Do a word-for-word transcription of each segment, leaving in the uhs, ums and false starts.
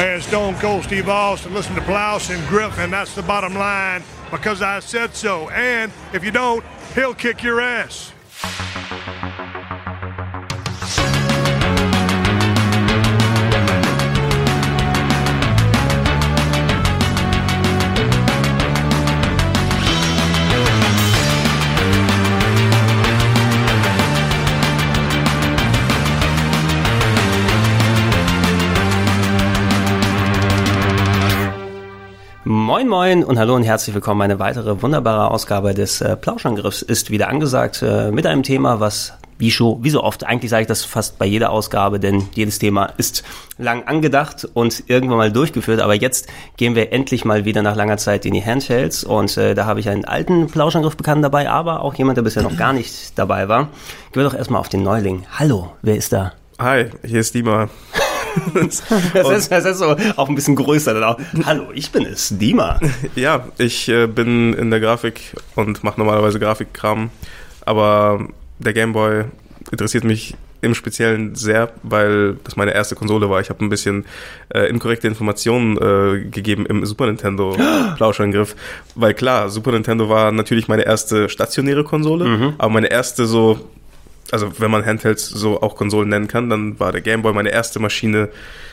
and Stone Cold Steve Austin. Listen to Plouse and Griffin. That's the bottom line because I said so. And if you don't, he'll kick your ass. Moin Moin und hallo und herzlich willkommen. Eine weitere wunderbare Ausgabe des äh, Plauschangriffs ist wieder angesagt äh, mit einem Thema, was wie, schon, wie so oft, eigentlich sage ich das fast bei jeder Ausgabe, denn jedes Thema ist lang angedacht und irgendwann mal durchgeführt, aber jetzt gehen wir endlich mal wieder nach langer Zeit in die Handhelds und äh, da habe ich einen alten Plauschangriff-Bekannten dabei, aber auch jemand, der bisher noch gar nicht dabei war. Gehen wir doch erstmal auf den Neuling. Hallo, wer ist da? Hi, hier ist Dima. das, ist, das ist so auch ein bisschen größer dann auch. Hallo, ich bin es, Dima. Ja, ich äh, bin in der Grafik und mache normalerweise Grafikkram, aber der Gameboy interessiert mich im Speziellen sehr, weil das meine erste Konsole war. Ich habe ein bisschen äh, inkorrekte Informationen äh, gegeben im Super Nintendo Plauschangriff, weil klar, Super Nintendo war natürlich meine erste stationäre Konsole, mhm. aber meine erste so, also wenn man Handhelds so auch Konsolen nennen kann, dann war der Gameboy meine erste Maschine,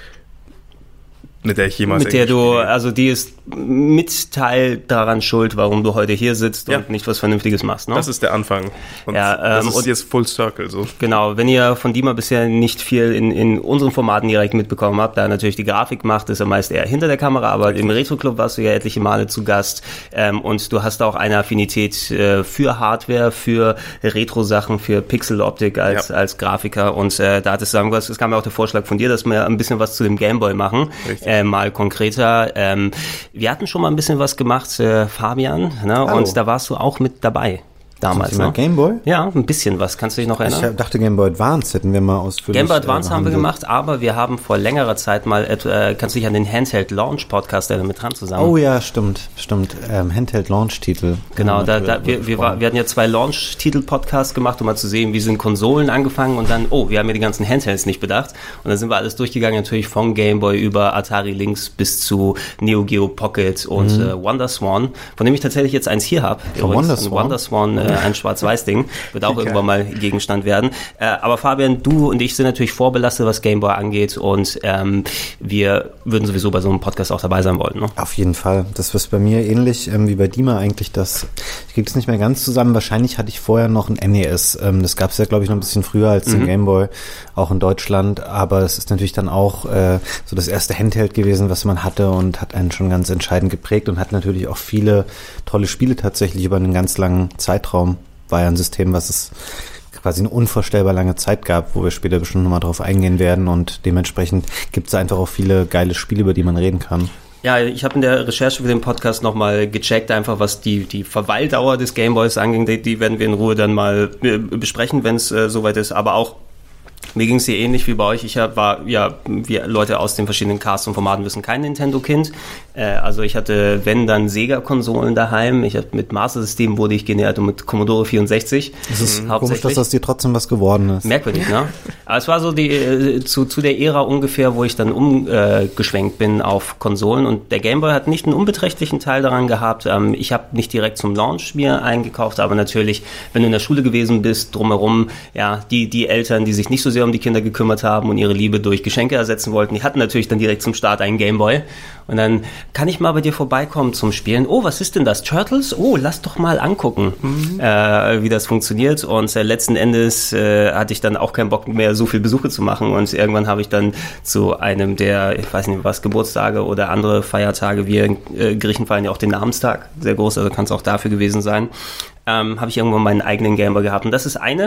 mit der ich jemals Mit der du, also die ist mit Teil daran schuld, warum du heute hier sitzt ja. und nicht was Vernünftiges machst, ne? Das ist der Anfang. Und ja, ähm, das ist und jetzt Full Circle, so. Genau, wenn ihr von Dima bisher nicht viel in, in unseren Formaten direkt mitbekommen habt, da natürlich die Grafik macht, ist er meist eher hinter der Kamera, aber Richtig. Im Retro-Club warst du ja etliche Male zu Gast, ähm, und du hast auch eine Affinität äh, für Hardware, für Retro-Sachen, für Pixel-Optik als, ja. als Grafiker und äh, da hattest du sagen, es kam ja auch der Vorschlag von dir, dass wir ein bisschen was zu dem Gameboy machen. Richtig. Äh, mal konkreter. Ähm, wir hatten schon mal ein bisschen was gemacht, äh, Fabian, ne? Und da warst du auch mit dabei. Damals, ne? Gameboy? Ja, ein bisschen was. Kannst du dich noch erinnern? Ich dachte, Gameboy Advance hätten wir mal ausführlich Gameboy Advance äh, haben wir gemacht, aber wir haben vor längerer Zeit mal, äh, kannst du dich an den Handheld Launch Podcast der mit dran zusammen? Oh ja, stimmt, stimmt. Ähm, Handheld Launch Titel. Genau, da, da wir, wir, war, wir hatten ja zwei Launch Titel Podcasts gemacht, um mal zu sehen, wie sind Konsolen angefangen und dann, oh, wir haben ja die ganzen Handhelds nicht bedacht und dann sind wir alles durchgegangen, natürlich von Gameboy über Atari Lynx bis zu Neo Geo Pocket und mhm. äh, WonderSwan, von dem ich tatsächlich jetzt eins hier habe. WonderSwan? WonderSwan, äh, ein Schwarz-Weiß-Ding. Wird auch okay. irgendwann mal Gegenstand werden. Äh, aber Fabian, du und ich sind natürlich vorbelastet, was Gameboy angeht und ähm, wir würden sowieso bei so einem Podcast auch dabei sein wollen. Ne? Auf jeden Fall. Das ist bei mir ähnlich ähm, wie bei Dima eigentlich. Das, ich kriege es nicht mehr ganz zusammen. Wahrscheinlich hatte ich vorher noch ein N E S. Ähm, das gab es ja, glaube ich, noch ein bisschen früher als mhm. den Gameboy, auch in Deutschland. Aber es ist natürlich dann auch äh, so das erste Handheld gewesen, was man hatte und hat einen schon ganz entscheidend geprägt und hat natürlich auch viele tolle Spiele tatsächlich über einen ganz langen Zeitraum. War ja ein System, was es quasi eine unvorstellbar lange Zeit gab, wo wir später bestimmt nochmal drauf eingehen werden und dementsprechend gibt es einfach auch viele geile Spiele, über die man reden kann. Ja, ich habe in der Recherche für den Podcast nochmal gecheckt, einfach was die die Verweildauer des Gameboys anging, die, die werden wir in Ruhe dann mal besprechen, wenn es äh, soweit ist, aber auch mir ging es hier ähnlich wie bei euch. Ich hab, war, ja, wie Leute aus den verschiedenen Casts und Formaten wissen, kein Nintendo-Kind. Äh, also ich hatte, wenn, dann Sega-Konsolen daheim. Ich hab, mit Master System wurde ich genährt und mit Commodore vierundsechzig. Es ist mhm. komisch, dass das dir trotzdem was geworden ist. Merkwürdig, ne? Aber es war so die äh, zu, zu der Ära ungefähr, wo ich dann umgeschwenkt äh, bin auf Konsolen. Und der Gameboy hat nicht einen unbeträchtlichen Teil daran gehabt. Ähm, ich habe nicht direkt zum Launch mir eingekauft, aber natürlich, wenn du in der Schule gewesen bist, drumherum, ja, die, die Eltern, die sich nicht so sehr um die Kinder gekümmert haben und ihre Liebe durch Geschenke ersetzen wollten, die hatten natürlich dann direkt zum Start einen Gameboy. Und dann kann ich mal bei dir vorbeikommen zum Spielen. Oh, was ist denn das? Turtles? Oh, lass doch mal angucken, mhm. äh, wie das funktioniert. Und äh, letzten Endes äh, hatte ich dann auch keinen Bock mehr, so viel Besuche zu machen. Und irgendwann habe ich dann zu einem der, ich weiß nicht was, Geburtstage oder andere Feiertage, wie in äh, Griechen feiern ja auch den Namenstag, sehr groß, also kann es auch dafür gewesen sein. Ähm, habe ich irgendwann meinen eigenen Gameboy gehabt. Und das ist eine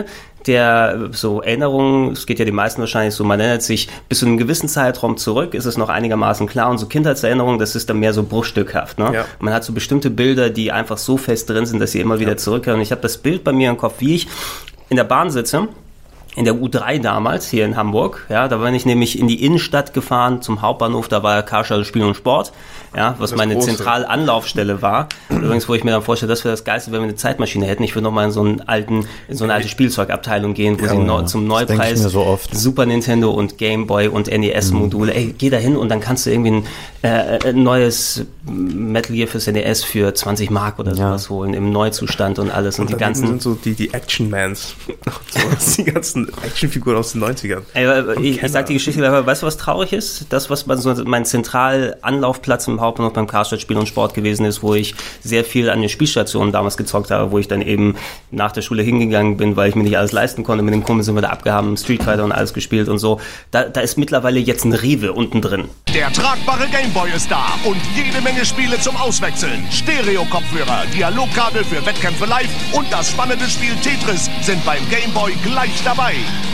der so Erinnerungen, es geht ja den meisten wahrscheinlich so, man erinnert sich bis zu einem gewissen Zeitraum zurück, ist es noch einigermaßen klar und so Kindheitserinnerungen, das ist dann mehr so bruchstückhaft. Ne? Ja. Man hat so bestimmte Bilder, die einfach so fest drin sind, dass sie immer wieder ja. zurückkehren. Und ich habe das Bild bei mir im Kopf, wie ich in der Bahn sitze in der U drei damals hier in Hamburg, ja, da bin ich nämlich in die Innenstadt gefahren zum Hauptbahnhof, da war Karstadt Spiel und Sport, ja, was meine große. zentrale Anlaufstelle war. Übrigens, wo ich mir dann vorstelle, das wäre das Geilste, wenn wir eine Zeitmaschine hätten. Ich würde nochmal in so einen alten, in so eine alte Spielzeugabteilung gehen, wo ja, sie ja. zum Neupreis so Super Nintendo und Game Boy und N E S-Module, mhm. ey, geh da hin und dann kannst du irgendwie ein, äh, ein neues Metal Gear fürs N E S für zwanzig Mark oder sowas ja. holen, im Neuzustand und alles. Und, und die ganzen sind so die, die Action-Mans. Die ganzen Actionfiguren aus den neunzigern. Ey, ich, ich sag die Geschichte, aber weißt du, was traurig ist? Das, was man so, mein zentral Anlaufplatz im Hauptbahnhof beim Karstadt Spiel und Sport gewesen ist, wo ich sehr viel an den Spielstationen damals gezockt habe, wo ich dann eben nach der Schule hingegangen bin, weil ich mir nicht alles leisten konnte. Mit dem Kumpel sind wir da abgehauen, Street Fighter und alles gespielt und so. Da, da ist mittlerweile jetzt ein Rewe unten drin. Der tragbare Gameboy ist da und jede Menge Spiele zum Auswechseln. Stereo-Kopfhörer, Dialogkabel für Wettkämpfe live und das spannende Spiel Tetris sind beim Gameboy gleich dabei.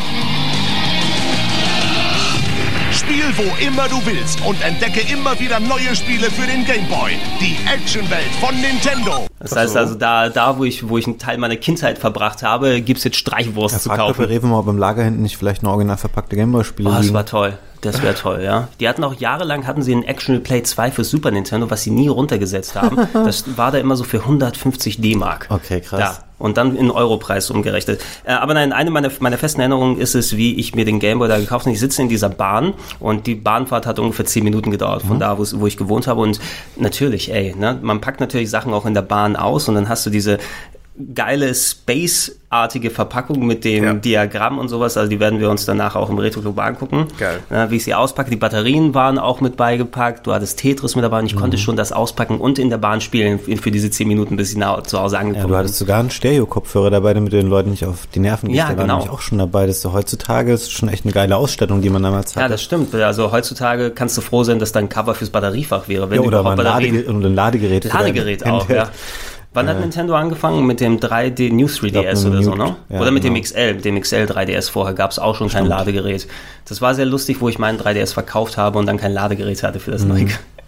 Spiel wo immer du willst und entdecke immer wieder neue Spiele für den Gameboy. Die Actionwelt von Nintendo. Das heißt also, da, da wo ich wo ich einen Teil meiner Kindheit verbracht habe, gibt's jetzt Streichwurst ja, zu kaufen. Bei Rewe mal beim Lager hinten nicht vielleicht eine original verpackte Gameboy-Spiele Oh, das liegen. war toll. Das wäre toll, ja. Die hatten auch jahrelang, hatten sie einen Action Replay zwei für Super Nintendo, was sie nie runtergesetzt haben. Das war da immer so für hundertfünfzig D-Mark. Okay, krass. Ja, und dann in Europreis umgerechnet. Äh, aber nein, eine meiner, meiner festen Erinnerungen ist es, wie ich mir den Gameboy da gekauft habe. Ich sitze in dieser Bahn und die Bahnfahrt hat ungefähr zehn Minuten gedauert, von mhm. da, wo ich gewohnt habe. Und natürlich, ey, ne, man packt natürlich Sachen auch in der Bahn aus und dann hast du diese geile Space-artige Verpackung mit dem ja. Diagramm und sowas, also die werden wir uns danach auch im Retro-Club angucken. Geil. Ja, wie ich sie auspacke. Die Batterien waren auch mit beigepackt, du hattest Tetris mit dabei und ich mhm. konnte schon das auspacken und in der Bahn spielen für diese zehn Minuten, bis ich nach, zu Hause angekommen bin. Ja, du hattest sogar einen Stereo-Kopfhörer dabei, damit du den Leuten nicht auf die Nerven gehst. Ja, der genau. war nämlich auch schon dabei. Das ist so, heutzutage ist schon echt eine geile Ausstattung, die man damals hatte. Ja, das stimmt. Also heutzutage kannst du froh sein, dass dein Cover fürs Batteriefach wäre. Wenn ja, oder überhaupt ein, Lade- und ein Ladegerät. Ladegerät auch, ja. Wann hat Nintendo angefangen? Mit dem drei D New drei D S oder so, ne? Ja, oder mit genau. dem X L, mit dem X L drei D S. Vorher gab es auch schon kein Ladegerät. Das war sehr lustig, wo ich meinen drei D S verkauft habe und dann kein Ladegerät hatte für das mhm. neue,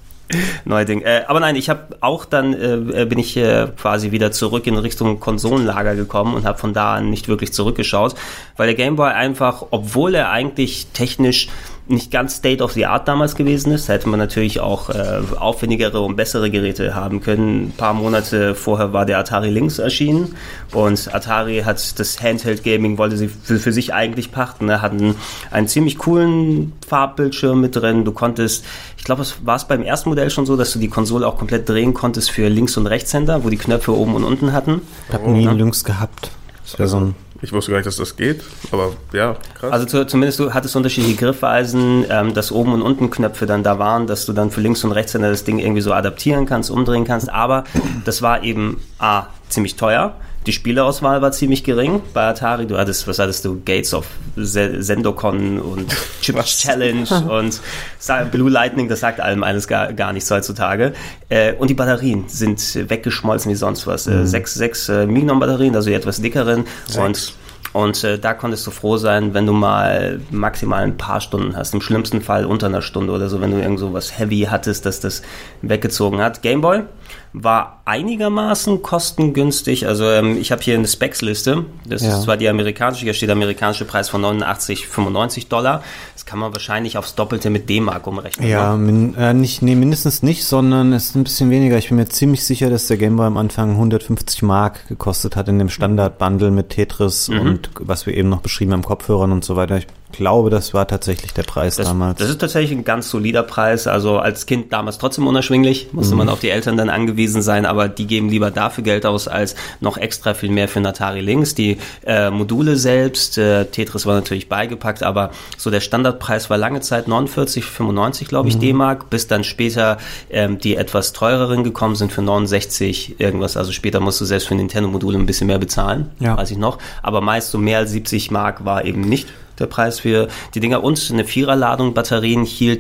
neue Ding. Äh, aber nein, ich habe auch dann, äh, bin ich äh, quasi wieder zurück in Richtung Konsolenlager gekommen und habe von da an nicht wirklich zurückgeschaut, weil der Game Boy einfach, obwohl er eigentlich technisch nicht ganz State of the Art damals gewesen ist, hätte man natürlich auch äh, aufwendigere und bessere Geräte haben können. Ein paar Monate vorher war der Atari Lynx erschienen und Atari hat das Handheld Gaming, wollte sie für, für sich eigentlich pachten, ne? Hatten einen ziemlich coolen Farbbildschirm mit drin. Du konntest, ich glaube, es war es beim ersten Modell schon so, dass du die Konsole auch komplett drehen konntest für Links- und Rechtshänder, wo die Knöpfe oben und unten hatten. Ich habe nie einen Lynx gehabt. Das wäre so ein Ich wusste gar nicht, dass das geht, aber ja, krass. Also zu, zumindest du hattest unterschiedliche Griffweisen, ähm, dass oben und unten Knöpfe dann da waren, dass du dann für Links- und Rechtshänder das Ding irgendwie so adaptieren kannst, umdrehen kannst, aber das war eben A, ziemlich teuer. Die Spieleauswahl war ziemlich gering bei Atari. Du hattest, was hattest du? Gates of Zendocon und Chips Challenge und Blue Lightning, das sagt allem alles gar, gar nichts heutzutage. Äh, und die Batterien sind weggeschmolzen wie sonst was. Mhm. Äh, sechs, sechs äh, Mignon-Batterien, also die etwas dickeren. Sechs. Und Und äh, da konntest du froh sein, wenn du mal maximal ein paar Stunden hast. Im schlimmsten Fall unter einer Stunde oder so, wenn du irgend so was Heavy hattest, dass das weggezogen hat. Gameboy war einigermaßen kostengünstig. Also ähm, ich habe hier eine Specs-Liste. Das ja. ist zwar die amerikanische, hier steht der amerikanische Preis von neunundachtzig, fünfundneunzig Dollar. Das kann man wahrscheinlich aufs Doppelte mit D-Mark umrechnen. Ja, min, äh, nicht, nee, mindestens nicht, sondern es ist ein bisschen weniger. Ich bin mir ziemlich sicher, dass der Gameboy am Anfang hundertfünfzig Mark gekostet hat in dem Standard-Bundle mit Tetris mhm. und was wir eben noch beschrieben haben, Kopfhörern und so weiter. Ich glaube, das war tatsächlich der Preis das, damals. Das ist tatsächlich ein ganz solider Preis. Also als Kind damals trotzdem unerschwinglich, musste mhm. man auf die Eltern dann angewiesen sein, aber die geben lieber dafür Geld aus, als noch extra viel mehr für einen Atari Lynx. Die äh, Module selbst, äh, Tetris war natürlich beigepackt, aber so der Standardpreis war lange Zeit neunundvierzig, fünfundneunzig, glaube ich, mhm. D-Mark, bis dann später ähm, die etwas teureren gekommen sind für neunundsechzig irgendwas. Also später musst du selbst für Nintendo-Module ein bisschen mehr bezahlen, ja. weiß ich noch. Aber meist so mehr als siebzig Mark war eben nicht der Preis für die Dinger. Und eine Viererladung Batterien hielt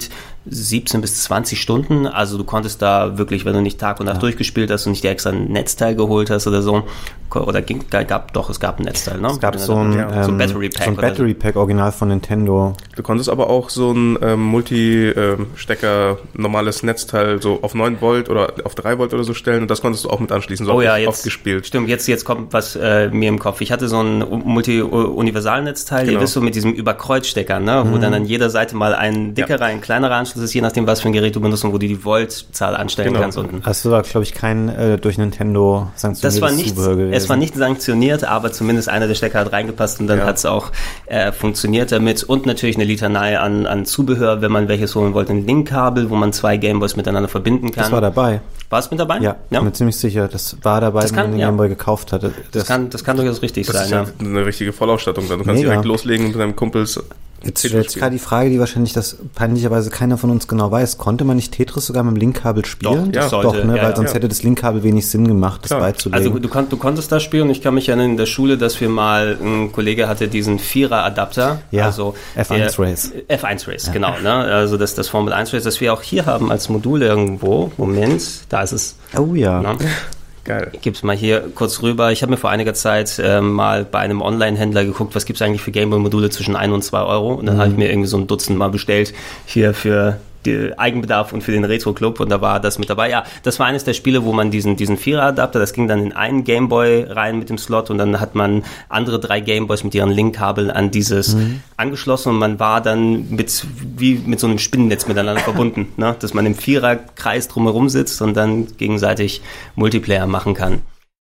siebzehn bis zwanzig Stunden, also du konntest da wirklich, wenn du nicht Tag und Nacht ja. durchgespielt hast und nicht dir extra ein Netzteil geholt hast oder so, oder ging, gab, doch, es gab ein Netzteil, ne? Es gab so ein, ja. so ein Battery Pack. So ein Battery Pack, original von Nintendo. Du konntest aber auch so ein ähm, Multi-Stecker, ähm, normales Netzteil so auf neun Volt oder auf drei Volt oder so stellen und das konntest du auch mit anschließen, so oh ja, ich jetzt, oft gespielt. Stimmt, jetzt, jetzt kommt was äh, mir im Kopf. Ich hatte so ein Multi-Universal-Netzteil, genau. Ihr wisst so mit diesem Überkreuzstecker, ne? Wo mhm. dann an jeder Seite mal ein dickerer, ja. ein kleinerer Anschluss ist, je nachdem, was für ein Gerät du benutzt und wo du die Voltzahl anstellen genau. kannst unten. Hast du da, glaube ich, kein äh, durch Nintendo sanktioniertes das war nicht, Zubehör gewesen? Es war nicht sanktioniert, aber zumindest einer der Stecker hat reingepasst und dann ja. hat es auch äh, funktioniert damit. Und natürlich eine Litanei an, an Zubehör, wenn man welches holen wollte. Ein Linkkabel, wo man zwei Gameboys miteinander verbinden kann. Das war dabei. War es mit dabei? Ja, ja. bin mir ziemlich sicher. Das war dabei, das kann, wenn man den ja. Gameboy gekauft hatte. Das, das, kann, das kann durchaus richtig das sein. Das ist ja eine richtige Vollausstattung. Du kannst Mega. direkt loslegen mit deinem Kumpels. Jetzt stellt sich gerade die Frage, die wahrscheinlich das peinlicherweise keiner von uns genau weiß. Konnte man nicht Tetris sogar mit dem Linkkabel spielen? Doch, ja. Doch, sollte, ne? ja, weil ja. sonst hätte das Linkkabel wenig Sinn gemacht, das Klar. beizulegen. Also du, kon- du konntest das spielen und ich kann mich erinnern in der Schule, dass wir mal, ein Kollege hatte diesen Vierer-Adapter. Ja, also F eins Race. F eins Race, ja. genau. Ne? Also das, das Formel eins Race, das wir auch hier haben als Modul irgendwo. Moment, da ist es. Oh ja. Ne? Geil. Gib's mal hier kurz rüber. Ich habe mir vor einiger Zeit äh, mal bei einem Online-Händler geguckt, was gibt's eigentlich für Gameboy-Module zwischen ein und zwei Euro. Und dann mhm. habe ich mir irgendwie so ein Dutzend mal bestellt hier für die Eigenbedarf und für den Retro-Club und da war das mit dabei. Ja, das war eines der Spiele, wo man diesen diesen Vierer-Adapter, das ging dann in einen Gameboy rein mit dem Slot und dann hat man andere drei Gameboys mit ihren Linkkabeln an dieses mhm. angeschlossen und man war dann mit wie mit so einem Spinnennetz miteinander verbunden, ne? Dass man im Viererkreis drumherum sitzt und dann gegenseitig Multiplayer machen kann.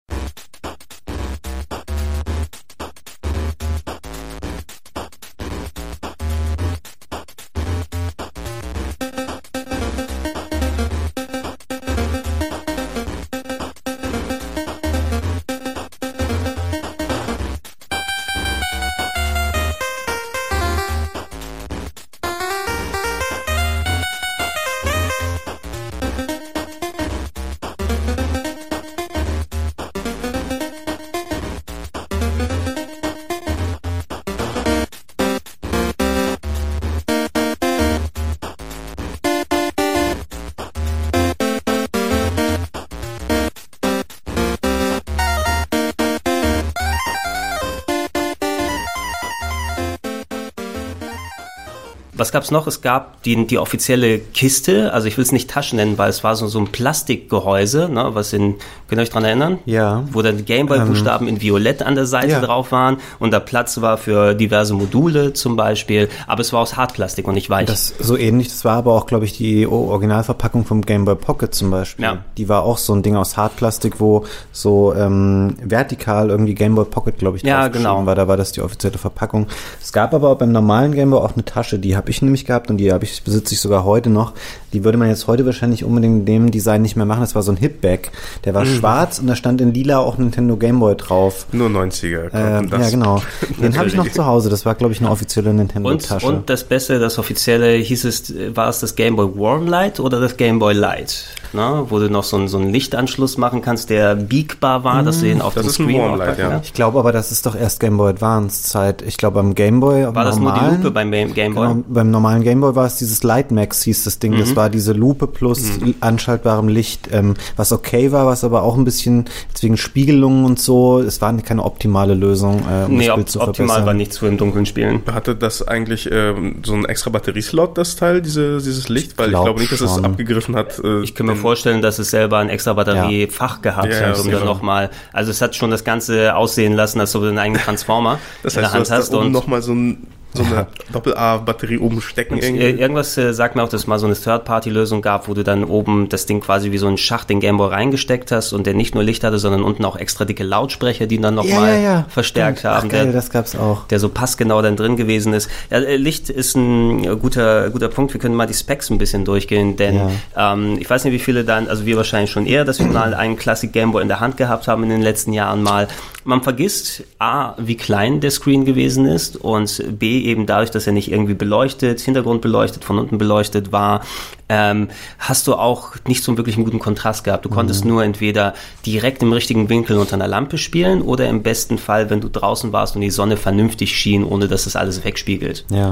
Was gab's noch? Es gab die, die offizielle Kiste, also ich will es nicht Taschen nennen, weil es war so, so ein Plastikgehäuse, ne, was in, könnt ihr euch dran erinnern? Ja. Wo dann Gameboy-Buchstaben ähm, in Violett an der Seite ja. drauf waren und da Platz war für diverse Module zum Beispiel, aber es war aus Hartplastik und nicht weich. Das so ähnlich, das war aber auch, glaube ich, die Originalverpackung vom Game Boy Pocket zum Beispiel. Ja. Die war auch so ein Ding aus Hartplastik, wo so ähm, vertikal irgendwie Game Boy Pocket, glaube ich, drauf ja, geschrieben genau. war. Da war das die offizielle Verpackung. Es gab aber beim normalen Game Boy auch eine Tasche, die habe ich nämlich gehabt und die habe ich besitze ich sogar heute noch. Die würde man jetzt heute wahrscheinlich unbedingt in dem Design nicht mehr machen. Das war so ein Hip-Bag. Der war mhm. schwarz und da stand in lila auch Nintendo Game Boy drauf. Nur neunziger. Äh, ja, genau. Den habe ich noch zu Hause. Das war, glaube ich, eine offizielle Nintendo-Tasche. Und, und das Beste, das offizielle, hieß es, war es das Game Boy Warm Light oder das Game Boy Light? Ne? Wo du noch so, ein, so einen Lichtanschluss machen kannst, der biegbar war, mhm. dass du den auf das dem ist Screen ein Warm Light, ja. Ich glaube aber, das ist doch erst Game Boy Advance Zeit. Ich glaube, beim Game Boy war das normalen, nur die Lupe beim Game Boy? Genau, beim normalen Game Boy war es dieses Light Max, hieß das Ding. Mhm. Das war diese Lupe plus mhm. anschaltbarem Licht, ähm, was okay war, was aber auch ein bisschen wegen Spiegelungen und so, es war keine optimale Lösung, äh, um nee, das Bild op- zu optimal verbessern. war nichts für im Dunkeln spielen. Hatte das eigentlich ähm, so einen extra Batterieslot, das Teil, diese, dieses Licht? Weil ich, glaub ich glaube nicht, dass schon. es abgegriffen hat. Äh, Ich kann mir vorstellen, dass es selber ein extra Batteriefach ja. gehabt ja, hat, um dann nochmal, also es hat schon das Ganze aussehen lassen, als ob du einen eigenen Transformer das in heißt, der Hand du hast. hast. Da oben und nochmal so ein so eine Doppel-A-Batterie oben stecken. Und irgendwie. Irgendwas äh, sagt mir auch, dass es mal so eine Third-Party-Lösung gab, wo du dann oben das Ding quasi wie so einen Schacht in Gameboy reingesteckt hast und der nicht nur Licht hatte, sondern unten auch extra dicke Lautsprecher, die dann nochmal ja, ja, ja. verstärkt Stimmt. haben. Ach, geil, der, das gab's auch. Der so passgenau dann drin gewesen ist. Ja, Licht ist ein guter guter Punkt. Wir können mal die Specs ein bisschen durchgehen, denn ja. ähm, ich weiß nicht, wie viele dann, also wir wahrscheinlich schon eher, dass wir mal einen Classic Gameboy in der Hand gehabt haben in den letzten Jahren mal. Man vergisst A, wie klein der Screen gewesen ist und B, eben dadurch, dass er nicht irgendwie beleuchtet, Hintergrund beleuchtet, von unten beleuchtet war, ähm, hast du auch nicht so einen wirklich guten Kontrast gehabt. Du konntest mhm. nur entweder direkt im richtigen Winkel unter einer Lampe spielen oder im besten Fall, wenn du draußen warst und die Sonne vernünftig schien, ohne dass das alles wegspiegelt. Ja.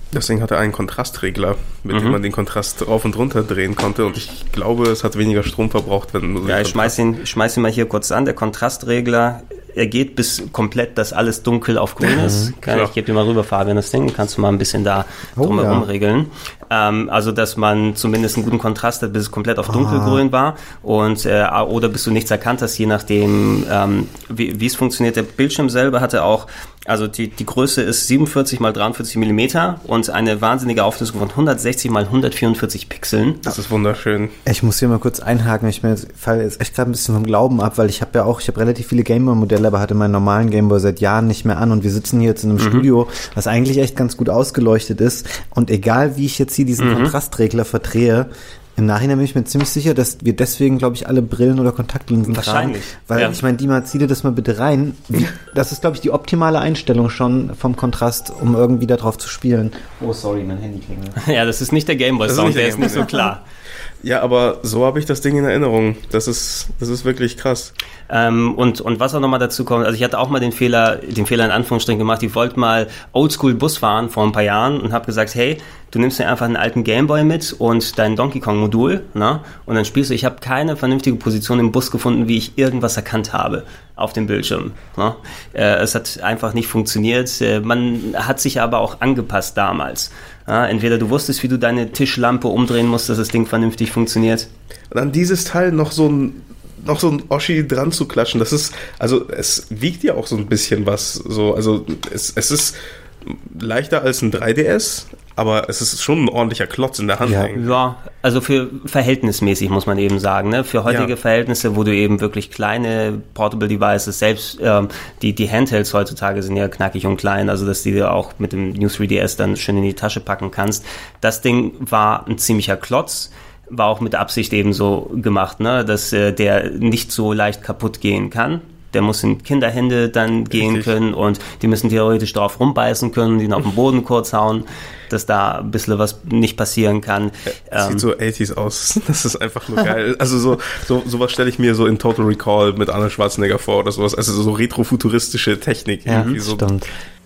Das Ding hatte einen Kontrastregler, mit mhm. dem man den Kontrast rauf und runter drehen konnte und ich glaube, es hat weniger Strom verbraucht, wenn du Ja, ich schmeiß ihn, ich schmeiß ihn mal hier kurz an. Der Kontrastregler, er geht bis komplett, dass alles dunkel auf grün ist. Ja, ich gebe dir mal rüber, Fabian, das Ding. Kannst du mal ein bisschen da drumherum oh, ja. regeln. Ähm, also, dass man zumindest einen guten Kontrast hat, bis es komplett auf dunkelgrün ah. war. Und, äh, oder bis du nichts erkannt hast, je nachdem, ähm, wie, wie es funktioniert. Der Bildschirm selber hatte auch, also die, die Größe ist siebenundvierzig mal dreiundvierzig Millimeter und eine wahnsinnige Auflösung von hundertsechzig mal hundertvierundvierzig Pixeln. Das ist wunderschön. Ich muss hier mal kurz einhaken. Ich falle jetzt echt gerade ein bisschen vom Glauben ab, weil ich habe ja auch, ich habe relativ viele Gameboy-Modelle, aber hatte meinen normalen Gameboy seit Jahren nicht mehr an und wir sitzen hier jetzt in einem mhm. Studio, was eigentlich echt ganz gut ausgeleuchtet ist und egal wie ich jetzt hier diesen mhm. Kontrastregler verdrehe, im Nachhinein bin ich mir ziemlich sicher, dass wir deswegen, glaube ich, alle Brillen oder Kontaktlinsen Wahrscheinlich. tragen. Weil, ja. ich meine, Dima, zieh dir das mal bitte rein. Wie, das ist, glaube ich, die optimale Einstellung schon vom Kontrast, um irgendwie da drauf zu spielen. Oh, sorry, mein Handy klingelt. Ja, das ist nicht der Gameboy-Sound, der ist nicht so klar. Ja, aber so habe ich das Ding in Erinnerung. Das ist, das ist wirklich krass. Ähm, und, und was auch nochmal dazu kommt, also ich hatte auch mal den Fehler, den Fehler in Anführungsstrichen gemacht, ich wollte mal Oldschool Bus fahren vor ein paar Jahren und habe gesagt, hey, du nimmst dir einfach einen alten Gameboy mit und dein Donkey Kong Modul, ne? Und dann spielst du, ich habe keine vernünftige Position im Bus gefunden, wie ich irgendwas erkannt habe auf dem Bildschirm. Ne? Äh, es hat einfach nicht funktioniert. Äh, man hat sich aber auch angepasst damals. Ja, entweder du wusstest, wie du deine Tischlampe umdrehen musst, dass das Ding vernünftig funktioniert. Und an dieses Teil noch so ein noch so ein Oschi dran zu klatschen, das ist, also es wiegt ja auch so ein bisschen was, so, also es, es ist leichter als ein drei D S, aber es ist schon ein ordentlicher Klotz in der Hand. Ja, ja, also für verhältnismäßig muss man eben sagen, ne? Für heutige ja. Verhältnisse, wo du eben wirklich kleine Portable Devices, selbst ähm, die, die Handhelds heutzutage sind ja knackig und klein, also dass die du auch mit dem New drei D S dann schön in die Tasche packen kannst. Das Ding war ein ziemlicher Klotz. War auch mit Absicht eben so gemacht, ne, dass äh, der nicht so leicht kaputt gehen kann. Der muss in Kinderhände dann gehen Richtig. können und die müssen theoretisch drauf rumbeißen können, den auf den Boden kurz hauen, dass da ein bisschen was nicht passieren kann. Ja, sieht ähm, so achtziger aus. Das ist einfach nur geil. Also so, so sowas stelle ich mir so in Total Recall mit Arnold Schwarzenegger vor oder sowas. Also so retrofuturistische Technik. Ja, irgendwie so. Stimmt.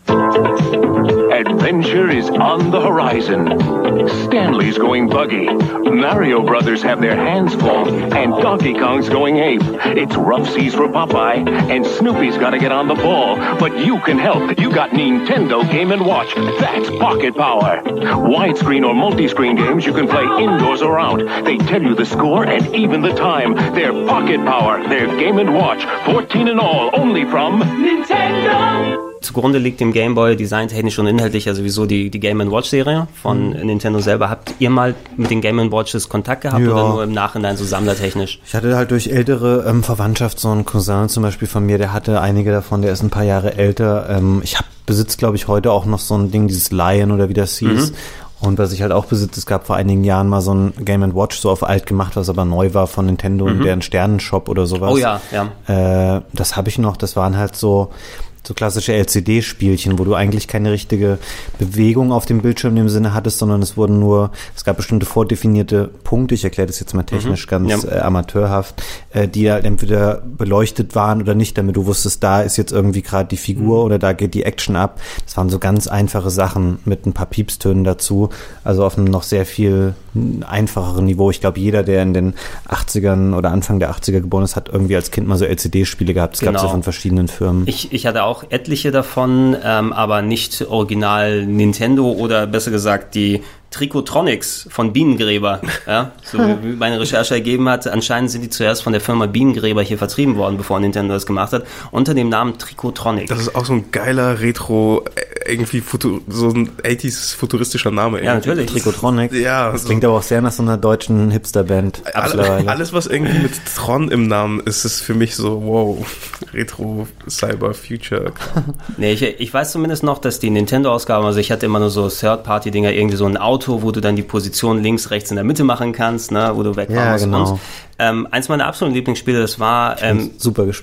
Adventure is on the horizon. Stanley's going buggy. Mario Brothers have their hands full, and Donkey Kong's going ape. It's rough seas for Popeye, and Snoopy's got to get on the ball. But you can help. You got Nintendo Game and Watch. That's pocket power. Widescreen or multi-screen games you can play indoors or out. They tell you the score and even the time. They're pocket power. They're Game and Watch. fourteen in all, only from Nintendo. Zugrunde liegt dem Gameboy designtechnisch und inhaltlich ja sowieso die, die Game and Watch Serie von mhm. Nintendo selber. Habt ihr mal mit den Game and Watches Kontakt gehabt ja. oder nur im Nachhinein so sammlertechnisch? Ich hatte halt durch ältere ähm, Verwandtschaft, so einen Cousin zum Beispiel von mir, der hatte einige davon, der ist ein paar Jahre älter. Ähm, ich hab, besitze, glaube ich, heute auch noch so ein Ding, dieses Lion oder wie das hieß. Mhm. Und was ich halt auch besitze, es gab vor einigen Jahren mal so ein Game and Watch, so auf alt gemacht, was aber neu war von Nintendo, mhm. in deren Sternenshop oder sowas. Oh ja, ja. Äh, das habe ich noch, das waren halt so so klassische L C D-Spielchen, wo du eigentlich keine richtige Bewegung auf dem Bildschirm in dem Sinne hattest, sondern es wurden nur, es gab bestimmte vordefinierte Punkte, ich erkläre das jetzt mal technisch mhm. ganz ja. äh, amateurhaft, äh, die halt entweder beleuchtet waren oder nicht, damit du wusstest, da ist jetzt irgendwie gerade die Figur mhm. oder da geht die Action ab. Das waren so ganz einfache Sachen mit ein paar Piepstönen dazu, also auf einem noch sehr viel einfacheren Niveau. Ich glaube, jeder, der in den achtzigern oder Anfang der achtziger geboren ist, hat irgendwie als Kind mal so L C D-Spiele gehabt. Das genau. gab es ja von verschiedenen Firmen. Ich, ich hatte auch etliche davon, ähm, aber nicht original Nintendo oder besser gesagt die Tricotronics von Bienengräber, ja, so wie meine Recherche ergeben hat. Anscheinend sind die zuerst von der Firma Bienengräber hier vertrieben worden, bevor Nintendo das gemacht hat, unter dem Namen Tricotronics. Das ist auch so ein geiler Retro, irgendwie Futur, so ein achtziger futuristischer Name. Ja, irgendwie. Natürlich. Tricotronics. Ja. Das klingt aber auch sehr nach so einer deutschen Hipsterband. Alle, alles, was irgendwie mit Tron im Namen ist, ist für mich so, wow, Retro, Cyber, Future. Nee, ich, ich weiß zumindest noch, dass die Nintendo-Ausgaben, also ich hatte immer nur so Third-Party-Dinger, irgendwie so ein Auto, wo du dann die Position links, rechts in der Mitte machen kannst, ne, wo du wegfahren ja, musst. Genau. Und, ähm, eins meiner absoluten Lieblingsspiele, das war... Ähm, super gespannt.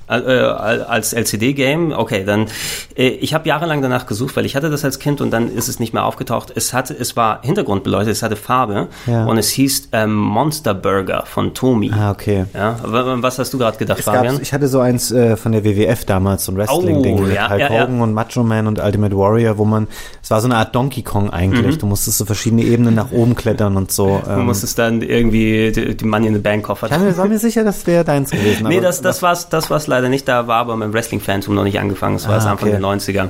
äh, als L C D-Game. Okay, dann, äh, ich habe jahrelang danach gesucht, weil ich hatte das als Kind und dann ist es nicht mehr aufgetaucht. Es hatte, es war hintergrundbeleuchtet, es hatte Farbe ja. und es hieß ähm, Monster Burger von Tomy. Ah, okay. Ja, was hast du gerade gedacht, es Fabian? Gab, ich hatte so eins äh, von der W W F damals, so ein Wrestling-Ding oh, mit ja, Hulk ja, Hogan ja. und Macho Man und Ultimate Warrior, wo man, es war so eine Art Donkey Kong eigentlich. Mhm. Du musstest so verschiedene Ebenen nach oben klettern und so. Du ähm, musstest dann irgendwie die, die Money in the Bank Koffer. Ich war mir sicher, das wäre deins gewesen. Nee, das, das war's, das war's leider nicht. Da war aber mit dem Wrestling-Phantom noch nicht angefangen. Das war ah, erst Anfang okay. der neunziger.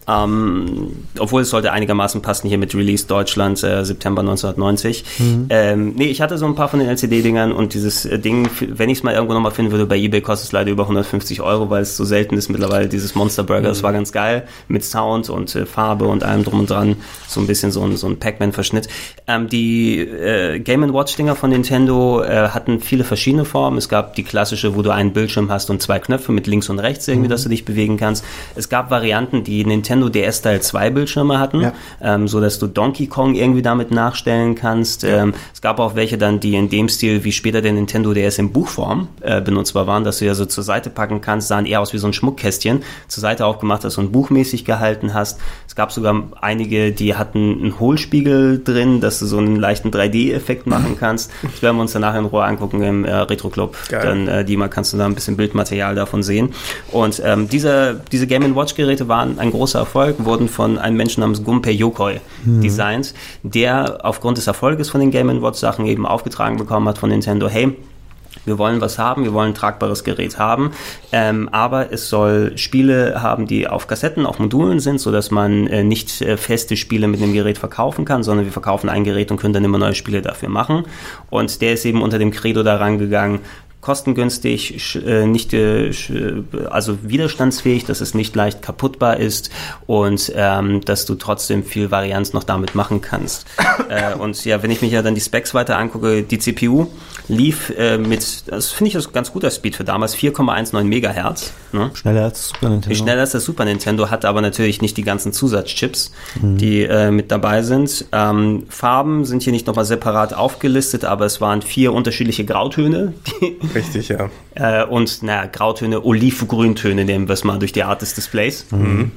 Ähm, obwohl es sollte einigermaßen passen hier mit Release Deutschland, äh, September neunzehnhundertneunzig. Mhm. Ähm, nee, ich hatte so ein paar von den L C D-Dingern und dieses äh, Ding, wenn ich es mal irgendwo nochmal finden würde, bei eBay kostet es leider über hundertfünfzig Euro, weil es so selten ist mittlerweile, dieses Monster Burger. Mhm. Das war ganz geil, mit Sound und äh, Farbe und allem drum und dran. So ein bisschen so ein, so ein Pac-Man-Verschnitt. Ähm, die äh, Game and Watch-Dinger von Nintendo äh, hatten viele verschiedene Formen. Es gab die klassische, wo du einen Bildschirm hast und zwei Knöpfe mit links und rechts irgendwie, mhm. dass du dich bewegen kannst. Es gab Varianten, die Nintendo D S Teil zwei Bildschirme hatten, ja. ähm, so dass du Donkey Kong irgendwie damit nachstellen kannst. Ja. Ähm, es gab auch welche dann, die in dem Stil wie später der Nintendo D S in Buchform äh, benutzbar waren, dass du ja so zur Seite packen kannst, sahen eher aus wie so ein Schmuckkästchen, zur Seite aufgemacht hast und buchmäßig gehalten hast. Es gab sogar einige, die hatten einen Hohlspiegel drin, dass du so einen leichten drei D-Effekt machen kannst. Das werden wir uns dann nachher in Ruhe angucken im äh, Retro Club. Geil. Dann äh, die mal kannst du da ein bisschen Bildmaterial davon sehen. Und ähm, diese, diese Game and Watch Geräte waren ein großer Erfolg, wurden von einem Menschen namens Gunpei Yokoi mhm. designt, der aufgrund des Erfolges von den Game and Watch Sachen eben aufgetragen bekommen hat von Nintendo, hey, wir wollen was haben, wir wollen ein tragbares Gerät haben, ähm, aber es soll Spiele haben, die auf Kassetten, auf Modulen sind, sodass man äh, nicht äh, feste Spiele mit dem Gerät verkaufen kann, sondern wir verkaufen ein Gerät und können dann immer neue Spiele dafür machen. Und der ist eben unter dem Credo da rangegangen, kostengünstig, äh, nicht äh, also widerstandsfähig, dass es nicht leicht kaputtbar ist und ähm, dass du trotzdem viel Varianz noch damit machen kannst. äh, und ja, wenn ich mich ja dann die Specs weiter angucke, die C P U lief äh, mit, das finde ich das ganz guter Speed für damals, vier Komma neunzehn Megahertz. Ne? Schneller als Super Nintendo. Schneller als das Super Nintendo, hat aber natürlich nicht die ganzen Zusatzchips, mhm. die äh, mit dabei sind. Ähm, Farben sind hier nicht nochmal separat aufgelistet, aber es waren vier unterschiedliche Grautöne, die Richtig, ja. Äh, und, naja, Grautöne, Olivgrüntöne nehmen wir es mal durch die Art des Displays. Mhm.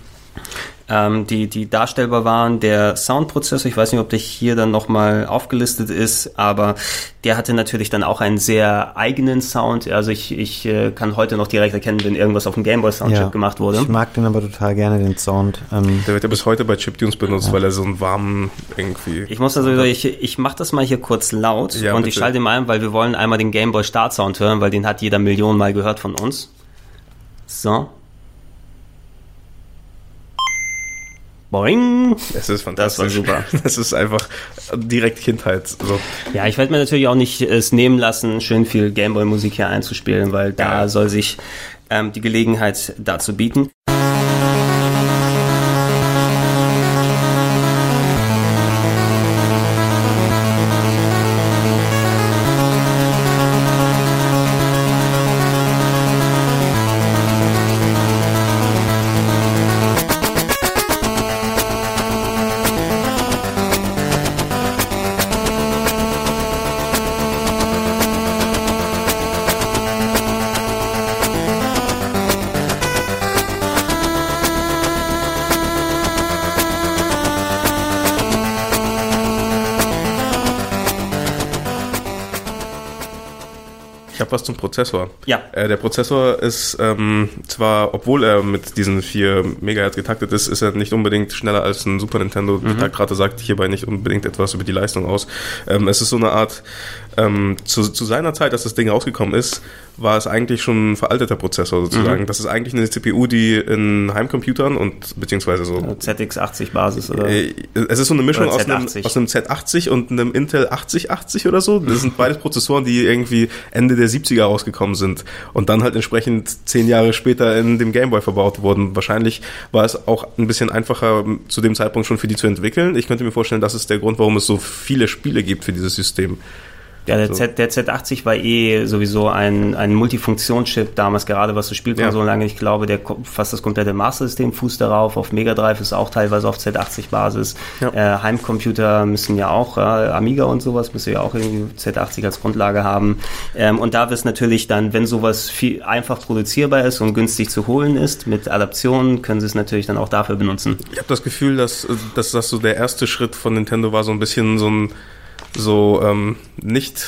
Ähm, die, die darstellbar waren. Der Soundprozessor, ich weiß nicht, ob der hier dann nochmal aufgelistet ist, aber der hatte natürlich dann auch einen sehr eigenen Sound. Also ich, ich äh, kann heute noch direkt erkennen, wenn irgendwas auf dem Gameboy-Soundchip ja, gemacht wurde. Ich mag den aber total gerne, den Sound. Ähm der wird ja bis heute bei Chiptunes benutzt, ja. weil er so einen warmen irgendwie... Ich muss also, ich, ich mach das mal hier kurz laut ja, und bitte. Ich schalte ihn mal ein, weil wir wollen einmal den Gameboy-Start-Sound hören, weil den hat jeder Million Mal gehört von uns. So. Boing. Es ist fantastisch. Das war super. Das ist einfach direkt Kindheit. So. Ja, ich werde mir natürlich auch nicht es nehmen lassen, schön viel Gameboy-Musik hier einzuspielen, weil da ja. soll sich ähm, die Gelegenheit dazu bieten. Was zum Prozessor. Ja. Äh, der Prozessor ist ähm, zwar, obwohl er mit diesen vier Megahertz getaktet ist, ist er nicht unbedingt schneller als ein Super Nintendo. Mhm. Der gerade sagt hierbei nicht unbedingt etwas über die Leistung aus. Ähm, es ist so eine Art, ähm, zu, zu seiner Zeit, dass das Ding rausgekommen ist, war es eigentlich schon ein veralteter Prozessor sozusagen. Mhm. Das ist eigentlich eine C P U, die in Heimcomputern und beziehungsweise so Z X achtzig Basis oder? Äh, es ist so eine Mischung aus einem, aus einem Z achtzig und einem Intel achtzig achtzig oder so. Das sind beides Prozessoren, die irgendwie Ende der siebziger rausgekommen sind und dann halt entsprechend zehn Jahre später in dem Gameboy verbaut wurden. Wahrscheinlich war es auch ein bisschen einfacher zu dem Zeitpunkt schon für die zu entwickeln. Ich könnte mir vorstellen, das ist der Grund, warum es so viele Spiele gibt für dieses System. Ja, der, so. Z, der Z achtzig war eh sowieso ein, ein Multifunktionschip damals, gerade was so Spielkonsolen ja. angeht. Ich glaube, der fast das komplette Master-System fußt darauf. Auf Mega Drive ist auch teilweise auf Z achtzig-Basis. Ja. Äh, Heimcomputer müssen ja auch, äh, Amiga und sowas, müssen ja auch irgendwie Z achtzig als Grundlage haben. Ähm, und da wird es natürlich dann, wenn sowas viel einfach produzierbar ist und günstig zu holen ist, mit Adaptionen, können sie es natürlich dann auch dafür benutzen. Ich habe das Gefühl, dass, dass das so der erste Schritt von Nintendo war, so ein bisschen so ein so ähm, nicht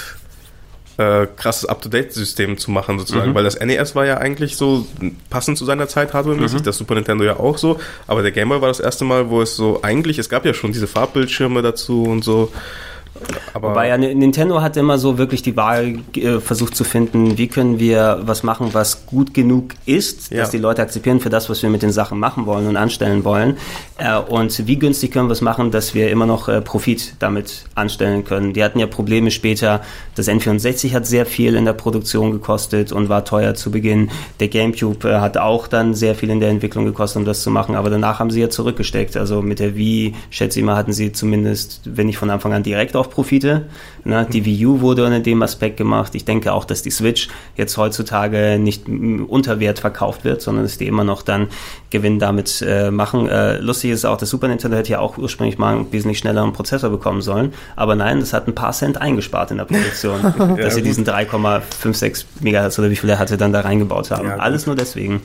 äh, krasses Up-to-Date-System zu machen sozusagen, mhm. weil das N E S war ja eigentlich so passend zu seiner Zeit hardwaremäßig, mhm. das Super Nintendo ja auch so, aber der Game Boy war das erste Mal, wo es so eigentlich, es gab ja schon diese Farbbildschirme dazu und so. Aber Wobei ja Nintendo hat immer so wirklich die Wahl äh, versucht zu finden, wie können wir was machen, was gut genug ist, ja. dass die Leute akzeptieren für das, was wir mit den Sachen machen wollen und anstellen wollen. Äh, und wie günstig können wir es machen, dass wir immer noch äh, Profit damit anstellen können. Die hatten ja Probleme später. Das N vierundsechzig hat sehr viel in der Produktion gekostet und war teuer zu Beginn. Der GameCube äh, hat auch dann sehr viel in der Entwicklung gekostet, um das zu machen. Aber danach haben sie ja zurückgesteckt. Also mit der Wii, schätze ich mal, hatten sie zumindest, wenn nicht von Anfang an direkt auf Profite. Ne? Die Wii U wurde unter dem Aspekt gemacht. Ich denke auch, dass die Switch jetzt heutzutage nicht unter Wert verkauft wird, sondern dass die immer noch dann Gewinn damit äh, machen. Äh, lustig ist auch, das Super Nintendo hätte ja auch ursprünglich mal einen wesentlich schnelleren Prozessor bekommen sollen. Aber nein, das hat ein paar Cent eingespart in der Produktion, ja, dass sie gut. diesen drei Komma fünf sechs Megahertz oder wie viel er hatte, dann da reingebaut haben. Ja, alles nur deswegen.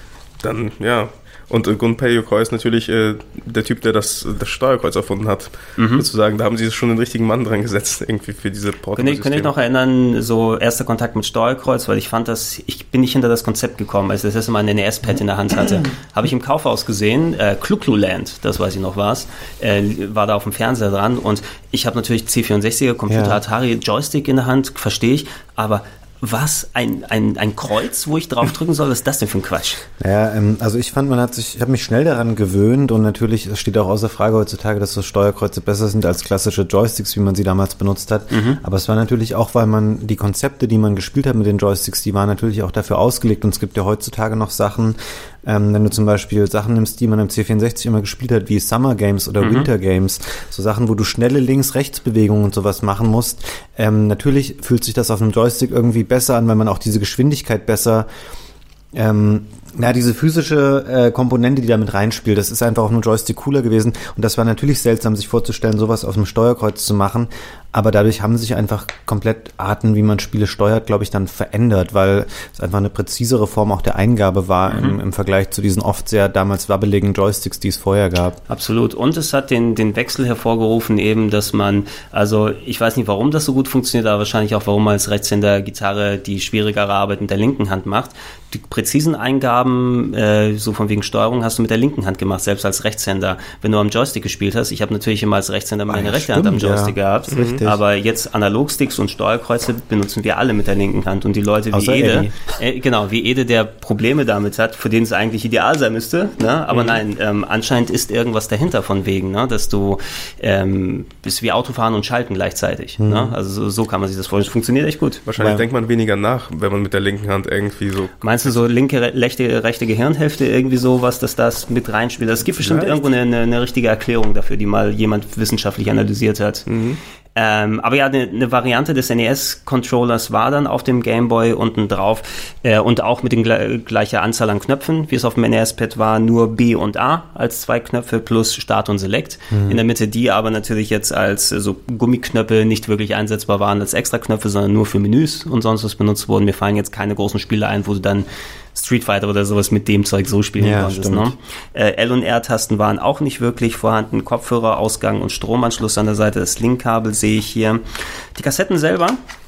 Dann, ja. Und äh, Gunpei Yokoi ist natürlich äh, der Typ, der das, das Steuerkreuz erfunden hat. Mhm. Sozusagen, da haben sie schon den richtigen Mann dran gesetzt, irgendwie für diese Portable-Systeme. Könnt ihr euch noch erinnern, so erster Kontakt mit Steuerkreuz, weil ich fand das, ich bin nicht hinter das Konzept gekommen, als ich das erste Mal ein N E S-Pad in der Hand hatte. Habe ich im Kaufhaus gesehen, äh, Clucluland, das weiß ich noch was, äh, war da auf dem Fernseher dran und ich habe natürlich C vierundsechziger, Computer, ja. Atari, Joystick in der Hand, verstehe ich, aber was, ein, ein, ein Kreuz, wo ich drauf drücken soll? Was ist das denn für ein Quatsch? Ja, ähm, also ich fand, man hat sich, ich habe mich schnell daran gewöhnt und natürlich steht auch außer Frage heutzutage, dass so Steuerkreuze besser sind als klassische Joysticks, wie man sie damals benutzt hat. Mhm. Aber es war natürlich auch, weil man die Konzepte, die man gespielt hat mit den Joysticks, die waren natürlich auch dafür ausgelegt und es gibt ja heutzutage noch Sachen, ähm, wenn du zum Beispiel Sachen nimmst, die man im C vierundsechzig immer gespielt hat, wie Summer Games oder mhm. Winter Games, so Sachen, wo du schnelle Links-Rechts-Bewegungen und sowas machen musst. Ähm, natürlich fühlt sich das auf einem Joystick irgendwie besser an, weil man auch diese Geschwindigkeit besser, ähm, ja, diese physische äh, Komponente, die da mit reinspielt, das ist einfach auf einem Joystick cooler gewesen und das war natürlich seltsam, sich vorzustellen, sowas auf einem Steuerkreuz zu machen, aber dadurch haben sich einfach komplett Arten, wie man Spiele steuert, glaube ich, dann verändert, weil es einfach eine präzisere Form auch der Eingabe war mhm. im, im Vergleich zu diesen oft sehr damals wabbeligen Joysticks, die es vorher gab. Absolut. Und es hat den, den Wechsel hervorgerufen eben, dass man, also ich weiß nicht, warum das so gut funktioniert, aber wahrscheinlich auch, warum man als Rechtshänder Gitarre die schwierigere Arbeit mit der linken Hand macht. Die präzisen Eingaben, äh, so von wegen Steuerung, hast du mit der linken Hand gemacht, selbst als Rechtshänder. Wenn du am Joystick gespielt hast, ich habe natürlich immer als Rechtshänder meine ah, rechte stimmt, Hand am Joystick ja. gehabt, mhm. aber jetzt Analogsticks und Steuerkreuze benutzen wir alle mit der linken Hand und die Leute wie Außer Ede, äh, genau, wie Ede, der Probleme damit hat, für den es eigentlich ideal sein müsste, ne? Aber mhm. nein, ähm, anscheinend ist irgendwas dahinter von wegen, ne? Dass du ähm, bist wie Autofahren und Schalten gleichzeitig, mhm. ne? Also so, so kann man sich das vorstellen. Das funktioniert echt gut. Wahrscheinlich ja. denkt man weniger nach, wenn man mit der linken Hand irgendwie so... Meinst du so linke, rechte, rechte Gehirnhälfte irgendwie sowas, dass das mit reinspielt? Es gibt bestimmt Vielleicht. irgendwo eine, eine richtige Erklärung dafür, die mal jemand wissenschaftlich analysiert hat. Mhm. Ähm, aber ja, eine, eine Variante des N E S-Controllers war dann auf dem Game Boy unten drauf äh, und auch mit den gle- gleicher Anzahl an Knöpfen, wie es auf dem N E S-Pad war, nur B und A als zwei Knöpfe plus Start und Select. Mhm. In der Mitte die aber natürlich jetzt als äh, so Gummiknöpfe nicht wirklich einsetzbar waren als Extraknöpfe, sondern nur für Menüs und sonst was benutzt wurden. Mir fallen jetzt keine großen Spiele ein, wo du dann Street Fighter oder sowas mit dem Zeug so spielen ja, konntest. Ne? Äh, L- und R-Tasten waren auch nicht wirklich vorhanden. Kopfhörerausgang und Stromanschluss an der Seite. Das Link-Kabel sehe ich hier. Die Kassetten selber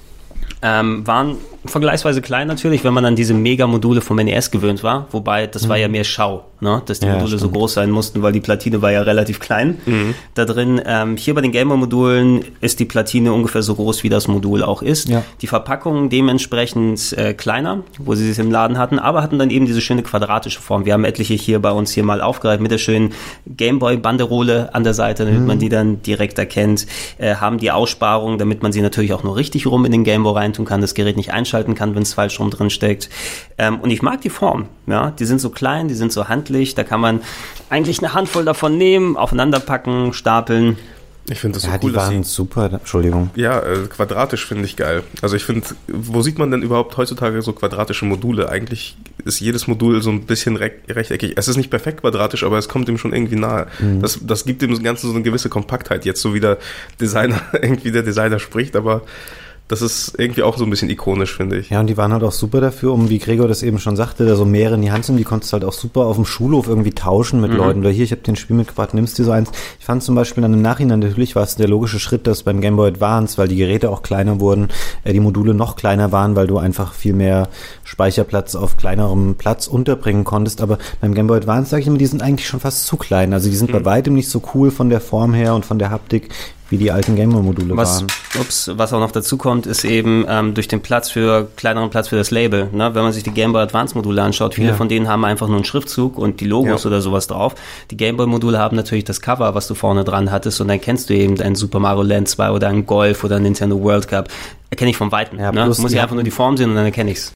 ähm, waren vergleichsweise klein natürlich, wenn man an diese Mega-Module vom N E S gewöhnt war. Wobei, das mhm. war ja mehr Schau, ne? Dass die ja, Module stimmt. so groß sein mussten, weil die Platine war ja relativ klein mhm. da drin. Ähm, hier bei den Gamer-Modulen ist die Platine ungefähr so groß, wie das Modul auch ist. Ja. Die Verpackung dementsprechend äh, kleiner, wo sie es im Laden hatten, aber hatten dann eben diese schöne quadratische Form. Wir haben etliche hier bei uns hier mal aufgereiht mit der schönen Gameboy-Banderole an der Seite, damit mhm. man die dann direkt erkennt. Äh, haben die Aussparung, damit man sie natürlich auch nur richtig rum in den Gameboy reintun kann, das Gerät nicht einschalten kann, wenn es falsch rum drin steckt. Ähm, und ich mag die Form. Ja, die sind so klein, die sind so handlich. Da kann man eigentlich eine Handvoll davon nehmen, aufeinander packen, stapeln. Ich finde das so ja, cool. Die waren die, super, Entschuldigung. Ja, äh, quadratisch finde ich geil. Also ich finde, wo sieht man denn überhaupt heutzutage so quadratische Module? Eigentlich ist jedes Modul so ein bisschen re- rechteckig. Es ist nicht perfekt quadratisch, aber es kommt dem schon irgendwie nahe. Mhm. Das, das gibt dem Ganzen so eine gewisse Kompaktheit. Jetzt so wie der Designer, irgendwie der Designer spricht, aber das ist irgendwie auch so ein bisschen ikonisch, finde ich. Ja, und die waren halt auch super dafür, um, wie Gregor das eben schon sagte, da so mehrere in die Hand zu nehmen. Die konntest du halt auch super auf dem Schulhof irgendwie tauschen mit mhm. Leuten. Oder hier, ich habe dir ein Spiel mitgebracht, nimmst dir so eins. Ich fand zum Beispiel dann im Nachhinein, natürlich war es der logische Schritt, dass beim Game Boy Advance, weil die Geräte auch kleiner wurden, äh, die Module noch kleiner waren, weil du einfach viel mehr Speicherplatz auf kleinerem Platz unterbringen konntest. Aber beim Game Boy Advance, sage ich immer, die sind eigentlich schon fast zu klein. Also die sind mhm. bei weitem nicht so cool von der Form her und von der Haptik, wie die alten Gameboy-Module waren. Ups, was auch noch dazu kommt, ist eben ähm, durch den Platz für, kleineren Platz für das Label. Ne? Wenn man sich die Game Boy Advance-Module anschaut, viele ja. von denen haben einfach nur einen Schriftzug und die Logos ja. oder sowas drauf. Die Game Boy-Module haben natürlich das Cover, was du vorne dran hattest, und dann kennst du eben ein Super Mario Land zwei oder ein Golf oder ein Nintendo World Cup. Erkenne ich von Weitem. Ja, ne? Muss ich einfach nur die Form sehen und dann erkenne ich's.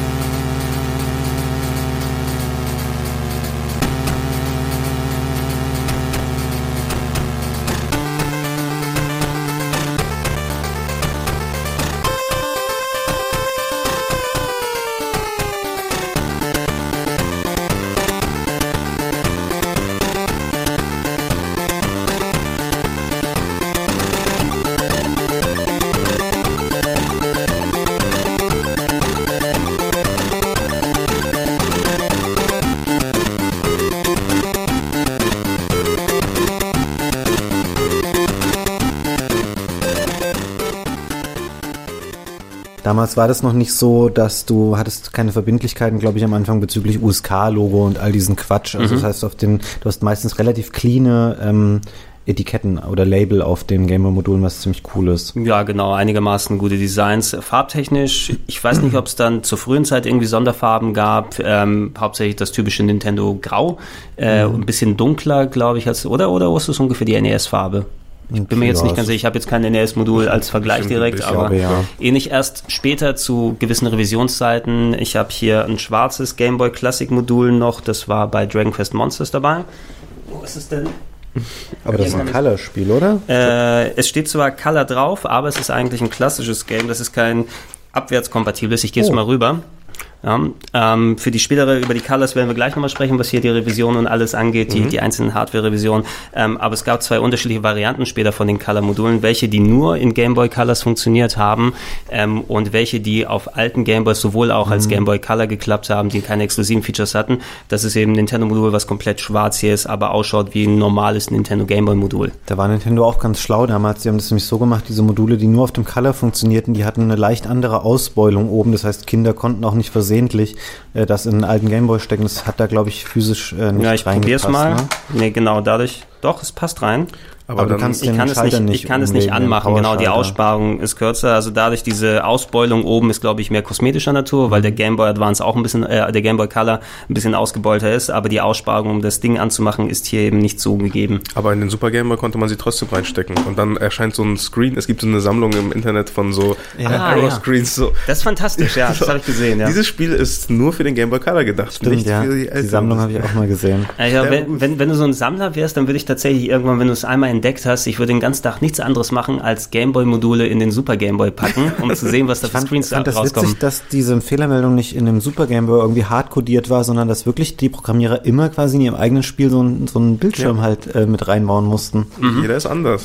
Damals war das noch nicht so, dass du hattest keine Verbindlichkeiten, glaube ich, am Anfang bezüglich U S K-Logo und all diesen Quatsch. Also mhm. das heißt, auf den, du hast meistens relativ cleane ähm, Etiketten oder Label auf den Gameboy-Modulen, was ziemlich cool ist. Ja, genau, einigermaßen gute Designs. Farbtechnisch, ich weiß nicht, ob es dann zur frühen Zeit irgendwie Sonderfarben gab, ähm, hauptsächlich das typische Nintendo Grau, äh, mhm. ein bisschen dunkler, glaube ich, als, oder, oder ist es ungefähr die N E S-Farbe? Ich bin mir jetzt nicht ganz sicher, ich habe jetzt kein N E S-Modul als Vergleich direkt, aber glaube, ja. ähnlich erst später zu gewissen Revisionszeiten. Ich habe hier ein schwarzes Game Boy Classic-Modul noch, das war bei Dragon Quest Monsters dabei. Wo ist es denn? Aber das ist ein Color-Spiel, oder? Äh, es steht zwar Color drauf, aber es ist eigentlich ein klassisches Game, das ist kein abwärtskompatibles. Ich gehe jetzt oh. mal rüber. Ja, ähm, für die spätere, über die Colors werden wir gleich nochmal sprechen, was hier die Revision und alles angeht, die, mhm. die einzelnen Hardware-Revisionen. Ähm, aber es gab zwei unterschiedliche Varianten später von den Color-Modulen, welche die nur in Game Boy Colors funktioniert haben ähm, und welche die auf alten Game Boys sowohl auch mhm. als Game Boy Color geklappt haben, die keine exklusiven Features hatten. Das ist eben ein Nintendo-Modul, was komplett schwarz hier ist, aber ausschaut wie ein normales Nintendo Game Boy-Modul. Da war Nintendo auch ganz schlau damals. Die haben das nämlich so gemacht, diese Module, die nur auf dem Color funktionierten, die hatten eine leicht andere Ausbeulung oben. Das heißt, Kinder konnten auch nicht versehentlich äh, das in einen alten Gameboy stecken. Das hat da, glaube ich, physisch äh, nicht reingepasst. Ja, ich probier's mal. Ne? Nee, genau, dadurch. Doch, es passt rein. Aber, Aber du kannst ich, den kann es nicht, nicht ich kann es nicht anmachen, genau, die Aussparung ist kürzer, also dadurch diese Ausbeulung oben ist, glaube ich, mehr kosmetischer Natur, mhm. weil der Game Boy Advance auch ein bisschen, äh, der Game Boy Color ein bisschen ausgebeulter ist, aber die Aussparung, um das Ding anzumachen, ist hier eben nicht so gegeben. Aber in den Super Game Boy konnte man sie trotzdem reinstecken und dann erscheint so ein Screen, es gibt so eine Sammlung im Internet von so ja, Arrow-Screens. Ja. So. Das ist fantastisch, ja, das habe ich gesehen, ja. Dieses Spiel ist nur für den Game Boy Color gedacht. Stimmt, nicht ja. für die, die Sammlung habe ich auch mal gesehen. Also, wenn, wenn, wenn du so ein Sammler wärst, dann würde ich tatsächlich irgendwann, wenn du es einmal entdeckt hast, ich würde den ganzen Tag nichts anderes machen, als Gameboy-Module in den Super Gameboy packen, um zu sehen, was da für Screens rauskommen. Ich fand das witzig, dass diese Fehlermeldung nicht in dem Super Gameboy irgendwie hardcodiert war, sondern dass wirklich die Programmierer immer quasi in ihrem eigenen Spiel so, ein, so einen Bildschirm ja. halt äh, mit reinbauen mussten. Mhm. Jeder ist anders.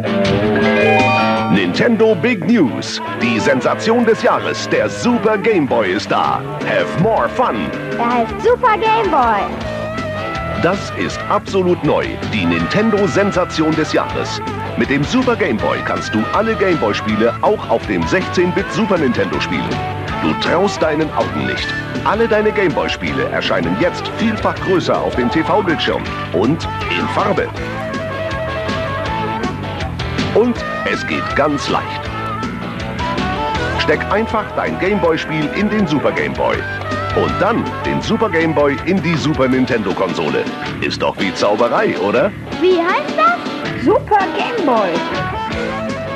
Nintendo Big News. Die Sensation des Jahres, der Super Game Boy ist da. Have more fun. Er heißt Super Game Boy. Das ist absolut neu, die Nintendo-Sensation des Jahres. Mit dem Super Game Boy kannst du alle Game Boy-Spiele auch auf dem sechzehn Bit Super Nintendo spielen. Du traust deinen Augen nicht. Alle deine Game Boy-Spiele erscheinen jetzt vielfach größer auf dem T V-Bildschirm und in Farbe. Und es geht ganz leicht. Steck einfach dein Game Boy-Spiel in den Super Game Boy. Und dann den Super Game Boy in die Super Nintendo-Konsole. Ist doch wie Zauberei, oder? Wie heißt das? Super Game Boy.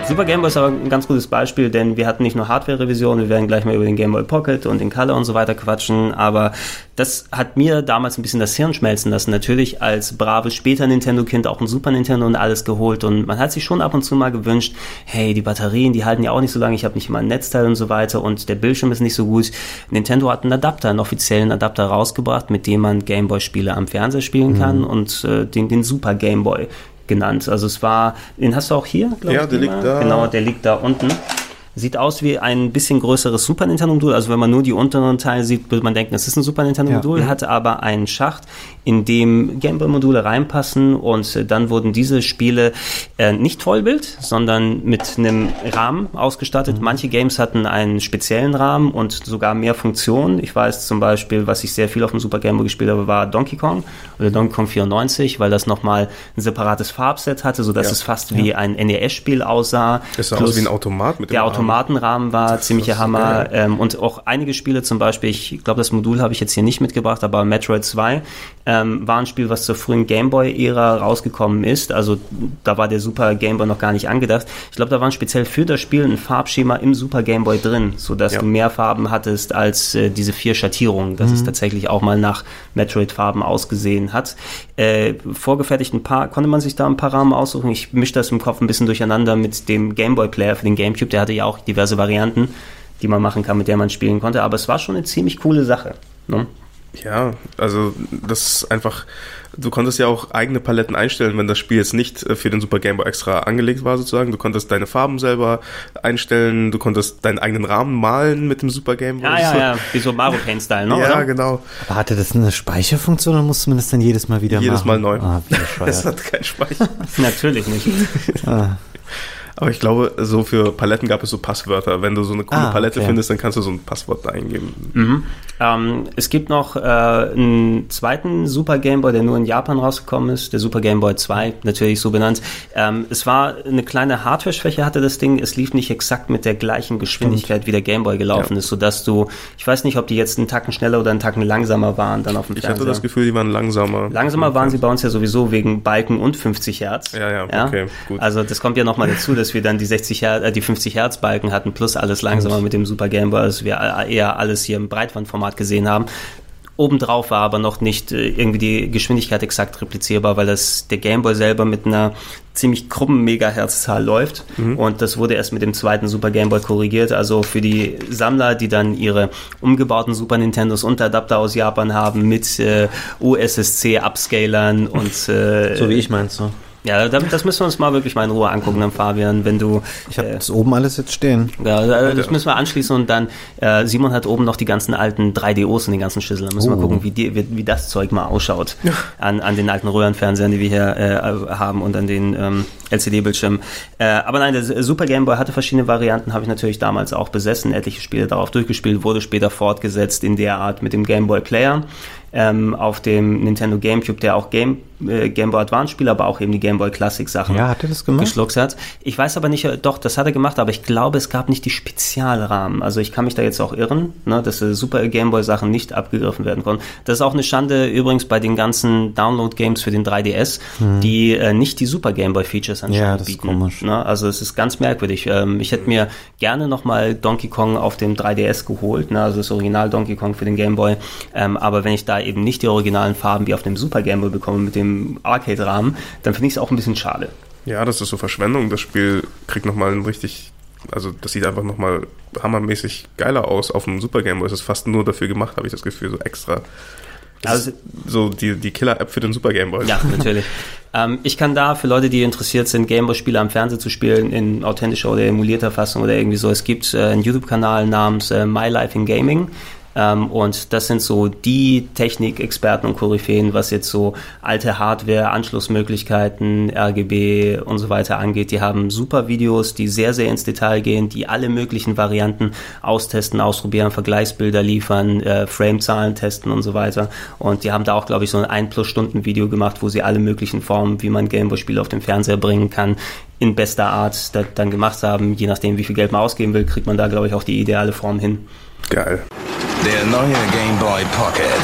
Super Game Boy ist aber ein ganz gutes Beispiel, denn wir hatten nicht nur Hardware-Revisionen, wir werden gleich mal über den Game Boy Pocket und den Color und so weiter quatschen, aber das hat mir damals ein bisschen das Hirn schmelzen lassen. Natürlich als braves später Nintendo-Kind auch ein Super Nintendo und alles geholt und man hat sich schon ab und zu mal gewünscht, hey, die Batterien, die halten ja auch nicht so lange, ich habe nicht immer ein Netzteil und so weiter und der Bildschirm ist nicht so gut. Nintendo hat einen Adapter, einen offiziellen Adapter rausgebracht, mit dem man Game Boy-Spiele am Fernseher spielen kann mhm. und äh, den, den Super Game Boy genannt. Also es war, den hast du auch hier, glaube ich. Ja, der liegt da. Genau, der liegt da unten. Sieht aus wie ein bisschen größeres Super Nintendo-Modul. Also wenn man nur die unteren Teile sieht, würde man denken, es ist ein Super Nintendo-Modul, ja. Hat aber einen Schacht, in dem Gameboy-Module reinpassen und dann wurden diese Spiele äh, nicht Vollbild, sondern mit einem Rahmen ausgestattet. Mhm. Manche Games hatten einen speziellen Rahmen und sogar mehr Funktionen. Ich weiß zum Beispiel, was ich sehr viel auf dem Super Game Boy gespielt habe, war Donkey Kong oder Donkey Kong vierundneunzig, weil das nochmal ein separates Farbset hatte, sodass ja. es fast ja. wie ein N E S-Spiel aussah. Es sah aus wie ein Automat mit dem Der Rahmen. Automatenrahmen war ziemlicher Hammer ähm, und auch einige Spiele, zum Beispiel, ich glaube, das Modul habe ich jetzt hier nicht mitgebracht, aber Metroid zwei ähm, war ein Spiel, was zur frühen Gameboy-Ära rausgekommen ist, also da war der Super Gameboy noch gar nicht angedacht. Ich glaube, da war speziell für das Spiel ein Farbschema im Super Gameboy drin, sodass ja. du mehr Farben hattest als äh, diese vier Schattierungen, dass mhm. es tatsächlich auch mal nach Metroid-Farben ausgesehen hat. Äh, vorgefertigt ein paar, konnte man sich da ein paar Rahmen aussuchen. Ich mische das im Kopf ein bisschen durcheinander mit dem Gameboy-Player für den Gamecube, der hatte ja auch diverse Varianten, die man machen kann, mit der man spielen konnte, aber es war schon eine ziemlich coole Sache. Ne? Ja, also das ist einfach, du konntest ja auch eigene Paletten einstellen, wenn das Spiel jetzt nicht für den Super Game Boy extra angelegt war sozusagen. Du konntest deine Farben selber einstellen, du konntest deinen eigenen Rahmen malen mit dem Super Game Boy. Ja, ja, ja, wie so Mario Paint-Style, ne? Ja, oder? genau. Aber hatte das eine Speicherfunktion oder musste man das dann jedes Mal wieder jedes machen? Jedes Mal neu. Ah, das hat keinen Speicher. Natürlich nicht. ah. Aber ich glaube, so für Paletten gab es so Passwörter. Wenn du so eine coole ah, Palette okay. findest, dann kannst du so ein Passwort eingeben. Mhm. Ähm, es gibt noch äh, einen zweiten Super Game Boy, der nur in Japan rausgekommen ist, der Super Game Boy zwei, natürlich so benannt. Ähm, es war eine kleine Hardware-Schwäche, hatte das Ding. Es lief nicht exakt mit der gleichen Geschwindigkeit, Stimmt. wie der Game Boy gelaufen ja. ist, sodass du, ich weiß nicht, ob die jetzt einen Tacken schneller oder einen Tacken langsamer waren dann auf dem ich Fernseher. Ich hatte das Gefühl, die waren langsamer. Langsamer waren sie bei uns ja sowieso wegen Balken und fünfzig Hertz. Ja, ja, ja? okay, gut. Also das kommt ja nochmal dazu, dass wir dann die sechzig Hertz, äh, die fünfzig Hertz Balken hatten, plus alles langsamer mit dem Super Game Boy, als wir eher alles hier im Breitbandformat gesehen haben. Obendrauf war aber noch nicht äh, irgendwie die Geschwindigkeit exakt replizierbar, weil das der Game Boy selber mit einer ziemlich krummen Megahertzzahl läuft mhm. und das wurde erst mit dem zweiten Super Game Boy korrigiert. Also für die Sammler, die dann ihre umgebauten Super Nintendos und Adapter aus Japan haben mit äh, U S S C-Upscalern und äh, so wie ich meinst du. Ja, das müssen wir uns mal wirklich mal in Ruhe angucken, dann Fabian, wenn du... Ich habe äh, das oben alles jetzt stehen. Ja, das müssen wir anschließen und dann, äh, Simon hat oben noch die ganzen alten drei D Os in den ganzen Schlüsseln. Da müssen wir oh. mal gucken, wie, die, wie, wie das Zeug mal ausschaut an, an den alten Röhrenfernsehern, die wir hier äh, haben und an den ähm, L C D-Bildschirmen. Äh, aber nein, der Super Game Boy hatte verschiedene Varianten, habe ich natürlich damals auch besessen, etliche Spiele darauf durchgespielt, wurde später fortgesetzt in der Art mit dem Game Boy Player. Ähm, auf dem Nintendo GameCube, der auch Game, äh, Game Boy Advance Spiele, aber auch eben die Game Boy Classic Sachen ja, hat er das gemacht? geschluckt hat. Ich weiß aber nicht, doch, das hat er gemacht, aber ich glaube, es gab nicht die Spezialrahmen. Also ich kann mich da jetzt auch irren, ne, dass äh, Super Game Boy Sachen nicht abgegriffen werden konnten. Das ist auch eine Schande übrigens bei den ganzen Download-Games für den drei D S, hm. die äh, nicht die Super Game Boy Features anscheinend ja, das bieten. Ist komisch. Ne? Also es ist ganz merkwürdig. Ähm, ich hätte mir gerne nochmal Donkey Kong auf dem drei D S geholt, ne? Also das Original Donkey Kong für den Game Boy. Ähm, aber wenn ich da eben nicht die Original Farben wie auf dem Super Game Boy bekommen mit dem Arcade-Rahmen, dann finde ich es auch ein bisschen schade. Ja, das ist so Verschwendung. Das Spiel kriegt nochmal ein richtig, also das sieht einfach nochmal hammermäßig geiler aus auf dem Super Game Boy. Es ist fast nur dafür gemacht, habe ich das Gefühl, so extra. Das also, ist so die, die Killer-App für den Super Game Boy. Ja, natürlich. ähm, ich kann da, für Leute, die interessiert sind, Game Boy-Spiele am Fernseher zu spielen, in authentischer oder emulierter Fassung oder irgendwie so, es gibt äh, einen YouTube-Kanal namens äh, My Life in Gaming. Ähm, und das sind so die Technikexperten und Koryphäen, was jetzt so alte Hardware, Anschlussmöglichkeiten, R G B und so weiter angeht. Die haben super Videos, die sehr, sehr ins Detail gehen, die alle möglichen Varianten austesten, ausprobieren, Vergleichsbilder liefern, äh, Framezahlen testen und so weiter. Und die haben da auch, glaube ich, so ein ein plus Stunden Video gemacht, wo sie alle möglichen Formen, wie man Gameboy-Spiele auf den Fernseher bringen kann, in bester Art da, dann gemacht haben. Je nachdem, wie viel Geld man ausgeben will, kriegt man da, glaube ich, auch die ideale Form hin. Geil. Der neue Game Boy Pocket.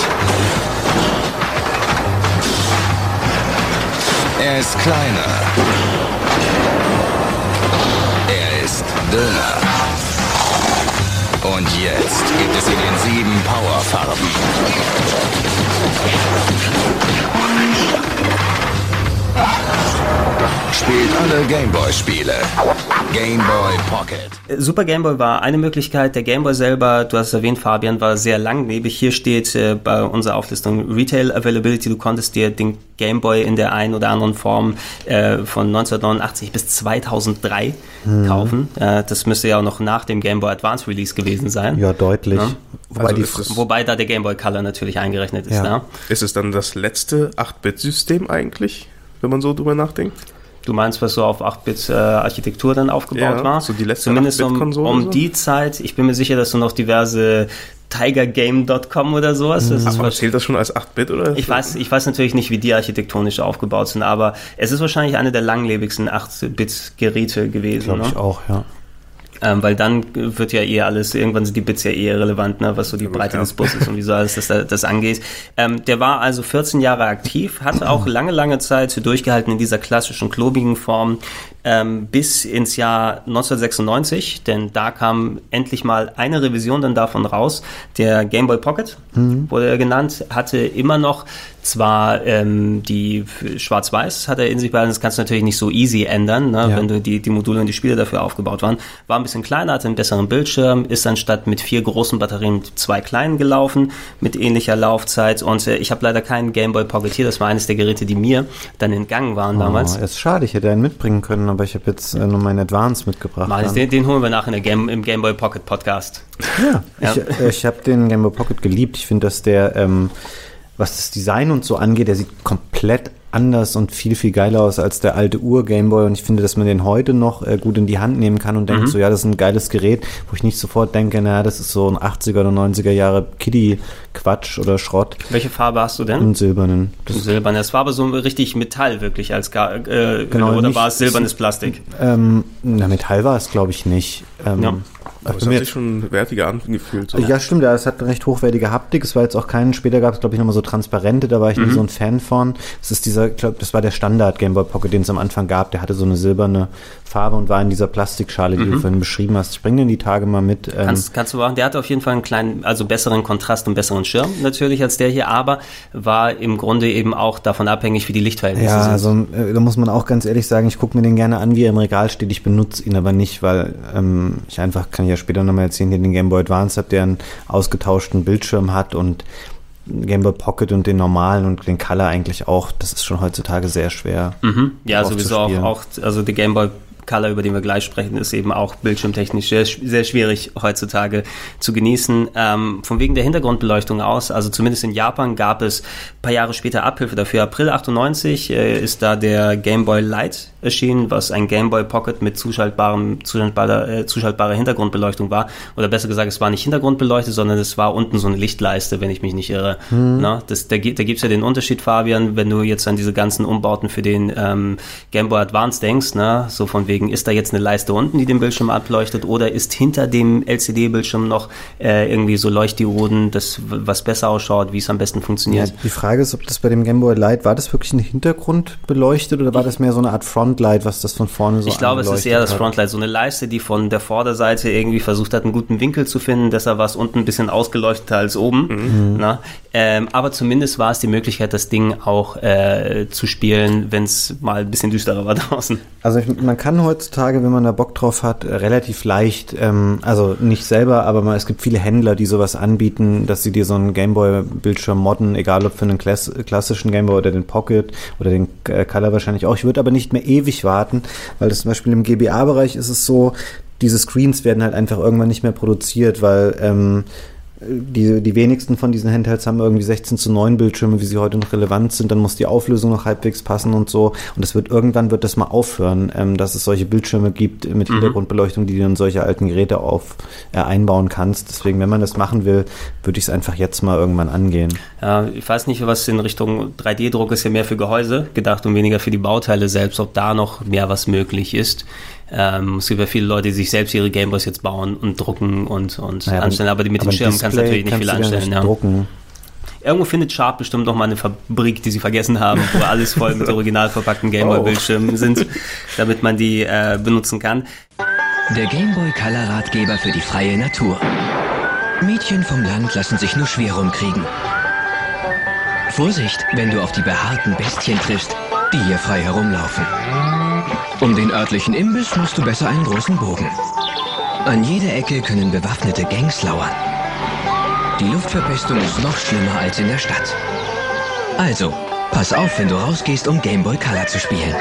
Er ist kleiner. Döner. Und jetzt gibt es ihn in sieben Powerfarben. Spielt alle Gameboy-Spiele. Game Boy Pocket. Super Game Boy war eine Möglichkeit. Der Game Boy selber, du hast es erwähnt, Fabian, war sehr langlebig. Hier steht äh, bei unserer Auflistung Retail Availability. Du konntest dir den Game Boy in der einen oder anderen Form äh, von neunzehnhundertneunundachtzig bis zweitausenddrei mhm. kaufen. Äh, das müsste ja auch noch nach dem Game Boy Advance Release gewesen sein. Ja, deutlich. Ja? Wobei, also die, es, wobei da der Game Boy Color natürlich eingerechnet ist. Ja. Ja? Ist es dann das letzte acht-Bit-System eigentlich, wenn man so drüber nachdenkt? Du meinst, was so auf acht-Bit-Architektur äh, dann aufgebaut ja, war? So die letzte Zumindest um, um so? die Zeit. Ich bin mir sicher, dass du noch diverse Tiger Game Punkt com oder sowas. Das aber zählt das schon als acht-Bit oder? Ich weiß, ich weiß natürlich nicht, wie die architektonisch aufgebaut sind, aber es ist wahrscheinlich eine der langlebigsten acht-Bit-Geräte gewesen. Glaube ich ne? auch, ja. Ähm, weil dann wird ja eher alles, irgendwann sind die Bits ja eher relevant, ne, was so die ja, Breite ja. des Busses und wie so alles das, das angeht. Ähm, der war also vierzehn Jahre aktiv, hatte auch lange, lange Zeit durchgehalten in dieser klassischen, klobigen Form, ähm, bis ins Jahr neunzehnhundertsechsundneunzig, denn da kam endlich mal eine Revision dann davon raus. Der Game Boy Pocket, mhm. wurde er genannt, hatte immer noch zwar ähm, die Schwarz-Weiß hat er in sich behalten, das kannst du natürlich nicht so easy ändern, ne, ja. wenn du die, die Module und die Spiele dafür aufgebaut waren. War ein bisschen kleiner, hatte einen besseren Bildschirm, ist anstatt mit vier großen Batterien mit zwei kleinen gelaufen, mit ähnlicher Laufzeit und äh, ich habe leider keinen Game Boy Pocket hier, das war eines der Geräte, die mir dann entgangen waren oh, damals. Ist schade, ich hätte einen mitbringen können, aber ich habe jetzt äh, nur meinen Advance mitgebracht. Mal, den, den holen wir nach in der Game, im Game Boy Pocket Podcast. Ja, ja. ich, äh, ich habe den Game Boy Pocket geliebt. Ich finde, dass der ähm, was das Design und so angeht, der sieht komplett anders und viel, viel geiler aus als der alte Ur-Gameboy und ich finde, dass man den heute noch äh, gut in die Hand nehmen kann und denkt mhm. so, ja, das ist ein geiles Gerät, wo ich nicht sofort denke, naja, das ist so ein achtziger oder neunziger Jahre Kiddie-Quatsch oder Schrott. Welche Farbe hast du denn? Einen silbernen. Das silbernen. Das war aber so richtig Metall wirklich, als gar, äh, genau, oder nicht, war es silbernes Plastik? Ähm, na, Metall war es, glaube ich, nicht. Ähm, ja. Aber es hat sich schon wertiger angefühlt. So. Ja, stimmt, ja, es hat eine recht hochwertige Haptik. Es war jetzt auch kein, später gab es, glaube ich, nochmal so transparente, da war ich mhm. nicht so ein Fan von. Es ist dieser, ich glaube, das war der Standard Game Boy Pocket, den es am Anfang gab. Der hatte so eine silberne Farbe und war in dieser Plastikschale, die mhm. du vorhin beschrieben hast. Ich bringe den die Tage mal mit. Ähm, kannst, kannst du machen. Der hatte auf jeden Fall einen kleinen, also besseren Kontrast und besseren Schirm natürlich als der hier, aber war im Grunde eben auch davon abhängig, wie die Lichtverhältnisse ja, sind. Ja, also da muss man auch ganz ehrlich sagen, ich gucke mir den gerne an, wie er im Regal steht. Ich benutze ihn aber nicht, weil ähm, ich einfach, kann ich ja später nochmal erzählen, den Game Boy Advance habe, der einen ausgetauschten Bildschirm hat und Game Boy Pocket und den normalen und den Color eigentlich auch. Das ist schon heutzutage sehr schwer. Mhm. Ja, sowieso auch, auch, also der Game Boy Color, über den wir gleich sprechen, ist eben auch bildschirmtechnisch sehr, sehr schwierig heutzutage zu genießen. Ähm, von wegen der Hintergrundbeleuchtung aus, also zumindest in Japan gab es ein paar Jahre später Abhilfe dafür. April achtundneunzig äh, ist da der Game Boy Light erschienen, was ein Game Boy Pocket mit zuschaltbarem, zuschaltbarer, äh, zuschaltbarer Hintergrundbeleuchtung war. Oder besser gesagt, es war nicht hintergrundbeleuchtet, sondern es war unten so eine Lichtleiste, wenn ich mich nicht irre. Hm. Na, das, da, da gibt es ja den Unterschied, Fabian, wenn du jetzt an diese ganzen Umbauten für den ähm, Game Boy Advance denkst, ne? So von wegen, ist da jetzt eine Leiste unten, die den Bildschirm ableuchtet, oder ist hinter dem L C D-Bildschirm noch äh, irgendwie so Leuchtdioden, das was besser ausschaut, wie es am besten funktioniert? Ja, die Frage ist, ob das bei dem Game Boy Light, war das wirklich ein Hintergrund beleuchtet oder war das mehr so eine Art Frontlight, was das von vorne so Ich glaube, es ist eher das Frontlight, so eine Leiste, die von der Vorderseite irgendwie versucht hat, einen guten Winkel zu finden, deshalb war es unten ein bisschen ausgeleuchteter als oben. Mhm. Na? Ähm, aber zumindest war es die Möglichkeit, das Ding auch äh, zu spielen, wenn es mal ein bisschen düsterer war draußen. Also ich, man kann heutzutage, wenn man da Bock drauf hat, relativ leicht, ähm, also nicht selber, aber man, es gibt viele Händler, die sowas anbieten, dass sie dir so einen Gameboy-Bildschirm modden, egal ob für einen klass- klassischen Gameboy oder den Pocket oder den äh, Color wahrscheinlich auch. Ich würde aber nicht mehr ewig warten, weil das zum Beispiel im G B A-Bereich ist es so, diese Screens werden halt einfach irgendwann nicht mehr produziert, weil ähm, Die, die wenigsten von diesen Handhelds haben irgendwie sechzehn zu neun Bildschirme, wie sie heute noch relevant sind. Dann muss die Auflösung noch halbwegs passen und so. Und es wird irgendwann wird das mal aufhören, ähm, dass es solche Bildschirme gibt mit mhm. Hintergrundbeleuchtung, die du in solche alten Geräte auf äh, einbauen kannst. Deswegen, wenn man das machen will, würde ich es einfach jetzt mal irgendwann angehen. Ja, ich weiß nicht, was in Richtung drei D Druck ist ja mehr für Gehäuse gedacht und weniger für die Bauteile selbst, ob da noch mehr was möglich ist. Ähm, es gibt ja viele Leute, die sich selbst ihre Gameboys jetzt bauen und drucken und, und naja, anstellen, aber die mit dem Schirm kannst du natürlich nicht viel anstellen. Nicht ja. drucken. Irgendwo findet Sharp bestimmt noch mal eine Fabrik, die sie vergessen haben, wo alles voll mit original verpackten Gameboy-Bildschirmen sind, damit man die äh, benutzen kann. Der Game Boy Color Ratgeber für die freie Natur. Mädchen vom Land lassen sich nur schwer rumkriegen. Vorsicht, wenn du auf die behaarten Bestien triffst, die hier frei herumlaufen. Um den örtlichen Imbiss machst du besser einen großen Bogen. An jeder Ecke können bewaffnete Gangs lauern. Die Luftverpestung ist noch schlimmer als in der Stadt. Also, pass auf, wenn du rausgehst, um Game Boy Color zu spielen.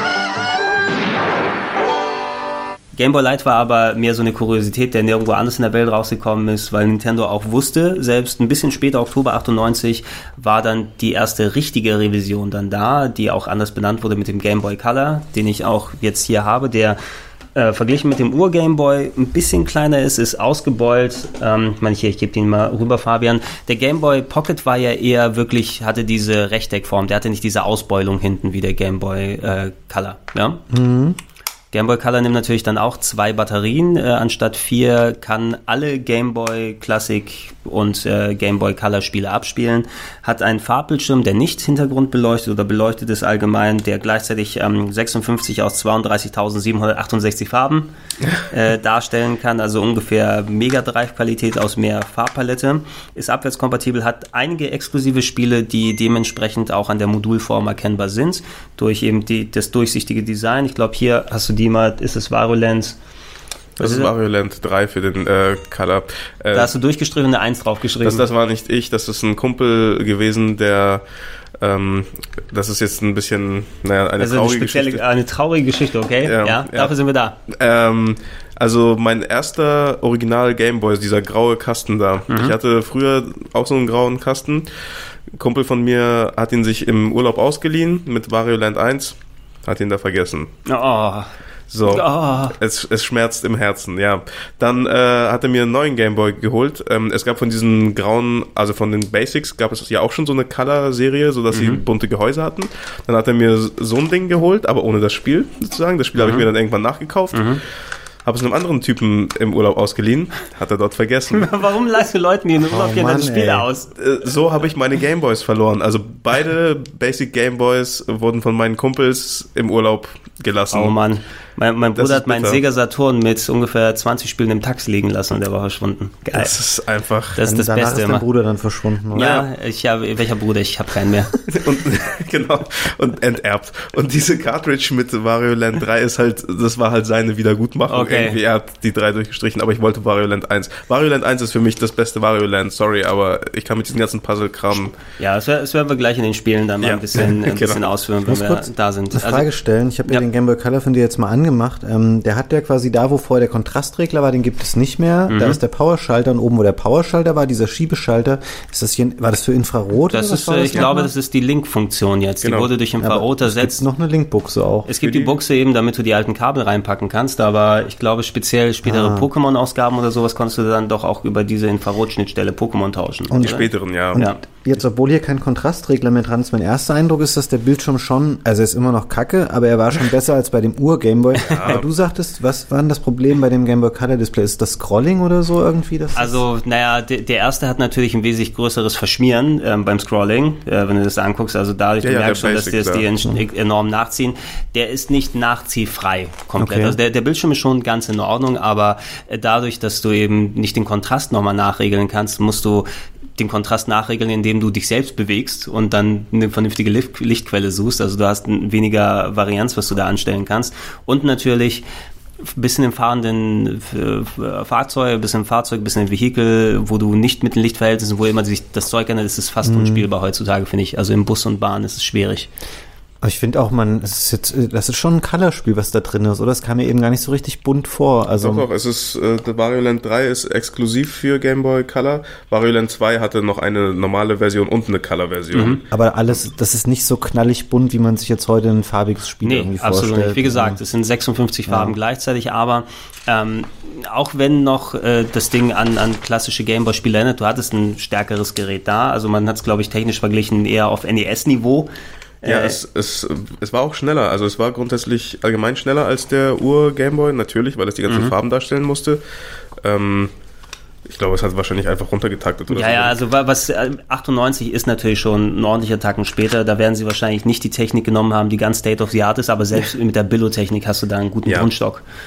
Game Boy Light war aber mehr so eine Kuriosität, der nirgendwo anders in der Welt rausgekommen ist, weil Nintendo auch wusste, selbst ein bisschen später, Oktober achtundneunzig, war dann die erste richtige Revision dann da, die auch anders benannt wurde mit dem Game Boy Color, den ich auch jetzt hier habe, der äh, verglichen mit dem Ur-Game Boy ein bisschen kleiner ist, ist ausgebeult. Ähm, ich meine, hier, ich gebe den mal rüber, Fabian. Der Game Boy Pocket war ja eher wirklich, hatte diese Rechteckform, der hatte nicht diese Ausbeulung hinten wie der Game Boy äh, Color, ja? Mhm. Game Boy Color nimmt natürlich dann auch zwei Batterien, äh, anstatt vier, kann alle Game Boy Classic und äh, Game Boy Color Spiele abspielen, hat einen Farbbildschirm, der nicht hintergrundbeleuchtet oder beleuchtet ist allgemein, der gleichzeitig ähm, sechsundfünfzig aus zweiunddreißigtausendsiebenhundertachtundsechzig Farben äh, darstellen kann, also ungefähr Mega Drive Qualität aus mehr Farbpalette, ist abwärtskompatibel, hat einige exklusive Spiele, die dementsprechend auch an der Modulform erkennbar sind, durch eben die, das durchsichtige Design. Ich glaube, hier hast du die mal, ist es Virulence? Das ist Virulent drei für den äh, Color. Äh, da hast du durchgestrichen und eine eins draufgeschrieben. Das, das war nicht ich, das ist ein Kumpel gewesen, der ähm, das ist jetzt ein bisschen, naja, eine also traurige eine spezielle, Geschichte. Eine traurige Geschichte, okay? Ja, ja, ja. Dafür sind wir da. Ähm, also mein erster Original Gameboy, dieser graue Kasten da. Mhm. Ich hatte früher auch so einen grauen Kasten. Ein Kumpel von mir hat ihn sich im Urlaub ausgeliehen mit Wario Land eins. Hat ihn da vergessen. Oh. So, oh. es, es schmerzt im Herzen, ja. Dann äh, hat er mir einen neuen Gameboy geholt. Ähm, es gab von diesen grauen, also von den Basics, gab es ja auch schon so eine Color-Serie, sodass mhm. sie bunte Gehäuse hatten. Dann hat er mir so ein Ding geholt, aber ohne das Spiel sozusagen. Das Spiel mhm. habe ich mir dann irgendwann nachgekauft. Mhm. Habe es einem anderen Typen im Urlaub ausgeliehen, hat er dort vergessen. Warum leihst du Leuten, die in den Urlaub oh, gehen, dann Spiele aus? So habe ich meine Gameboys verloren. Also beide Basic Gameboys wurden von meinen Kumpels im Urlaub gelassen. Oh Mann, mein, mein Bruder hat meinen Sega Saturn mit ungefähr zwanzig Spielen im Taxi liegen lassen und der war verschwunden. Geil. Das ist einfach... Das ist das Danach Beste ist immer. Dein Bruder dann verschwunden, oder? Ja, ich habe, welcher Bruder? Ich habe keinen mehr. und, genau, und enterbt. Und diese Cartridge mit Wario Land drei ist halt, das war halt seine Wiedergutmachung. Okay. Irgendwie, er hat die drei durchgestrichen, aber ich wollte Wario Land eins. Wario Land eins ist für mich das beste Wario Land, sorry, aber ich kann mit diesem ganzen Puzzle-Kram... Ja, das, das werden wir gleich in den Spielen dann mal ja. ein bisschen, ein bisschen genau. ausführen, wenn wir da sind. Eine Frage also, stellen, ich habe ja, ja den Game Boy Color von dir jetzt mal angemacht. Ähm, der hat ja quasi da, wo vorher der Kontrastregler war, den gibt es nicht mehr. Mhm. Da ist der Powerschalter und oben, wo der Powerschalter war, dieser Schiebeschalter, ist das hier, war das für Infrarot? Das oder ist, ich glaube, das ist die Link-Funktion jetzt. Genau. Die wurde durch Infrarot aber ersetzt. Es gibt noch eine Link-Buchse auch. Es gibt die Buchse eben, damit du die alten Kabel reinpacken kannst, aber ich glaube, speziell spätere ah. Pokémon-Ausgaben oder sowas konntest du dann doch auch über diese Infrarot-Schnittstelle Pokémon tauschen. Und die späteren, ja. Und ja. Jetzt, obwohl hier kein Kontrastregler mehr dran ist, mein erster Eindruck ist, dass der Bildschirm schon, also er ist immer noch kacke, aber er war schon besser als bei dem Ur-Gameboy. Ja. Du sagtest, was war denn das Problem bei dem Game Boy Color Display? Ist das Scrolling oder so irgendwie? Das also, naja, de, der erste hat natürlich ein wesentlich größeres Verschmieren ähm, beim Scrolling, äh, wenn du das anguckst. Also dadurch, ja, du ja, merkst schon, dass die, dass die ja. enorm nachziehen. Der ist nicht nachziehfrei komplett. Okay. Also der, der Bildschirm ist schon ganz in Ordnung, aber dadurch, dass du eben nicht den Kontrast nochmal nachregeln kannst, musst du den Kontrast nachregeln, indem du dich selbst bewegst und dann eine vernünftige Licht- Lichtquelle suchst. Also du hast weniger Varianz, was du da anstellen kannst. Und natürlich ein bisschen im fahrenden Fahrzeug, ein bisschen im Fahrzeug, ein bisschen im Vehikel, wo du nicht mit den Lichtverhältnissen, wo immer sich das Zeug ändert, ist es fast mhm. unspielbar heutzutage, finde ich. Also im Bus und Bahn ist es schwierig. Aber ich finde auch, man, es ist jetzt, das ist schon ein Colorspiel, was da drin ist, oder? Es kam mir eben gar nicht so richtig bunt vor. Also doch, doch, es ist, äh, Wario Land drei ist exklusiv für Game Boy Color. Wario Land zwei hatte noch eine normale Version und eine Color-Version. Mhm. Aber alles, das ist nicht so knallig bunt, wie man sich jetzt heute ein farbiges Spiel nee, irgendwie absolut vorstellt. Nicht. Wie gesagt, es sind sechsundfünfzig Farben ja. gleichzeitig, aber ähm, auch wenn noch äh, das Ding an, an klassische Game Boy-Spiele erinnert, du hattest ein stärkeres Gerät da, also man hat es, glaube ich, technisch verglichen eher auf N E S-Niveau. Ja, es, es, es war auch schneller. Also es war grundsätzlich allgemein schneller als der Ur-Gameboy, natürlich, weil es die ganzen mhm. Farben darstellen musste. Ähm, ich glaube, es hat wahrscheinlich einfach runtergetaktet. Oder ja, so. ja, also was achtundneunzig ist natürlich schon ein ordentlicher Tacken später. Da werden sie wahrscheinlich nicht die Technik genommen haben, die ganz State of the Art ist, aber selbst mit der Billo-Technik hast du da einen guten ja. Grundstock.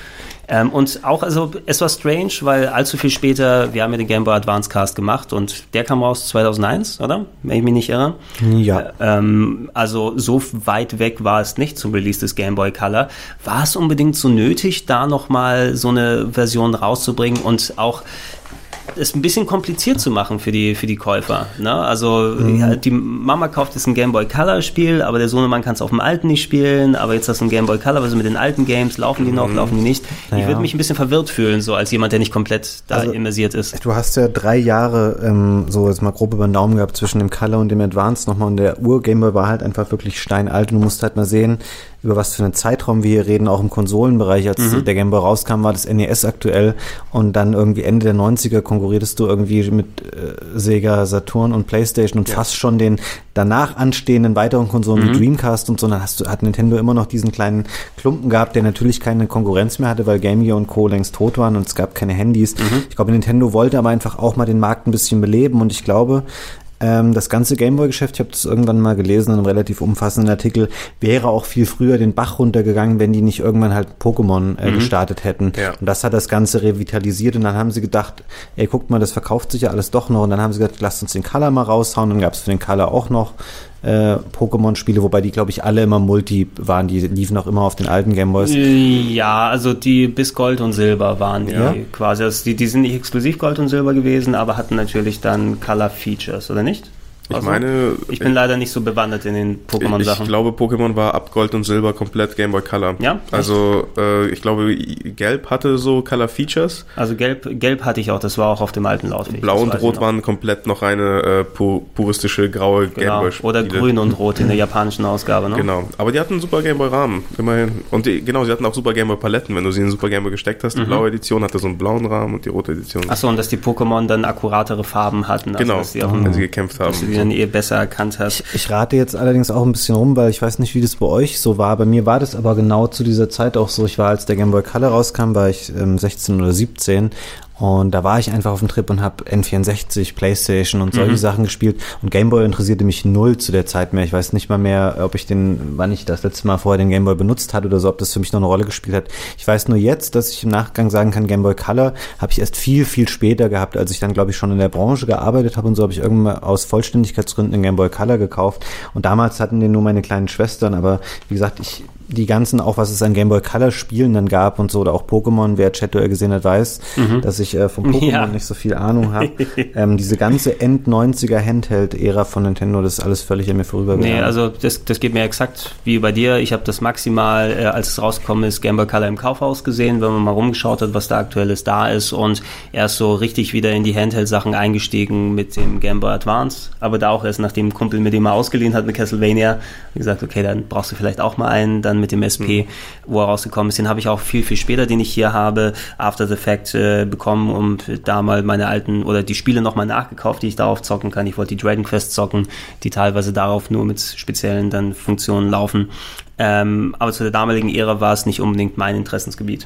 Ähm, und auch, also es war strange, weil allzu viel später, wir haben ja den Game Boy Advance Cast gemacht und der kam raus zweitausendeins, oder? Wenn ich mich nicht irre. Ja. Ähm, also so weit weg war es nicht zum Release des Game Boy Color. War es unbedingt so nötig, da nochmal so eine Version rauszubringen und auch es ein bisschen kompliziert zu machen für die, für die Käufer. Ne? Also mhm. ja, die Mama kauft jetzt ein Game Boy Color Spiel, aber der Sohnemann kann es auf dem alten nicht spielen, aber jetzt hast du ein Game Boy Color, also mit den alten Games, laufen die noch, mhm. laufen die nicht. Naja. Ich würde mich ein bisschen verwirrt fühlen, so als jemand, der nicht komplett da also, immersiert ist. Du hast ja drei Jahre ähm, so jetzt mal grob über den Daumen gehabt zwischen dem Color und dem Advance nochmal und der Ur-Game Boy war halt einfach wirklich steinalt und du musst halt mal sehen, über was für einen Zeitraum wir hier reden, auch im Konsolenbereich. Als mhm. der Game Boy rauskam, war das N E S aktuell und dann irgendwie Ende der neunziger konkurriertest du irgendwie mit äh, Sega, Saturn und Playstation und ja. fast schon den danach anstehenden weiteren Konsolen mhm. wie Dreamcast und so. Dann hast du, hat Nintendo immer noch diesen kleinen Klumpen gehabt, der natürlich keine Konkurrenz mehr hatte, weil Game Gear und Co. längst tot waren und es gab keine Handys. Mhm. Ich glaube, Nintendo wollte aber einfach auch mal den Markt ein bisschen beleben und ich glaube, Ähm, das ganze Gameboy-Geschäft, ich habe das irgendwann mal gelesen in einem relativ umfassenden Artikel, wäre auch viel früher den Bach runtergegangen, wenn die nicht irgendwann halt Pokémon äh, mhm. gestartet hätten. Ja. Und das hat das Ganze revitalisiert und dann haben sie gedacht, ey, guckt mal, das verkauft sich ja alles doch noch und dann haben sie gesagt, lasst uns den Color mal raushauen. Dann gab es für den Color auch noch äh, Pokémon-Spiele, wobei die, glaube ich, alle immer Multi waren, die liefen auch immer auf den alten Gameboys. Ja, also die bis Gold und Silber waren die ja. quasi. Also die, die sind nicht exklusiv Gold und Silber gewesen, aber hatten natürlich dann Color-Features, oder nicht? Ich also, meine... Ich bin ich, leider nicht so bewandert in den Pokémon-Sachen. Ich glaube, Pokémon war ab Gold und Silber komplett Game Boy Color. Ja? Also, äh, ich glaube, Gelb hatte so Color-Features. Also Gelb Gelb hatte ich auch, das war auch auf dem alten Lautweg. Blau und Rot waren komplett noch eine äh, pu- puristische, graue genau. Game Boy-Spiele. Oder Grün und Rot in der japanischen Ausgabe, ne? Genau. Aber die hatten einen super Game Boy-Rahmen, immerhin. Und die, genau, sie hatten auch super Game Boy-Paletten. Wenn du sie in den Super Game Boy gesteckt hast, die mhm. blaue Edition hatte so einen blauen Rahmen und die rote Edition. Achso, und dass die Pokémon dann akkuratere Farben hatten. Also genau, dass die auch, wenn sie gekämpft haben. Dass sie die dann eh besser erkannt hast. Ich, ich rate jetzt allerdings auch ein bisschen rum, weil ich weiß nicht, wie das bei euch so war. Bei mir war das aber genau zu dieser Zeit auch so. Ich war, als der Game Boy Color rauskam, war ich ähm, sechzehn oder siebzehn und da war ich einfach auf dem Trip und habe N vierundsechzig, Playstation und solche mhm. Sachen gespielt und Game Boy interessierte mich null zu der Zeit mehr. Ich weiß nicht mal mehr, ob ich den, wann ich das letzte Mal vorher den Game Boy benutzt hatte oder so, ob das für mich noch eine Rolle gespielt hat. Ich weiß nur jetzt, dass ich im Nachgang sagen kann, Game Boy Color habe ich erst viel, viel später gehabt, als ich dann, glaube ich, schon in der Branche gearbeitet habe und so habe ich irgendwann aus Vollständigkeitsgründen den Game Boy Color gekauft und damals hatten den nur meine kleinen Schwestern, aber wie gesagt, ich die ganzen, auch was es an Game Boy Color Spielen dann gab und so, oder auch Pokémon, wer Chat-Duell gesehen hat, weiß, mhm. dass ich äh, vom Pokémon ja. nicht so viel Ahnung habe. ähm, diese ganze End-neunziger Handheld-Ära von Nintendo, das ist alles völlig an mir vorübergegangen. Nee, also das, das geht mir exakt wie bei dir. Ich habe das maximal, äh, als es rausgekommen ist, Game Boy Color im Kaufhaus gesehen, wenn man mal rumgeschaut hat, was da aktuelles da ist und erst so richtig wieder in die Handheld-Sachen eingestiegen mit dem Game Boy Advance, aber da auch erst nachdem ein Kumpel mir den mal ausgeliehen hat mit Castlevania, gesagt, okay, dann brauchst du vielleicht auch mal einen, dann mit dem S P, mhm. wo er rausgekommen ist. Den habe ich auch viel, viel später, den ich hier habe, After the Fact äh, bekommen und da mal meine alten, oder die Spiele nochmal nachgekauft, die ich darauf zocken kann. Ich wollte die Dragon Quest zocken, die teilweise darauf nur mit speziellen dann Funktionen laufen. Ähm, aber zu der damaligen Ära war es nicht unbedingt mein Interessensgebiet.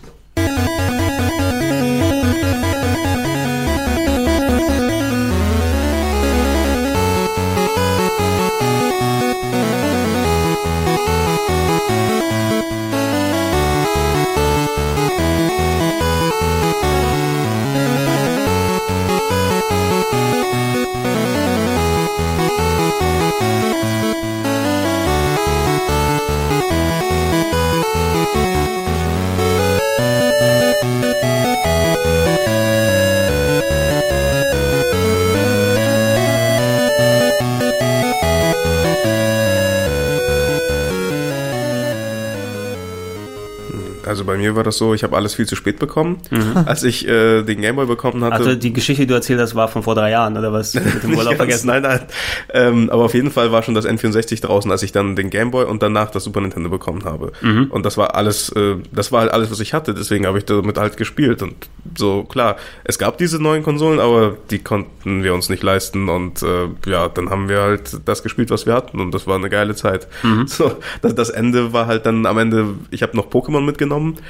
Also bei mir war das so, ich habe alles viel zu spät bekommen, mhm. als ich äh, den Gameboy bekommen hatte. Also die Geschichte, die du erzählt hast, war von vor drei Jahren, oder was? Mit dem Urlaub vergessen? Nein, nein. Ähm, aber auf jeden Fall war schon das N vierundsechzig draußen, als ich dann den Gameboy und danach das Super Nintendo bekommen habe. Mhm. Und das war alles, äh, das war halt alles, was ich hatte, deswegen habe ich damit halt gespielt. Und so, klar, es gab diese neuen Konsolen, aber die konnten wir uns nicht leisten. Und äh, ja, dann haben wir halt das gespielt, was wir hatten. Und das war eine geile Zeit. Mhm. So, das, das Ende war halt dann am Ende, ich habe noch Pokémon mitgenommen.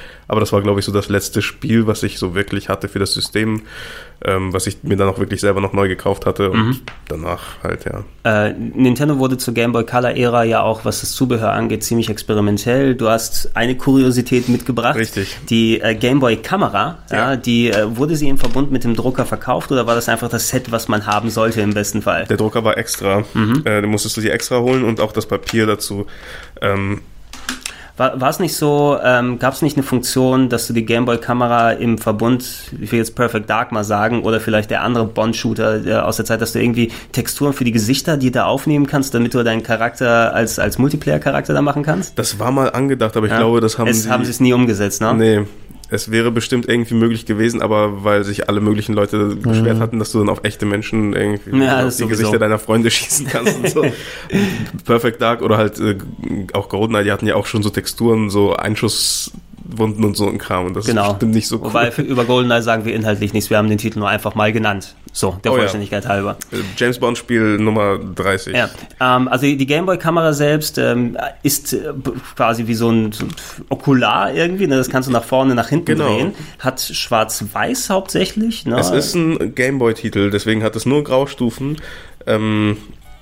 Aber das war, glaube ich, so das letzte Spiel, was ich so wirklich hatte für das System, ähm, was ich mir dann auch wirklich selber noch neu gekauft hatte und mhm. danach halt, ja. Äh, Nintendo wurde zur Game Boy Color-Ära ja auch, was das Zubehör angeht, ziemlich experimentell. Du hast eine Kuriosität mitgebracht. Richtig. Die äh, Game Boy Kamera, ja. ja, die äh, wurde sie im Verbund mit dem Drucker verkauft oder war das einfach das Set, was man haben sollte im besten Fall? Der Drucker war extra. Mhm. Äh, den musstest du dir extra holen und auch das Papier dazu. Ähm, War, war es nicht so, ähm, gab es nicht eine Funktion, dass du die Gameboy-Kamera im Verbund, ich will jetzt Perfect Dark mal sagen, oder vielleicht der andere Bond-Shooter äh, aus der Zeit, dass du irgendwie Texturen für die Gesichter, die da aufnehmen kannst, damit du deinen Charakter als, als Multiplayer-Charakter da machen kannst? Das war mal angedacht, aber ich ja. glaube, das haben es, sie... haben sie es nie umgesetzt, ne? Nee. Es wäre bestimmt irgendwie möglich gewesen, aber weil sich alle möglichen Leute beschwert hatten, dass du dann auf echte Menschen irgendwie ja, auf die sowieso. Gesichter deiner Freunde schießen kannst und so. Perfect Dark oder halt äh, auch GoldenEye, die hatten ja auch schon so Texturen, so Einschusswunden und so ein Kram und das genau. ist bestimmt nicht so cool. Wobei für, über GoldenEye sagen wir inhaltlich nichts, wir haben den Titel nur einfach mal genannt. So, der oh, Vollständigkeit ja. halber. James Bond Spiel Nummer dreißig. Ja, ähm, also die Gameboy-Kamera selbst ähm, ist äh, quasi wie so ein, so ein Okular irgendwie, ne? Das kannst du nach vorne, nach hinten genau. drehen. Hat schwarz-weiß hauptsächlich. Ne? Es ist ein Gameboy-Titel, deswegen hat es nur Graustufen. Ähm,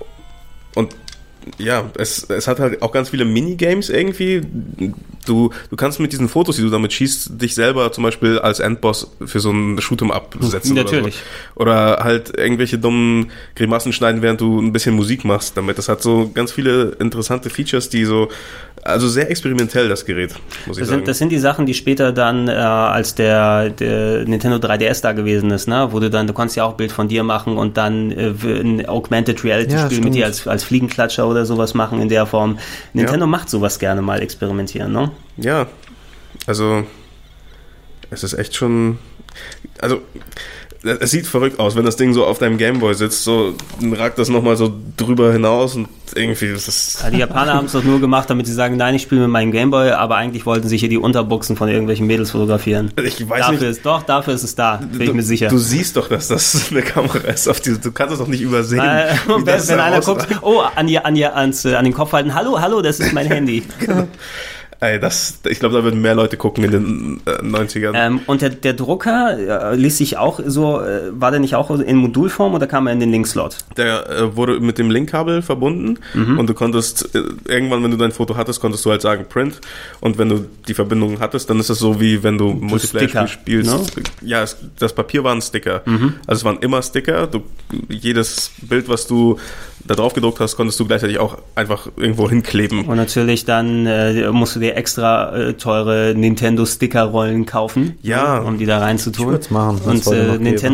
und ja, es, es hat halt auch ganz viele Minigames irgendwie. Du, du kannst mit diesen Fotos, die du damit schießt, dich selber zum Beispiel als Endboss für so ein Shoot'em Up setzen. Natürlich. Oder, so. Oder halt irgendwelche dummen Grimassen schneiden, während du ein bisschen Musik machst damit. Das hat so ganz viele interessante Features, die so, also sehr experimentell, das Gerät, muss ich das sagen. Sind, das sind die Sachen, die später dann, äh, als der, der Nintendo drei D S da gewesen ist, ne, wo du dann, du konntest ja auch ein Bild von dir machen und dann äh, ein Augmented Reality ja, Spiel stimmt. mit dir als, als Fliegenklatscher oder sowas machen in der Form. Nintendo ja. macht sowas gerne mal, experimentieren, ne? Ja, also es ist echt schon, also es sieht verrückt aus, wenn das Ding so auf deinem Gameboy sitzt, so dann ragt das nochmal so drüber hinaus und irgendwie das ist... Ja, die Japaner haben es doch nur gemacht, damit sie sagen, nein, ich spiele mit meinem Gameboy, aber eigentlich wollten sie hier die Unterbuchsen von irgendwelchen Mädels fotografieren. Ich weiß dafür nicht. Ist, doch, dafür ist es da, bin du, ich mir sicher. Du siehst doch, dass das eine Kamera ist, auf die, du kannst es doch nicht übersehen. Äh, wenn wenn einer guckt, oh, an, ihr, an, ihr, ans, an den Kopf halten, hallo, hallo, das ist mein Handy. Genau. Ey, das, ich glaube, da würden mehr Leute gucken in den äh, neunzigern. Ähm, und der, der Drucker äh, ließ sich auch so, äh, war der nicht auch in Modulform oder kam er in den Link-Slot? Der äh, wurde mit dem Link-Kabel verbunden mhm. und du konntest, äh, irgendwann, wenn du dein Foto hattest, konntest du halt sagen Print und wenn du die Verbindung hattest, dann ist es so, wie wenn du Multiplayer spielst. No? Ja, es, das Papier war ein Sticker. Mhm. Also es waren immer Sticker. Du, jedes Bild, was du da drauf gedruckt hast, konntest du gleichzeitig auch einfach irgendwo hinkleben. Und natürlich dann äh, musst du dir extra äh, teure Nintendo-Sticker-Rollen kaufen, ja, um die da reinzutun. Ich würde es machen. Und äh,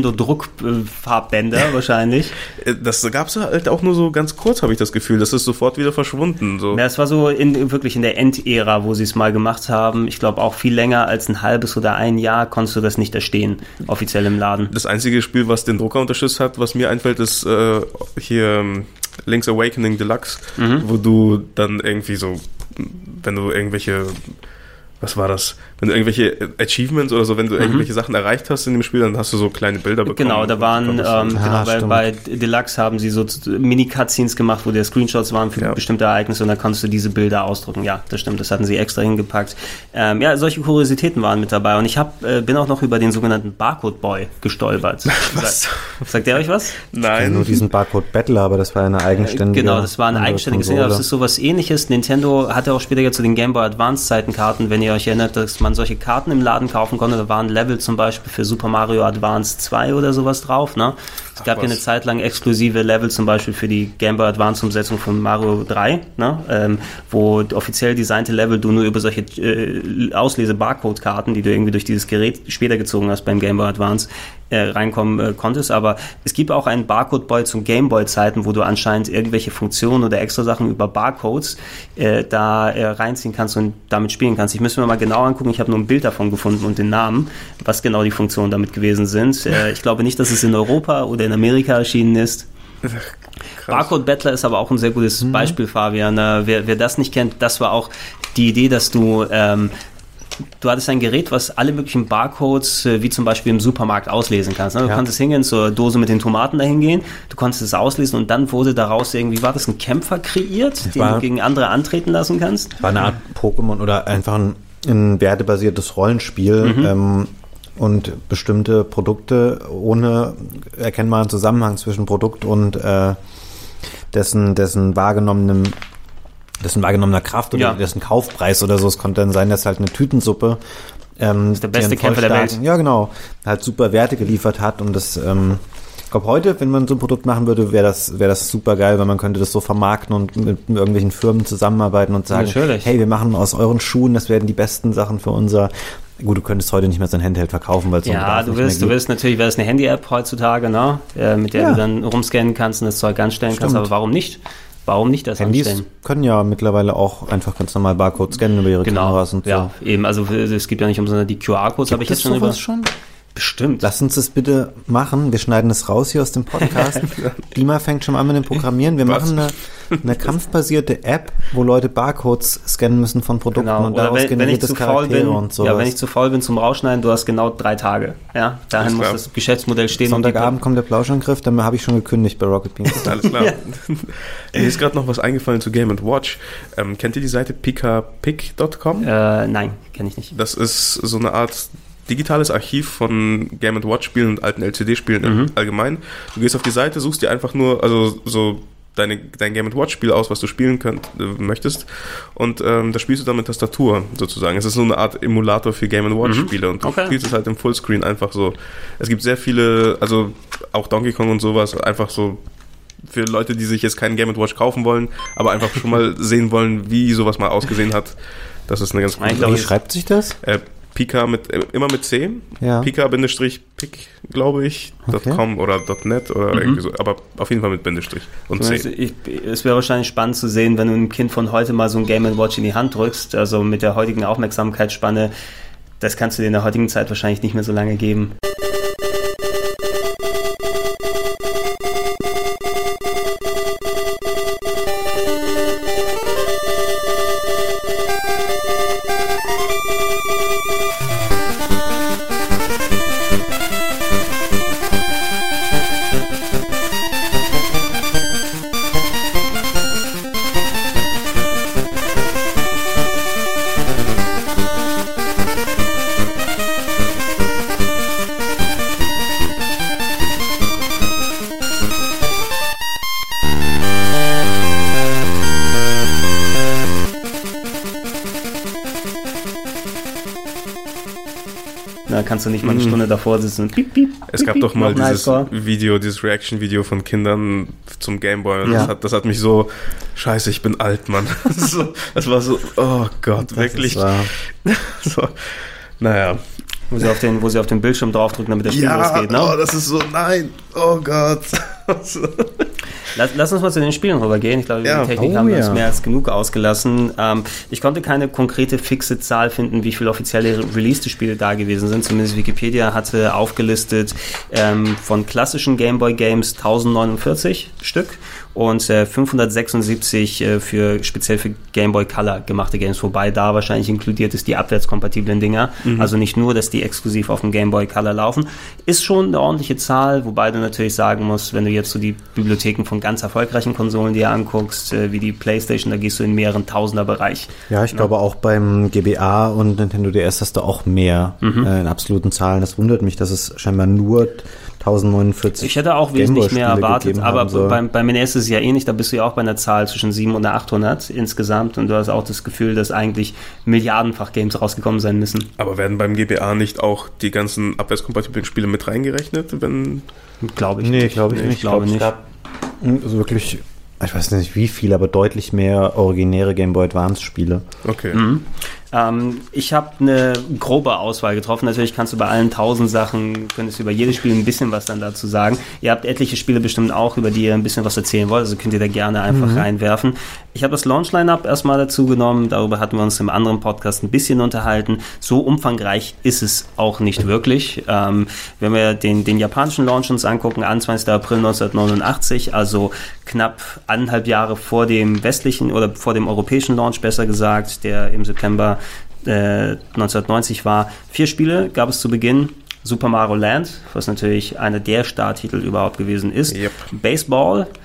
Nintendo-Druckfarbbänder äh, wahrscheinlich. Das gab es halt auch nur so ganz kurz, habe ich das Gefühl. Das ist sofort wieder verschwunden. So. Ja, es war so in, wirklich in der Endära, wo sie es mal gemacht haben. Ich glaube auch viel länger als ein halbes oder ein Jahr konntest du das nicht erstehen, offiziell im Laden. Das einzige Spiel, was den Drucker unterstützt hat, was mir einfällt, ist äh, hier Link's Awakening Deluxe, mhm. wo du dann irgendwie so, wenn du irgendwelche, was war das? Wenn du irgendwelche Achievements oder so, wenn du mhm. irgendwelche Sachen erreicht hast in dem Spiel, dann hast du so kleine Bilder bekommen. Genau, da waren, ähm, ah, genau, bei, bei Deluxe haben sie so Mini-Cutscenes gemacht, wo der Screenshots waren für ja. bestimmte Ereignisse und da konntest du diese Bilder ausdrucken. Ja, das stimmt, das hatten sie extra hingepackt. Ähm, ja, solche Kuriositäten waren mit dabei und ich hab, äh, bin auch noch über den sogenannten Barcode Boy gestolpert. Was? Sagt der euch was? Nein. Nur diesen Barcode Battler, aber das war eine eigenständige. Genau, das war eine eigenständige Szene, aber das ist sowas Ähnliches. Nintendo hatte auch später zu den Game Boy Advance Zeiten Karten, wenn ihr euch erinnert, dass man solche Karten im Laden kaufen konnte. Da waren Level zum Beispiel für Super Mario Advance zwei oder sowas drauf. Ne? Es gab ja eine Zeit lang exklusive Level zum Beispiel für die Game Boy Advance Umsetzung von Mario drei, ne? ähm, wo offiziell designte Level du nur über solche äh, Auslese-Barcode-Karten, die du irgendwie durch dieses Gerät später gezogen hast beim Game Boy Advance, äh, reinkommen äh, konntest. Aber es gibt auch einen Barcode-Boy zum Game Boy-Zeiten, wo du anscheinend irgendwelche Funktionen oder extra Sachen über Barcodes äh, da äh, reinziehen kannst und damit spielen kannst. Ich müsste mir mal genau angucken, ich habe nur ein Bild davon gefunden und den Namen, was genau die Funktionen damit gewesen sind. Äh, ich glaube nicht, dass es in Europa oder in Amerika erschienen ist. Barcode Battler ist aber auch ein sehr gutes mhm. Beispiel, Fabian. Äh, wer, wer das nicht kennt, das war auch die Idee, dass du ähm, du hattest ein Gerät, was alle möglichen Barcodes, äh, wie zum Beispiel im Supermarkt, auslesen kannst. Ne? Du ja. konntest hingehen, zur Dose mit den Tomaten dahin gehen, du konntest es auslesen und dann wurde daraus irgendwie, war das ein Kämpfer kreiert, den du gegen andere antreten lassen kannst? War eine Art Pokémon oder einfach ein ein wertebasiertes Rollenspiel Mhm. ähm, und bestimmte Produkte ohne erkennbaren Zusammenhang zwischen Produkt und äh, dessen, dessen wahrgenommenem dessen wahrgenommener Kraft oder Ja. dessen Kaufpreis oder so. Es konnte dann sein, dass halt eine Tütensuppe ähm, ist der beste die einen Kämpfer der Welt. vollstarken- Ja, genau. Halt super Werte geliefert hat und das ähm, ich glaube, heute, wenn man so ein Produkt machen würde, wäre das, wäre das super geil, weil man könnte das so vermarkten und mit irgendwelchen Firmen zusammenarbeiten und sagen, Natürlich. hey, wir machen aus euren Schuhen, das werden die besten Sachen für unser... Gut, du könntest heute nicht mehr so ein Handheld verkaufen, weil es so einen Ja, Bedarf du nicht mehr wirst, du gibt. wirst natürlich, wäre es eine Handy-App heutzutage, ne? Äh, mit der Ja. du dann rumscannen kannst und das Zeug anstellen kannst, Stimmt. aber warum nicht? Warum nicht das Handys anstellen? können ja mittlerweile auch einfach ganz normal Barcode scannen über ihre Genau, Kameras und so. ja, eben, also es gibt ja nicht umsonst die Q R-Codes, habe ich Gibt jetzt es schon über... sowas schon? Bestimmt. Lass uns das bitte machen. Wir schneiden das raus hier aus dem Podcast. Dima fängt schon an mit dem Programmieren. Wir Was? machen eine, eine kampfbasierte App, wo Leute Barcodes scannen müssen von Produkten Genau. und Oder daraus wenn, wenn ich generiert zu das faul Charaktere bin, und sowas. ja, wenn ich zu faul bin zum Rausschneiden, du hast genau drei Tage. Ja, dahin Alles muss klar. das Geschäftsmodell stehen. Sonntagabend kommt der Plauschangriff, dann habe ich schon gekündigt bei Rocket Beans. Alles klar. Mir ist gerade noch was eingefallen zu Game and Watch. Ähm, kennt ihr die Seite pikapic Punkt com? Äh, nein, kenne ich nicht. Das ist so eine Art digitales Archiv von Game and Watch Spielen und alten L C D-Spielen Mhm. im Allgemeinen. Du gehst auf die Seite, suchst dir einfach nur, also so deine, dein Game and Watch Spiel aus, was du spielen könnt, äh, möchtest. Und ähm, da spielst du dann mit Tastatur sozusagen. Es ist so eine Art Emulator für Game and Watch Spiele und du Okay. spielst es halt im Fullscreen einfach so. Es gibt sehr viele, also auch Donkey Kong und sowas, einfach so für Leute, die sich jetzt keinen Game and Watch kaufen wollen, aber einfach schon mal sehen wollen, wie sowas mal ausgesehen hat. Das ist eine ganz Ich coole glaube, Wie schreibt sich das? äh, Pika mit, äh, immer mit C. Ja. Pika-Pick, glaube ich, Okay. .com oder .net oder Mhm. irgendwie so. Aber auf jeden Fall mit Bindestrich und C. Also ich, es wäre wahrscheinlich spannend zu sehen, wenn du einem Kind von heute mal so ein Game and Watch in die Hand drückst, also mit der heutigen Aufmerksamkeitsspanne, das kannst du dir in der heutigen Zeit wahrscheinlich nicht mehr so lange geben. Da kannst du nicht mal eine Stunde davor sitzen und piep, piep, Es piep, gab piep, doch mal noch ein dieses Highscore. Video, dieses Reaction-Video von Kindern zum Gameboy. Und Ja. das, hat, das hat mich so, scheiße, ich bin alt, Mann. so, das war so, oh Gott, Das wirklich. ist wahr. so, naja. Wo sie auf den, wo sie auf den Bildschirm draufdrücken, damit das Spiel losgeht, ne? oh, das ist so, nein, oh Gott. Lass, lass uns mal zu den Spielen rübergehen. Ich glaube, über Ja. die Technik Oh, haben wir ja. uns mehr als genug ausgelassen. Ähm, ich konnte keine konkrete, fixe Zahl finden, wie viele offizielle released Spiele da gewesen sind. Zumindest Wikipedia hatte aufgelistet ähm, von klassischen Game Boy Games tausendneunundvierzig Stück und äh, fünfhundertsechsundsiebzig äh, für speziell für Game Boy Color gemachte Games, wobei da wahrscheinlich inkludiert ist die abwärtskompatiblen Dinger. Also nicht nur, dass die exklusiv auf dem Game Boy Color laufen. Ist schon eine ordentliche Zahl, wobei du natürlich sagen musst, wenn du jetzt so die Bibliotheken von ganz erfolgreichen Konsolen dir anguckst, äh, wie die PlayStation, da gehst du in mehreren Tausender-Bereich. Ja, ich glaube auch beim G B A und Nintendo D S hast du auch mehr Mhm. äh, in absoluten Zahlen. Das wundert mich, dass es scheinbar nur tausendneunundvierzig Ich hätte auch wesentlich mehr Gameboy-Spiele erwartet, gegeben aber haben soll. beim, beim N E S ist es ja ähnlich, da bist du ja auch bei einer Zahl zwischen siebenhundert und achthundert insgesamt und du hast auch das Gefühl, dass eigentlich milliardenfach Games rausgekommen sein müssen. Aber werden beim G B A nicht auch die ganzen abwärtskompatiblen Spiele mit reingerechnet, wenn... Glaube ich Nee, nicht. glaube ich Nee, nicht. Ich glaube es nicht. gab also wirklich, ich weiß nicht wie viel, aber deutlich mehr originäre Game Boy Advance Spiele. Okay. Mhm. Ähm, ich habe eine grobe Auswahl getroffen. Natürlich kannst du bei allen tausend Sachen, könntest du über jedes Spiel ein bisschen was dann dazu sagen. Ihr habt etliche Spiele bestimmt auch, über die ihr ein bisschen was erzählen wollt, also könnt ihr da gerne einfach Mhm. reinwerfen. Ich habe das Launch-Line-Up erstmal dazu genommen, darüber hatten wir uns im anderen Podcast ein bisschen unterhalten. So umfangreich ist es auch nicht wirklich. Ähm, wenn wir den, den japanischen Launch uns angucken, einundzwanzigster April neunzehnhundertneunundachtzig, also knapp eineinhalb Jahre vor dem westlichen oder vor dem europäischen Launch, besser gesagt, der im September äh, neunzehnhundertneunzig war. Vier Spiele gab es zu Beginn. Super Mario Land, was natürlich einer der Starttitel überhaupt gewesen ist. Yep. Baseball,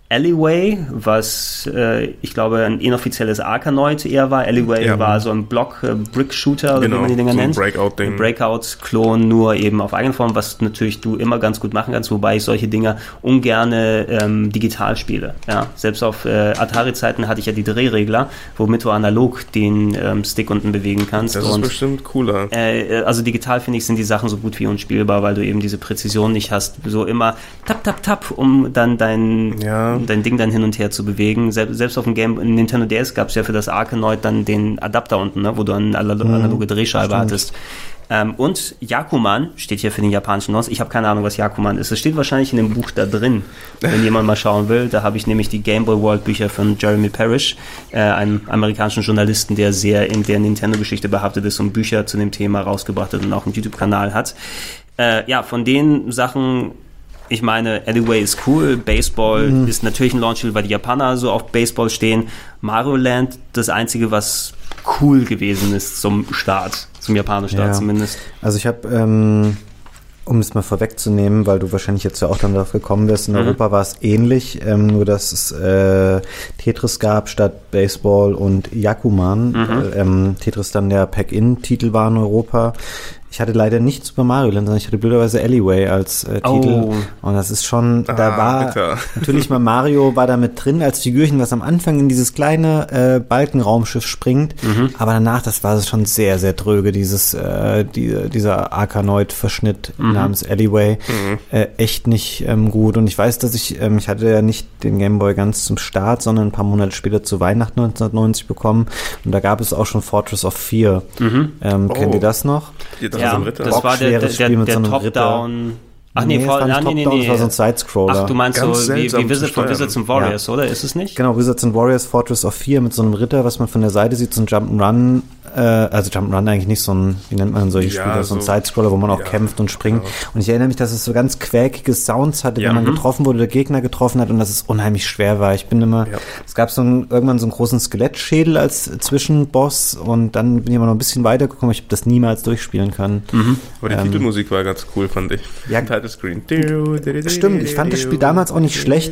Alleyway, was äh, ich glaube ein inoffizielles Arkanoid eher war. Alleyway ja. war so ein Block-Brick-Shooter, äh, genau, wie man die Dinger so ein nennt. Breakout-Ding. Breakout-Klon, nur eben auf eigene Form, was natürlich du immer ganz gut machen kannst, wobei ich solche Dinger ungerne ähm, digital spiele. Ja, selbst auf äh, Atari-Zeiten hatte ich ja die Drehregler, womit du analog den ähm, Stick unten bewegen kannst. Das ist und, bestimmt cooler. Äh, also digital, finde ich, sind die Sachen so gut wie unspielbar, weil du eben diese Präzision nicht hast. So immer tap, tap, tap, um dann dein... Ja. dein Ding dann hin und her zu bewegen. Selbst auf dem Game Nintendo D S gab es ja für das Arkanoid dann den Adapter unten, ne, wo du eine analoge Drehscheibe Stimmt. hattest. Ähm, und Yakuman steht hier für den japanischen Launch. Ich habe keine Ahnung, was Yakuman ist. Es steht wahrscheinlich in dem Buch da drin, wenn jemand mal schauen will. Da habe ich nämlich die Game Boy World Bücher von Jeremy Parrish, äh, einem amerikanischen Journalisten, der sehr in der Nintendo-Geschichte behaftet ist und Bücher zu dem Thema rausgebracht hat und auch einen YouTube-Kanal hat. Äh, ja, von den Sachen... Ich meine, Alleyway ist cool, Baseball mhm. ist natürlich ein Launch-Titel, weil die Japaner so auf Baseball stehen. Mario Land, das Einzige, was cool gewesen ist zum Start, zum japanischen Start ja. zumindest. Also ich habe, ähm, um es mal vorwegzunehmen, weil du wahrscheinlich jetzt ja auch dann darauf gekommen wirst, in mhm. Europa war es ähnlich, ähm, nur dass es äh, Tetris gab statt Baseball und Yakuman. Mhm. Äh, ähm, Tetris dann der Pack-In-Titel war in Europa. Ich hatte leider nicht Super Mario Land, sondern ich hatte blöderweise Alleyway als äh, Titel. Oh. Und das ist schon, ah, da war bitter. Natürlich mal Mario war da mit drin als Figürchen, was am Anfang in dieses kleine äh, Balkenraumschiff springt. Mhm. Aber danach, das war schon sehr, sehr tröge, dieses äh, die, dieser Arkanoid-Verschnitt mhm. namens Alleyway. Mhm. Äh, echt nicht ähm, gut. Und ich weiß, dass ich, ähm, ich hatte ja nicht den Game Boy ganz zum Start, sondern ein paar Monate später zu Weihnachten neunzehnhundertneunzig bekommen. Und da gab es auch schon Fortress of Fear. Mhm. Ähm, oh. Kennt ihr das noch? Das ja, so das war der, der, der, der so Top-Down... Ach nee, nee, vor, das war nee, nee, nee, nee. Das war so ein Sidescroller. Ach, du meinst Ganz so wie, wie Wizard von Wizards and Warriors, ja. oder? Ist es nicht? Genau, Wizards and Warriors Fortress of Fear mit so einem Ritter, was man von der Seite sieht, so ein Jump'n'Run, äh, also Jump'n'Run eigentlich nicht, so ein, wie nennt man solche ja, Spiele, so ein Sidescroller, wo man auch ja, kämpft und springt. Genau. Und ich erinnere mich, dass es so ganz quäkige Sounds hatte, ja, wenn man mhm. getroffen wurde oder Gegner getroffen hat und dass es unheimlich schwer war. Ich bin immer, ja. es gab so einen, irgendwann so einen großen Skelettschädel als Zwischenboss und dann bin ich immer noch ein bisschen weitergekommen, ich habe das niemals durchspielen können. Mhm. Aber die ähm, Titelmusik war ganz cool, fand ich. Ja, Title Screen. Stimmt, ich fand das Spiel damals auch nicht schlecht.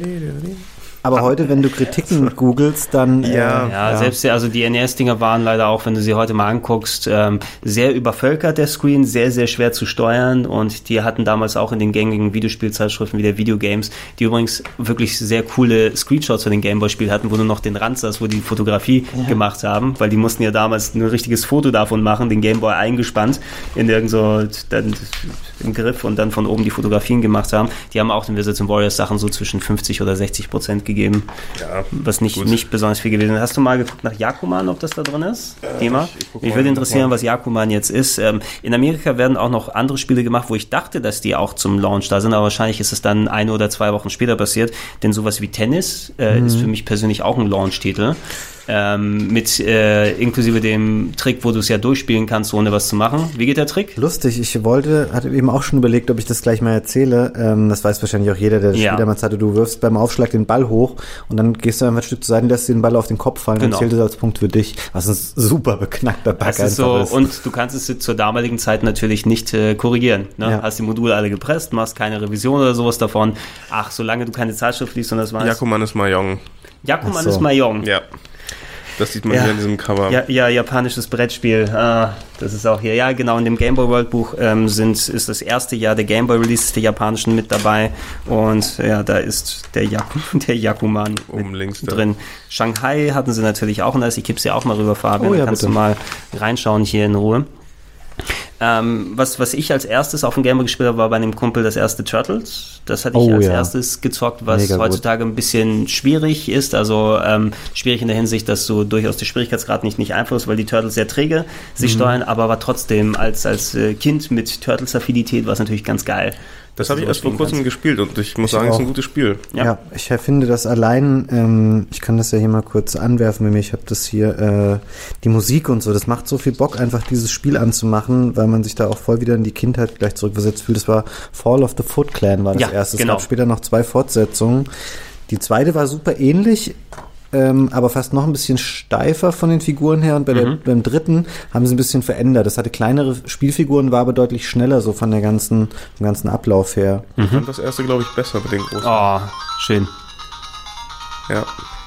Aber heute, wenn du Kritiken googelst, dann... Ja, äh, ja, ja, selbst ja, also die N E S-Dinger waren leider auch, wenn du sie heute mal anguckst, ähm, sehr übervölkert, der Screen, sehr, sehr schwer zu steuern und die hatten damals auch in den gängigen Videospielzeitschriften wie der Videogames, die übrigens wirklich sehr coole Screenshots für den Gameboy-Spiel hatten, wo du noch den Rand saß, wo die Fotografie ja. gemacht haben, weil die mussten ja damals ein richtiges Foto davon machen, den Gameboy eingespannt in irgend so dann im Griff und dann von oben die Fotografien gemacht haben. Die haben auch den Wizards and Warriors Sachen so zwischen fünfzig oder sechzig Prozent gegeben, ja, was nicht, nicht besonders viel gewesen ist. Hast du mal geguckt nach Yakuman, ob das da drin ist? Ja, Thema? Ich, ich würde interessieren, was Yakuman jetzt ist. Ähm, in Amerika werden auch noch andere Spiele gemacht, wo ich dachte, dass die auch zum Launch da sind, aber wahrscheinlich ist es dann eine oder zwei Wochen später passiert, denn sowas wie Tennis äh, mhm. ist für mich persönlich auch ein Launch-Titel. Ähm, mit äh, inklusive dem Trick, wo du es ja durchspielen kannst, ohne was zu machen. Wie geht der Trick? Lustig, ich wollte, hatte eben auch schon überlegt, ob ich das gleich mal erzähle. Ähm, das weiß wahrscheinlich auch jeder, der das ja. Spiel damals hatte. Du wirfst beim Aufschlag den Ball hoch und dann gehst du einfach ein Stück zur Seite, lässt den Ball auf den Kopf fallen genau. und zählt es als Punkt für dich. Was ein super beknackter Bug einfach so, ist. Und du kannst es zur damaligen Zeit natürlich nicht äh, korrigieren. Ne? Ja. Hast die Module alle gepresst, machst keine Revision oder sowas davon. Ach, solange du keine Zeitschrift liest und das weißt. Yakuman ist Mahjong. Yakuman so. ist Mahjong. Ja. Das sieht man ja. hier in diesem Cover. Ja, ja, japanisches Brettspiel. Ah, das ist auch hier. Ja, genau, in dem Game Boy World Buch ähm, sind, ist das erste Jahr der Game Boy Releases der japanischen mit dabei. Und ja, da ist der, Yaku, der Yakuman Oben links drin. Da. Shanghai hatten sie natürlich auch. Und da ist, ich kipp's ja auch mal rüber, Fabian. Oh, ja, da kannst bitte. du mal reinschauen hier in Ruhe. Ähm, was, was ich als erstes auf dem Game Boy gespielt habe, war bei einem Kumpel das erste Turtles. Das hatte ich oh, als ja. erstes gezockt, was Mega heutzutage gut. ein bisschen schwierig ist. Also ähm, schwierig in der Hinsicht, dass du durchaus die Schwierigkeitsgrad nicht, nicht einflusst, weil die Turtles sehr träge sich mhm. steuern, aber war trotzdem als, als äh, Kind mit Turtles-Affinität war es natürlich ganz geil. Das habe ich erst vor kurzem gespielt und ich muss ich sagen, es ist ein gutes Spiel. Ja, ja ich finde das allein, ähm, ich kann das ja hier mal kurz anwerfen bei mir, ich habe das hier, äh, die Musik und so, das macht so viel Bock, einfach dieses Spiel anzumachen, weil man sich da auch voll wieder in die Kindheit gleich zurückversetzt fühlt. Das war Fall of the Foot Clan war das ja, erste. Genau. Es gab später noch zwei Fortsetzungen. Die zweite war super ähnlich, Ähm, aber fast noch ein bisschen steifer von den Figuren her und bei der, mhm. beim dritten haben sie ein bisschen verändert. Das hatte kleinere Spielfiguren, war aber deutlich schneller so von der ganzen, vom ganzen Ablauf her. Mhm. Ich fand das erste, glaube ich, besser mit den großen. Oh, schön. Ja.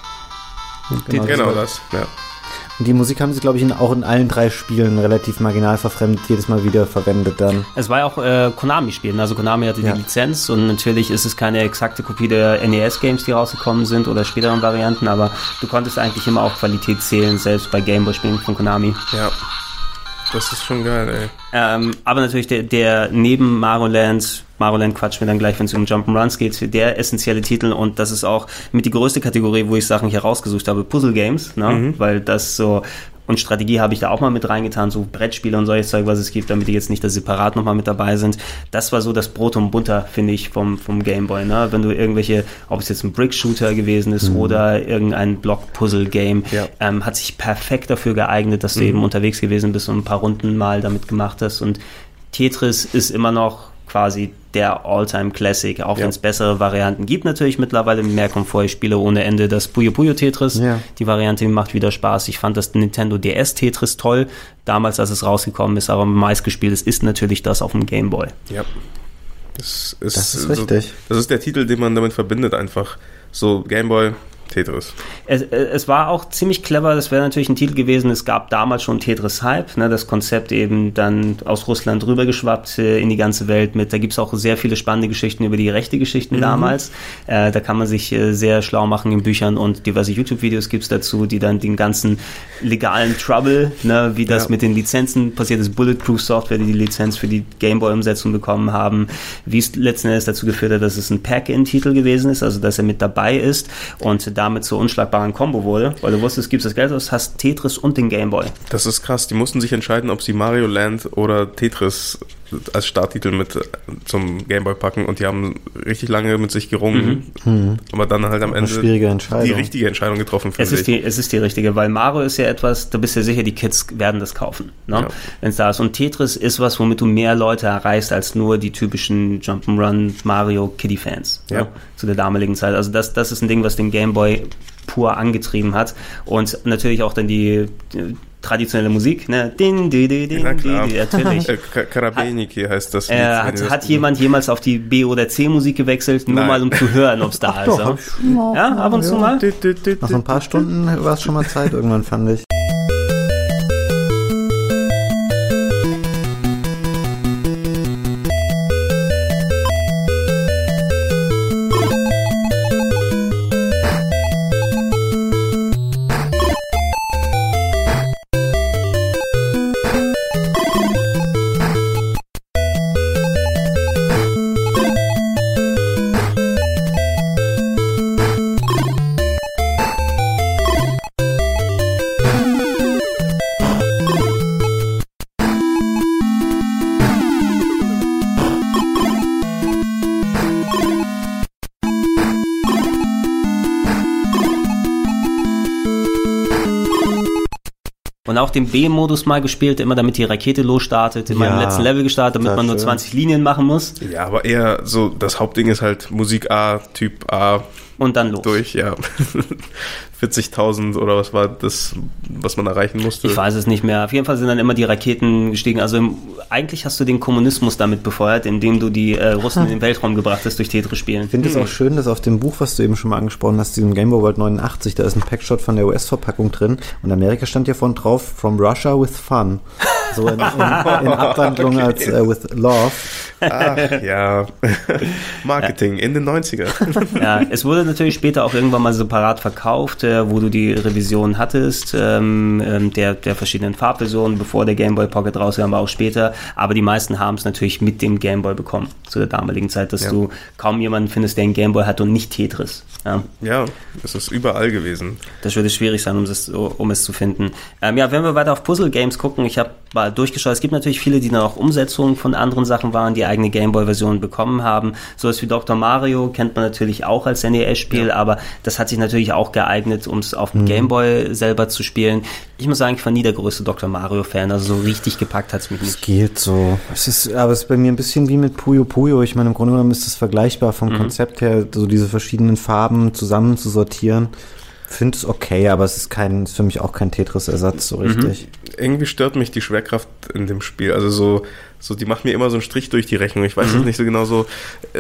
Genau, genau das, ja. Und die Musik haben sie, glaube ich, in, auch in allen drei Spielen relativ marginal verfremdet, jedes Mal wieder verwendet dann. Es war ja auch äh, Konami-Spielen, also Konami hatte ja. die Lizenz und natürlich ist es keine exakte Kopie der N E S-Games, die rausgekommen sind oder späteren Varianten, aber du konntest eigentlich immer auf Qualität zählen, selbst bei Gameboy-Spielen von Konami. Ja, das ist schon geil, ey. Ähm, aber natürlich der, der neben Mario Land, Mario Land quatschen wir dann gleich, wenn es um Jump'n'Runs geht, der essentielle Titel, und das ist auch mit die größte Kategorie, wo ich Sachen hier rausgesucht habe, Puzzle Games, ne? Mhm. Weil das so, und Strategie habe ich da auch mal mit reingetan, so Brettspiele und solches Zeug, was es gibt, damit die jetzt nicht da separat nochmal mit dabei sind. Das war so das Brot und Butter, finde ich, vom, vom Gameboy, ne? Wenn du irgendwelche, ob es jetzt ein Brick-Shooter gewesen ist mhm. oder irgendein Block-Puzzle-Game, ja. ähm, hat sich perfekt dafür geeignet, dass du mhm. eben unterwegs gewesen bist und ein paar Runden mal damit gemacht hast, und Tetris ist immer noch quasi der All-Time-Classic, auch ja. wenn es bessere Varianten gibt natürlich mittlerweile, mehr Komfort. Ich spiele ohne Ende das Puyo Puyo Tetris, ja. die Variante macht wieder Spaß. Ich fand das Nintendo D S Tetris toll, damals, als es rausgekommen ist, aber meist gespielt ist, ist natürlich das auf dem Game Boy. Ja, das ist, das ist richtig. So, das ist der Titel, den man damit verbindet, einfach so Game Boy Tetris. Es, es war auch ziemlich clever, das wäre natürlich ein Titel gewesen, es gab damals schon Tetris-Hype, ne, das Konzept eben dann aus Russland rübergeschwappt äh, in die ganze Welt mit, da gibt es auch sehr viele spannende Geschichten über die rechte Geschichten mhm. damals, äh, da kann man sich äh, sehr schlau machen in Büchern, und diverse YouTube-Videos gibt es dazu, die dann den ganzen legalen Trouble, ne, wie das ja. mit den Lizenzen passiert ist, Bulletproof Software, die die Lizenz für die Gameboy-Umsetzung bekommen haben, wie es letzten Endes dazu geführt hat, dass es ein Pack-In-Titel gewesen ist, also dass er mit dabei ist und damit zur unschlagbaren Combo wurde, weil du wusstest, gibst das Geld aus, hast Tetris und den Gameboy. Das ist krass, die mussten sich entscheiden, ob sie Mario Land oder Tetris als Starttitel mit zum Gameboy packen, und die haben richtig lange mit sich gerungen, mhm. aber dann halt am Ende die richtige Entscheidung getroffen für es sich. Ist die, es ist die richtige, weil Mario ist ja etwas, da bist du ja sicher, die Kids werden das kaufen, ne? Ja. Wenn es da ist. Und Tetris ist was, womit du mehr Leute erreichst als nur die typischen Jump'n'Run Mario Kiddie-Fans, ja. ne? Zu der damaligen Zeit. Also das, das ist ein Ding, was den Gameboy pur angetrieben hat, und natürlich auch dann die, die traditionelle Musik, ne? Din, di, di, din, Na klar. Di, di, natürlich. Karabeniki heißt das. Äh, hat hat jemand jemals auf die B- oder C-Musik gewechselt, nur Nein. mal um zu hören, ob es da Ach, ist? Doch, ja? ja, ab und ja. zu mal. Nach so ein paar Stunden war es schon mal Zeit, irgendwann fand ich. Und auch den B-Modus mal gespielt, immer damit die Rakete losstartet, immer ja, im letzten Level gestartet, damit man nur zwanzig Linien machen muss. Ja, aber eher so, das Hauptding ist halt Musik A, Typ A. Und dann los. Durch, ja. vierzigtausend oder was war das, was man erreichen musste? Ich weiß es nicht mehr. Auf jeden Fall sind dann immer die Raketen gestiegen. Also im, eigentlich hast du den Kommunismus damit befeuert, indem du die äh, Russen in den Weltraum gebracht hast durch Tetris-Spielen. Ich finde es hm. auch schön, dass auf dem Buch, was du eben schon mal angesprochen hast, diesem Game Boy World neunundachtzig, da ist ein Packshot von der U S-Verpackung drin, und Amerika stand ja vorne drauf, From Russia with Fun. So in, in, in Abwandlung okay. als uh, with Love. Ach ja, Marketing ja. in den neunzigern. Ja, es wurde natürlich später auch irgendwann mal separat verkauft, äh, wo du die Revision hattest, ähm, der, der verschiedenen Farbversionen, bevor der Game Boy Pocket rauskam, aber auch später. Aber die meisten haben es natürlich mit dem Game Boy bekommen, zu der damaligen Zeit, dass ja. du kaum jemanden findest, der einen Game Boy hat und nicht Tetris. Ja, ja, es ist überall gewesen. Das würde schwierig sein, um es, um es zu finden. Ähm, ja, wenn wir weiter auf Puzzle-Games gucken, ich habe mal durchgeschaut, es gibt natürlich viele, die dann auch Umsetzungen von anderen Sachen waren, die eigene Gameboy-Version bekommen haben. Sowas wie Doktor Mario kennt man natürlich auch als N E S-Spiel, ja. aber das hat sich natürlich auch geeignet, um es auf dem mhm. Gameboy selber zu spielen. Ich muss sagen, ich war nie der größte Doktor Mario-Fan, also so richtig gepackt hat es mich nicht. Es geht so. Es ist, aber es ist bei mir ein bisschen wie mit Puyo Puyo. Ich meine, im Grunde genommen ist es vergleichbar vom mhm. Konzept her, so diese verschiedenen Farben zusammen zu sortieren. Finde es okay, aber es ist kein, ist für mich auch kein Tetris-Ersatz, so richtig. Mhm. Irgendwie stört mich die Schwerkraft in dem Spiel. Also so, so, die macht mir immer so einen Strich durch die Rechnung. Ich weiß es mhm. nicht so genau so. Äh,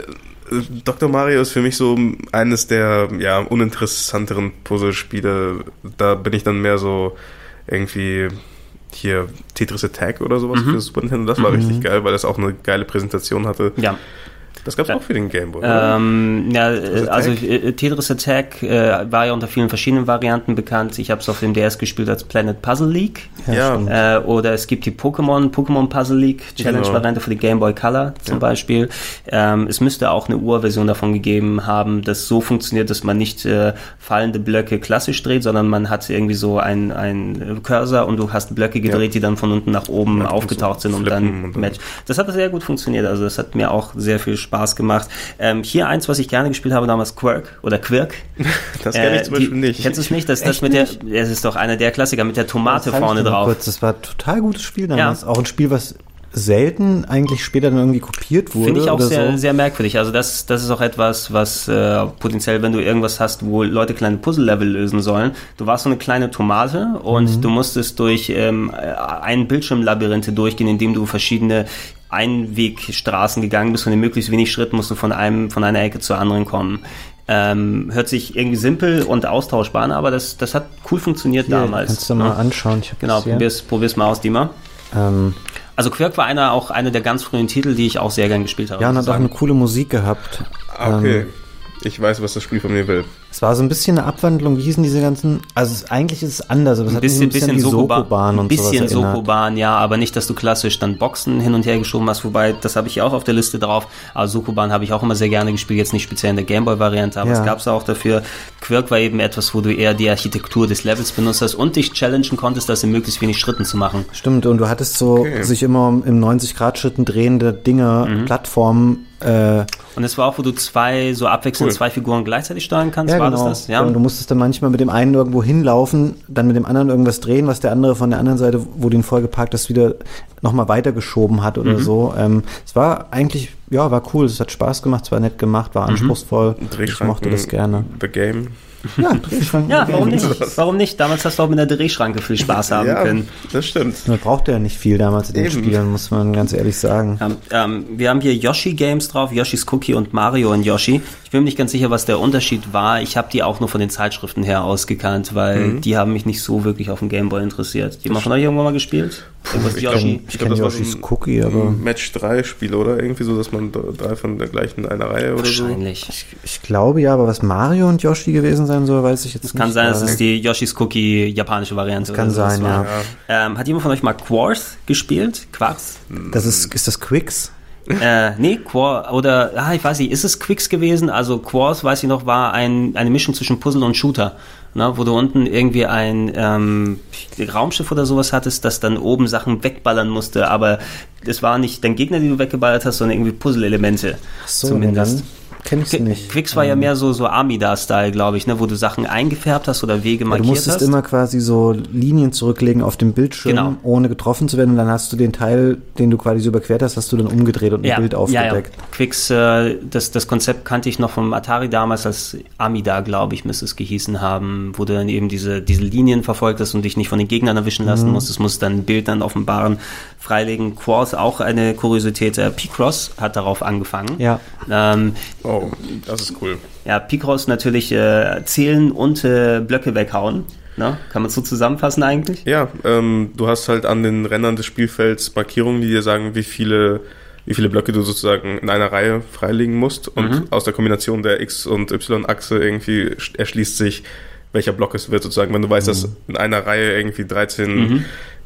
Doktor Mario ist für mich so eines der ja, uninteressanteren Puzzlespiele. Da bin ich dann mehr so irgendwie hier Tetris Attack oder sowas mhm. für Super Nintendo. Das war mhm. richtig geil, weil das auch eine geile Präsentation hatte. Ja. Das gab es auch für den Game Boy, ähm, ja, also äh, Tetris Attack äh, war ja unter vielen verschiedenen Varianten bekannt. Ich habe es auf dem D S gespielt als Planet Puzzle League. Ja. Äh, oder es gibt die Pokémon, Pokémon Puzzle League Challenge-Variante für die Game Boy Color zum ja. Beispiel. Ähm, es müsste auch eine Urversion davon gegeben haben, das so funktioniert, dass man nicht äh, fallende Blöcke klassisch dreht, sondern man hat irgendwie so ein, ein Cursor und du hast Blöcke gedreht, ja. die dann von unten nach oben ja, aufgetaucht sind und dann und Match. Das hat sehr gut funktioniert. Also das hat mir auch sehr viel Spaß Spaß gemacht. Ähm, hier eins, was ich gerne gespielt habe, damals Quirk oder Quirk. Das kenne ich äh, zum Beispiel die, nicht. Kennst du es nicht? Das, das mit der, das ist doch einer der Klassiker mit der Tomate vorne drauf. Kurz. Das war ein total gutes Spiel damals. Ja. Auch ein Spiel, was selten eigentlich später dann irgendwie kopiert wurde. Finde ich auch oder sehr, so. sehr merkwürdig. Also das, das ist auch etwas, was äh, potenziell, wenn du irgendwas hast, wo Leute kleine Puzzle-Level lösen sollen. Du warst so eine kleine Tomate und mhm. du musstest durch ähm, ein Bildschirmlabyrinthe durchgehen, in dem du verschiedene Einwegstraßen gegangen bist und in möglichst wenig Schritten musst du von einem, von einer Ecke zur anderen kommen. Ähm, hört sich irgendwie simpel und austauschbar an, aber das, das hat cool funktioniert Hier, damals. Kannst du mal ja. anschauen. Ich genau, probier's, probier's mal aus, Dima. Ähm, also Quirk war einer, auch einer der ganz frühen Titel, die ich auch sehr gern gespielt habe. Ja, und hat auch eine coole Musik gehabt. Okay. Ähm, Ich weiß, was das Spiel von mir will. Es war so ein bisschen eine Abwandlung, wie hießen diese ganzen, also es, eigentlich ist es anders, aber es ein hat bisschen, ein bisschen, bisschen die Sokoban und ein bisschen sowas erinnert. Sokoban, ja, aber nicht, dass du klassisch dann Boxen hin und her geschoben hast, wobei, das habe ich ja auch auf der Liste drauf, aber Sokoban habe ich auch immer sehr gerne gespielt, jetzt nicht speziell in der Gameboy-Variante, aber ja. es gab es auch dafür. Quirk war eben etwas, wo du eher die Architektur des Levels benutzt hast und dich challengen konntest, das in möglichst wenig Schritten zu machen. Stimmt, und du hattest so okay. sich immer im neunzig-Grad-Schritten drehende Dinge, mhm. Plattformen. Äh, und es war auch, wo du zwei, so abwechselnd cool. zwei Figuren gleichzeitig steuern kannst, ja, war genau. das das? Ja, und du musstest dann manchmal mit dem einen irgendwo hinlaufen, dann mit dem anderen irgendwas drehen, was der andere von der anderen Seite, wo du ihn vollgeparkt hast, wieder nochmal weitergeschoben hat oder mhm. so. Ähm, es war eigentlich, ja, war cool, es hat Spaß gemacht, es war nett gemacht, war anspruchsvoll. Mhm. Ich mochte das gerne. The Game. Ja, Drehschranken. Ja, warum nicht? Warum nicht? Damals hast du auch mit der Drehschranke viel Spaß haben ja, können. Das stimmt. Man brauchte ja nicht viel damals in den Eben. Spielen, muss man ganz ehrlich sagen. Ähm, ähm, wir haben hier Yoshi-Games drauf, Yoshi's Cookie und Mario und Yoshi. Ich bin mir nicht ganz sicher, was der Unterschied war. Ich habe die auch nur von den Zeitschriften her ausgekannt, weil mhm. die haben mich nicht so wirklich auf dem Gameboy interessiert. Die haben von euch irgendwann mal gespielt? Puh, ich Yoshi? Ich glaube, glaub, das Yoshi's war so ein Cookie, aber Match drei Spiel, oder? Irgendwie so, dass man drei von der gleichen einer Reihe oder so. Wahrscheinlich. Ich, ich glaube ja, aber was Mario und Yoshi gewesen sein soll, weiß ich jetzt das nicht. Kann sein, dass es die Yoshi's Cookie japanische Variante das kann sein, ja. ja. Ähm, hat jemand von euch mal Quartz gespielt? Quartz? Das ist, ist das Quicks? äh, nee, Quartz, oder, ah, ich weiß nicht, ist es Quicks gewesen? Also Quartz, weiß ich noch, war ein, eine Mischung zwischen Puzzle und Shooter. Na, wo du unten irgendwie ein ähm, Raumschiff oder sowas hattest, das dann oben Sachen wegballern musste, aber es war nicht dein Gegner, die du weggeballert hast, sondern irgendwie Puzzle-Elemente. Ach so, zumindest. Kenn ich nicht. Quicks war ja mehr so, so Amida-Style, glaube ich, ne, wo du Sachen eingefärbt hast oder Wege ja, markiert hast. Du musstest hast. immer quasi so Linien zurücklegen auf dem Bildschirm, genau. ohne getroffen zu werden. Und dann hast du den Teil, den du quasi so überquert hast, hast du dann umgedreht und ein ja, Bild aufgedeckt. Ja, ja. Quicks, äh, das, das Konzept kannte ich noch vom Atari damals als Amida, glaube ich, müsste es gehießen haben, wo du dann eben diese, diese Linien verfolgt hast und dich nicht von den Gegnern erwischen lassen mhm. musstest, musst dann ein Bild dann offenbaren, freilegen. Quartz, auch eine Kuriosität, äh, Picross hat darauf angefangen. Ja. Ähm, oh, das ist cool. Ja, Picross natürlich äh, zählen und äh, Blöcke weghauen. Ne? Kann man so zusammenfassen eigentlich? Ja, ähm, du hast halt an den Rändern des Spielfelds Markierungen, die dir sagen, wie viele, wie viele Blöcke du sozusagen in einer Reihe freilegen musst. Und mhm. aus der Kombination der X- und Y-Achse irgendwie erschließt sich, welcher Block es wird sozusagen. Wenn du weißt, mhm. dass in einer Reihe irgendwie dreizehn mhm.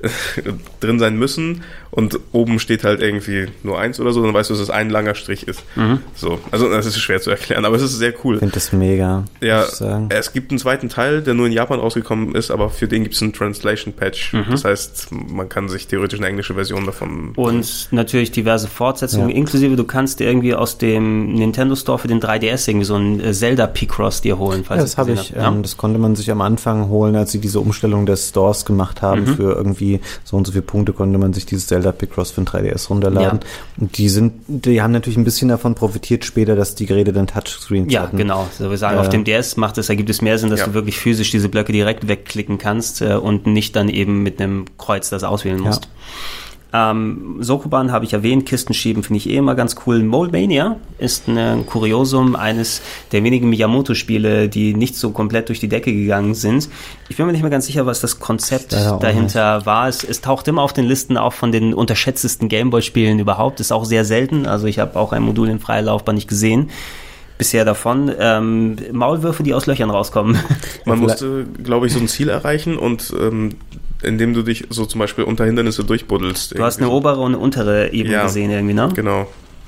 drin sein müssen und oben steht halt irgendwie nur eins oder so, dann weißt du, dass es ein langer Strich ist. Mhm. So, also das ist schwer zu erklären, aber es ist sehr cool. Ich finde das mega. Ja, es gibt einen zweiten Teil, der nur in Japan rausgekommen ist, aber für den gibt es einen Translation-Patch. Mhm. Das heißt, man kann sich theoretisch eine englische Version davon... Und natürlich diverse Fortsetzungen, ja. inklusive du kannst dir irgendwie aus dem Nintendo Store für den drei D S irgendwie so ein Zelda Picross dir holen. Falls ja, das habe ich. Ja? Ähm, das konnte man sich am Anfang holen, als sie diese Umstellung des Stores gemacht haben. Mhm. Für irgendwie so und so viele Punkte konnte man sich dieses Zelda Picross für den drei D S runterladen. Ja. Und die sind, die haben natürlich ein bisschen davon profitiert später, dass die Geräte dann Touchscreens ja, hatten. Ja, genau. So, wir sagen, äh, auf dem D S macht es, da gibt es mehr Sinn, dass ja. du wirklich physisch diese Blöcke direkt wegklicken kannst äh, und nicht dann eben mit einem Kreuz das auswählen musst. Ähm, Sokoban habe ich erwähnt, Kistenschieben finde ich eh immer ganz cool. Molemania ist ein Kuriosum, eines der wenigen Miyamoto-Spiele, die nicht so komplett durch die Decke gegangen sind. Ich bin mir nicht mehr ganz sicher, was das Konzept ja, dahinter nicht. war. Es, es taucht immer auf den Listen auch von den unterschätztesten Gameboy-Spielen überhaupt. Ist auch sehr selten. Also ich habe auch ein Modul in freier Laufbahn nicht gesehen. Bisher davon. Ähm, Maulwürfe, die aus Löchern rauskommen. Man musste, glaube ich, so ein Ziel erreichen und ähm, indem du dich so zum Beispiel unter Hindernisse durchbuddelst. Du hast eine obere und eine untere Ebene ja, gesehen irgendwie, ne? Genau.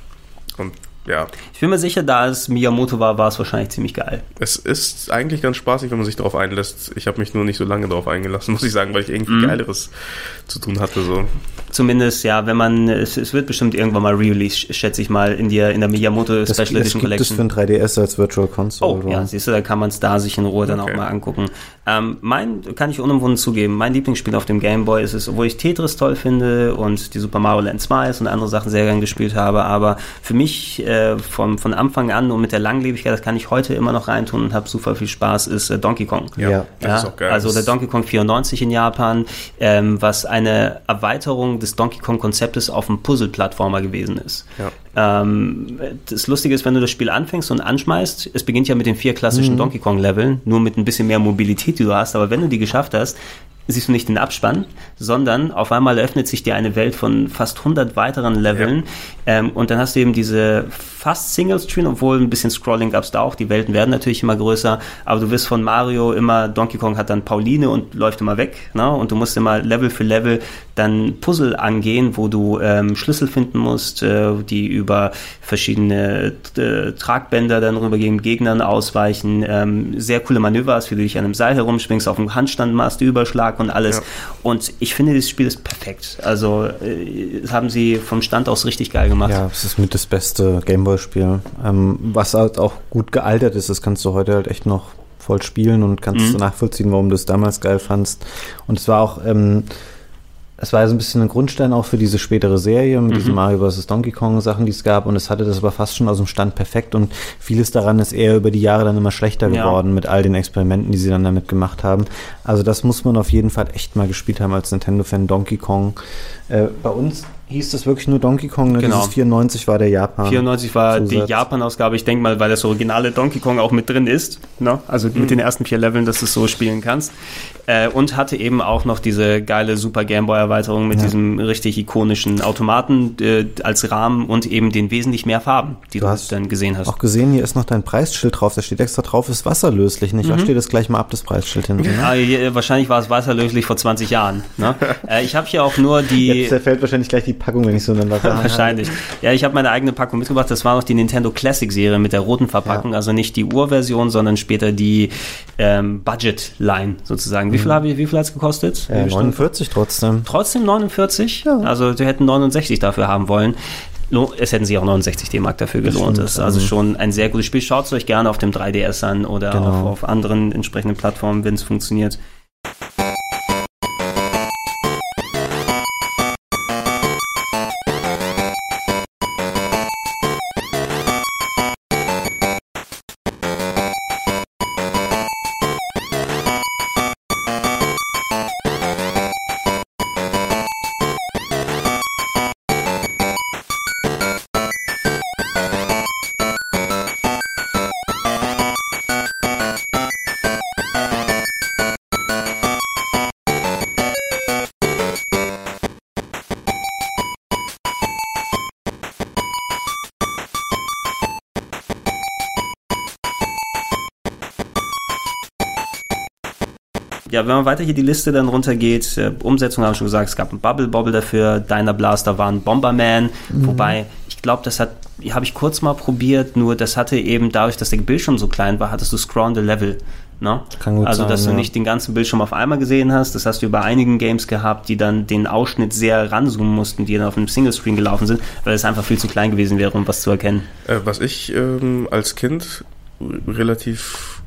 Und ja. Ich bin mir sicher, da es Miyamoto war, war es wahrscheinlich ziemlich geil. Es ist eigentlich ganz spaßig, wenn man sich darauf einlässt. Ich habe mich nur nicht so lange darauf eingelassen, muss ich sagen, weil ich irgendwie mhm. Geileres zu tun hatte. So. Zumindest, ja, wenn man, es, es wird bestimmt irgendwann mal re-released, schätze ich mal, in der, in der Miyamoto das, Special Edition Collection. Das gibt es für ein drei D S als Virtual Console. Oh, ja, siehst du, da kann man es da sich in Ruhe dann okay. auch mal angucken. Ähm, mein, kann ich unumwunden zugeben, mein Lieblingsspiel auf dem Game Boy ist es, obwohl ich Tetris toll finde und die Super Mario Land Smiles und andere Sachen sehr gern gespielt habe, aber für mich äh, vom, von Anfang an und mit der Langlebigkeit, das kann ich heute immer noch reintun und habe super viel Spaß, ist äh, Donkey Kong. Ja, ja, das ja, ist auch geil. Also der Donkey Kong vierundneunzig in Japan, ähm, was eine Erweiterung des Donkey Kong Konzeptes auf einem Puzzle-Plattformer gewesen ist. Ja. Ähm, das Lustige ist, wenn du das Spiel anfängst und anschmeißt, es beginnt ja mit den vier klassischen mhm. Donkey Kong Leveln, nur mit ein bisschen mehr Mobilität, die du hast, aber wenn du die geschafft hast, siehst du nicht den Abspann, sondern auf einmal eröffnet sich dir eine Welt von fast hundert weiteren Leveln ja. ähm, und dann hast du eben diese fast Single-Screen, obwohl ein bisschen Scrolling gab es da auch, die Welten werden natürlich immer größer, aber du wirst von Mario immer, Donkey Kong hat dann Pauline und läuft immer weg, ne? Und du musst immer Level für Level dann Puzzle angehen, wo du ähm, Schlüssel finden musst, äh, die über verschiedene äh, Tragbänder dann rübergehen, Gegnern ausweichen, ähm, sehr coole Manövers, wie du dich an einem Seil herumschwingst, auf dem Handstand machst, Überschlag und alles. Ja. Und ich finde, dieses Spiel ist perfekt. Also äh, das haben sie vom Stand aus richtig geil gemacht. Ja, es ist mit das beste Gameboy-Spiel. Ähm, was halt auch gut gealtert ist, das kannst du heute halt echt noch voll spielen und kannst mhm. nachvollziehen, warum du es damals geil fandst. Und es war auch ähm, es war so ein bisschen ein Grundstein auch für diese spätere Serie mit mhm. diesen Mario versus. Donkey Kong Sachen, die es gab, und es hatte das aber fast schon aus dem Stand perfekt und vieles daran ist eher über die Jahre dann immer schlechter geworden ja. mit all den Experimenten, die sie dann damit gemacht haben. Also das muss man auf jeden Fall echt mal gespielt haben als Nintendo-Fan. Donkey Kong. Äh, bei uns hieß das wirklich nur Donkey Kong, ne? Genau. Dieses vierundneunzig war der Japan. vierundneunzig war Zusatz. Die Japan-Ausgabe. Ich denke mal, weil das originale Donkey Kong auch mit drin ist, ne? Also mhm. mit den ersten vier Leveln, dass du es so spielen kannst. Äh, und hatte eben auch noch diese geile Super Game Boy Erweiterung mit ja. diesem richtig ikonischen Automaten äh, als Rahmen und eben den wesentlich mehr Farben, die du, du hast dann gesehen hast. Auch gesehen, hier ist noch dein Preisschild drauf. Da steht extra drauf, ist wasserlöslich. Nicht? Mhm. Da steht das gleich mal ab, das Preisschild hinten. Ja, ja, wahrscheinlich war es wasserlöslich vor zwanzig Jahren. Ne? äh, ich habe hier auch nur die... Jetzt zerfällt wahrscheinlich gleich die Packung, wenn ich so einen Wasser habe. Wahrscheinlich. Ja, ich habe meine eigene Packung mitgebracht. Das war noch die Nintendo Classic Serie mit der roten Verpackung. Ja. Also nicht die Urversion, sondern später die ähm, Budget Line sozusagen. Wie viel, hab ich, wie viel hat es gekostet? Äh, neunundvierzig trotzdem. Trotzdem neunundvierzig? Ja. Also sie hätten neunundsechzig dafür haben wollen. Es hätten sich auch neunundsechzig D-Mark dafür gelohnt. Das ist also schon ein sehr gutes Spiel. Schaut es euch gerne auf dem drei D S an oder genau. auf, auf anderen entsprechenden Plattformen, wenn es funktioniert. Ja, wenn man weiter hier die Liste dann runtergeht, äh, Umsetzung habe ich schon gesagt, es gab ein Bubble Bobble dafür, Dyna Blaster war ein Bomberman, mhm. wobei ich glaube, das hat, habe ich kurz mal probiert, nur das hatte eben dadurch, dass der Bildschirm so klein war, hattest du scrollende Level. Ne? Kann gut also, sein, dass du ja. nicht den ganzen Bildschirm auf einmal gesehen hast, das hast du bei einigen Games gehabt, die dann den Ausschnitt sehr ranzoomen mussten, die dann auf einem Single-Screen gelaufen sind, weil es einfach viel zu klein gewesen wäre, um was zu erkennen. Äh, was ich ähm, als Kind relativ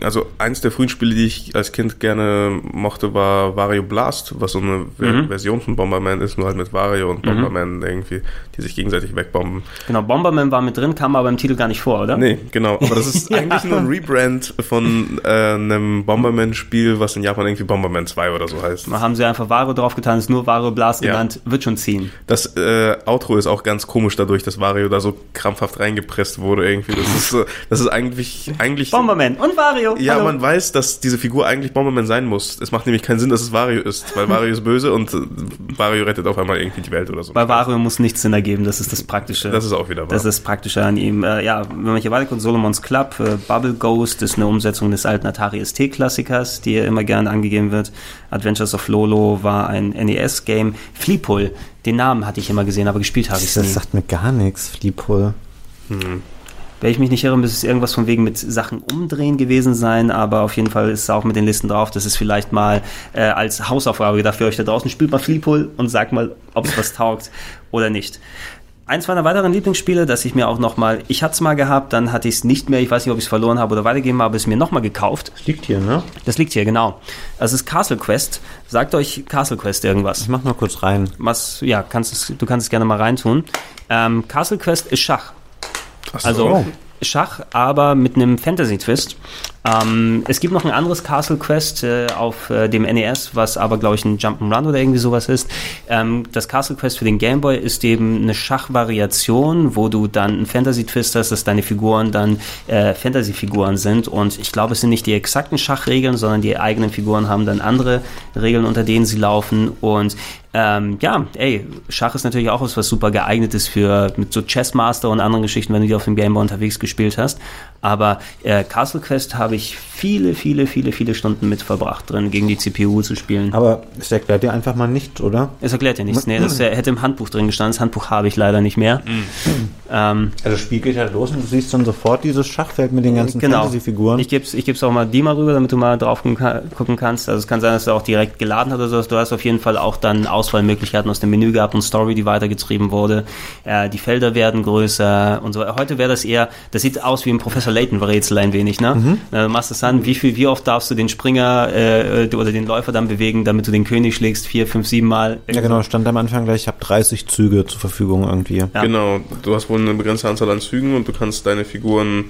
also eins der frühen Spiele, die ich als Kind gerne mochte, war Wario Blast, was so eine mhm. Version von Bomberman ist, nur halt mit Wario und Bomberman mhm. irgendwie, die sich gegenseitig wegbomben. Genau, Bomberman war mit drin, kam aber im Titel gar nicht vor, oder? Nee, genau, aber das ist ja. eigentlich nur ein Rebrand von äh, einem Bomberman-Spiel, was in Japan irgendwie Bomberman zwei oder so heißt. Da haben sie einfach Wario draufgetan, ist nur Wario Blast ja. genannt, wird schon ziehen. Das äh, Outro ist auch ganz komisch dadurch, dass Wario da so krampfhaft reingepresst wurde irgendwie. Das ist, äh, das ist eigentlich, eigentlich Bomberman und Wario. Ja, Hallo. Man weiß, dass diese Figur eigentlich Bomberman sein muss. Es macht nämlich keinen Sinn, dass es Wario ist, weil Wario ist böse und Wario rettet auf einmal irgendwie die Welt oder so. Bei Wario muss nichts Sinn ergeben, das ist das Praktische. Das ist auch wieder wahr. Das ist das Praktische an ihm. Äh, ja, wenn man hier weiterkommt, Solomon's Club, äh, Bubble Ghost ist eine Umsetzung des alten Atari S T-Klassikers, die immer gerne angegeben wird. Adventures of Lolo war ein N E S-Game. Fleepull, den Namen hatte ich immer gesehen, aber gespielt habe ich es nie. Das sagt mir gar nichts, Fleepull. Hm. Wenn ich mich nicht irre, müsste es irgendwas von wegen mit Sachen umdrehen gewesen sein, aber auf jeden Fall ist es auch mit den Listen drauf. Das ist vielleicht mal äh, als Hausaufgabe gedacht für euch da draußen. Spielt mal Fleepull und sagt mal, ob es was taugt oder nicht. Eins meiner weiteren Lieblingsspiele, das ich mir auch nochmal, ich hatte es mal gehabt, dann hatte ich es nicht mehr, ich weiß nicht, ob ich es verloren habe oder weitergegeben habe, es mir nochmal gekauft. Das liegt hier, ne? Das liegt hier, genau. Das ist Castle Quest. Sagt euch Castle Quest irgendwas? Ich mach mal kurz rein. Was, ja, kannst es, du kannst es gerne mal reintun. Ähm, Castle Quest ist Schach. Ach so. Also Schach, aber mit einem Fantasy-Twist. Ähm, es gibt noch ein anderes Castle Quest äh, auf äh, dem N E S, was aber, glaube ich, ein Jump'n'Run oder irgendwie sowas ist. Ähm, das Castle Quest für den Game Boy ist eben eine Schachvariation, wo du dann einen Fantasy-Twist hast, dass deine Figuren dann äh, Fantasy-Figuren sind. Und ich glaube, es sind nicht die exakten Schachregeln, sondern die eigenen Figuren haben dann andere Regeln, unter denen sie laufen. Und ähm, ja, ey, Schach ist natürlich auch was, was super geeignet ist für mit so Chessmaster und anderen Geschichten, wenn du die auf dem Game Boy unterwegs gespielt hast. Aber äh, Castle Quest habe ich viele, viele, viele, viele Stunden mit verbracht drin, gegen die C P U zu spielen. Aber es erklärt dir einfach mal nicht, oder? Es erklärt dir nichts. Nee, das äh, hätte im Handbuch drin gestanden. Das Handbuch habe ich leider nicht mehr. Mhm. Ähm, also das Spiel geht halt los und du siehst dann sofort dieses Schachfeld mit den ganzen genau. Fantasy-Figuren. Ich gebe es ich geb's auch mal dir mal rüber, damit du mal drauf gucken kannst. Also es kann sein, dass du auch direkt geladen hast oder so. Du hast auf jeden Fall auch dann Auswahlmöglichkeiten aus dem Menü gehabt und Story, die weitergetrieben wurde. Äh, die Felder werden größer und so. Heute wäre das eher, das sieht aus wie ein Professor Layton-Rätsel ein wenig, ne? Mhm. Du machst es an, wie viel, wie oft darfst du den Springer äh, oder den Läufer dann bewegen, damit du den König schlägst, vier, fünf, sieben Mal. Ja genau, stand am Anfang gleich, ich habe dreißig Züge zur Verfügung irgendwie. Ja. Genau, du hast wohl eine begrenzte Anzahl an Zügen und du kannst deine Figuren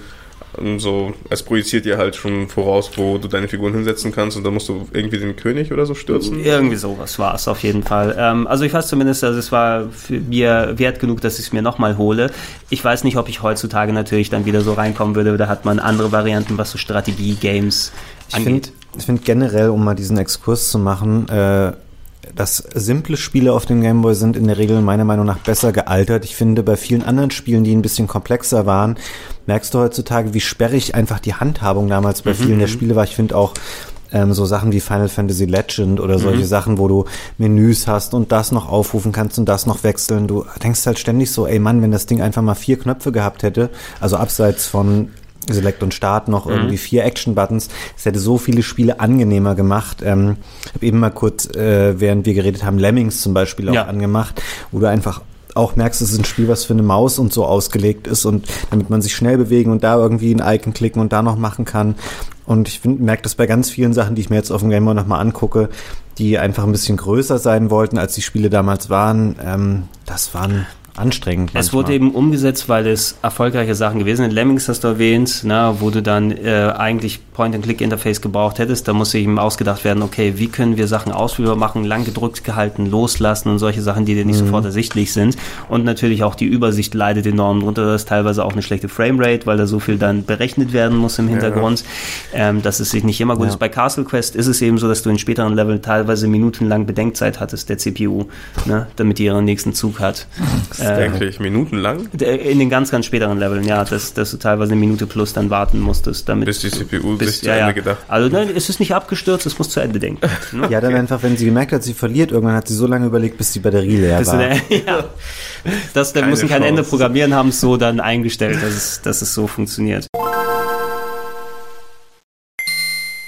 so, es projiziert dir halt schon voraus, wo du deine Figuren hinsetzen kannst und dann musst du irgendwie den König oder so stürzen. Irgendwie sowas war es auf jeden Fall. Ähm, also ich weiß zumindest, also es war für mir wert genug, dass ich es mir nochmal hole. Ich weiß nicht, ob ich heutzutage natürlich dann wieder so reinkommen würde, da hat man andere Varianten, was so Strategie-Games angeht. Ich finde find generell, um mal diesen Exkurs zu machen, äh, dass simple Spiele auf dem Gameboy sind in der Regel meiner Meinung nach besser gealtert. Ich finde, bei vielen anderen Spielen, die ein bisschen komplexer waren, merkst du heutzutage, wie sperrig einfach die Handhabung damals bei mhm. vielen der Spiele war. Ich finde auch ähm, so Sachen wie Final Fantasy Legend oder solche mhm. Sachen, wo du Menüs hast und das noch aufrufen kannst und das noch wechseln. Du denkst halt ständig so, ey Mann, wenn das Ding einfach mal vier Knöpfe gehabt hätte, also abseits von Select und Start noch mhm. irgendwie vier Action-Buttons. Das hätte so viele Spiele angenehmer gemacht. Ähm, ich habe eben mal kurz, äh, während wir geredet haben, Lemmings zum Beispiel auch ja. angemacht, wo du einfach auch merkst, es ist ein Spiel, was für eine Maus und so ausgelegt ist und damit man sich schnell bewegen und da irgendwie ein Icon klicken und da noch machen kann. Und ich merke das bei ganz vielen Sachen, die ich mir jetzt auf dem Game Boy nochmal angucke, die einfach ein bisschen größer sein wollten, als die Spiele damals waren. Ähm, das waren anstrengend. Es wurde eben umgesetzt, weil es erfolgreiche Sachen gewesen sind. Lemmings hast du erwähnt, na, wo du dann äh, eigentlich Point-and-Click-Interface gebraucht hättest. Da musste eben ausgedacht werden, okay, wie können wir Sachen ausführbar machen, lang gedrückt gehalten, loslassen und solche Sachen, die dir nicht mhm. sofort ersichtlich sind. Und natürlich auch die Übersicht leidet enorm drunter. Das ist teilweise auch eine schlechte Framerate, weil da so viel dann berechnet werden muss im Hintergrund, ja. ähm, dass es sich nicht immer gut ja. ist. Bei Castle Quest ist es eben so, dass du in späteren Leveln teilweise minutenlang Bedenkzeit hattest, der C P U, ne, damit die ihren nächsten Zug hat. Wirklich minutenlang? In den ganz, ganz späteren Leveln, ja, dass, dass du teilweise eine Minute plus dann warten musstest. Damit bis die C P U bis, sich zu ja, Ende ja. gedacht. Also nein, es ist nicht abgestürzt, es muss zu Ende denken. Ne? Ja, dann einfach, wenn sie gemerkt hat, sie verliert, irgendwann hat sie so lange überlegt, bis die Batterie leer bis war. Der, ja. Das, da müssen kein Chance. Ende programmieren, haben es so dann eingestellt, dass es, dass es so funktioniert.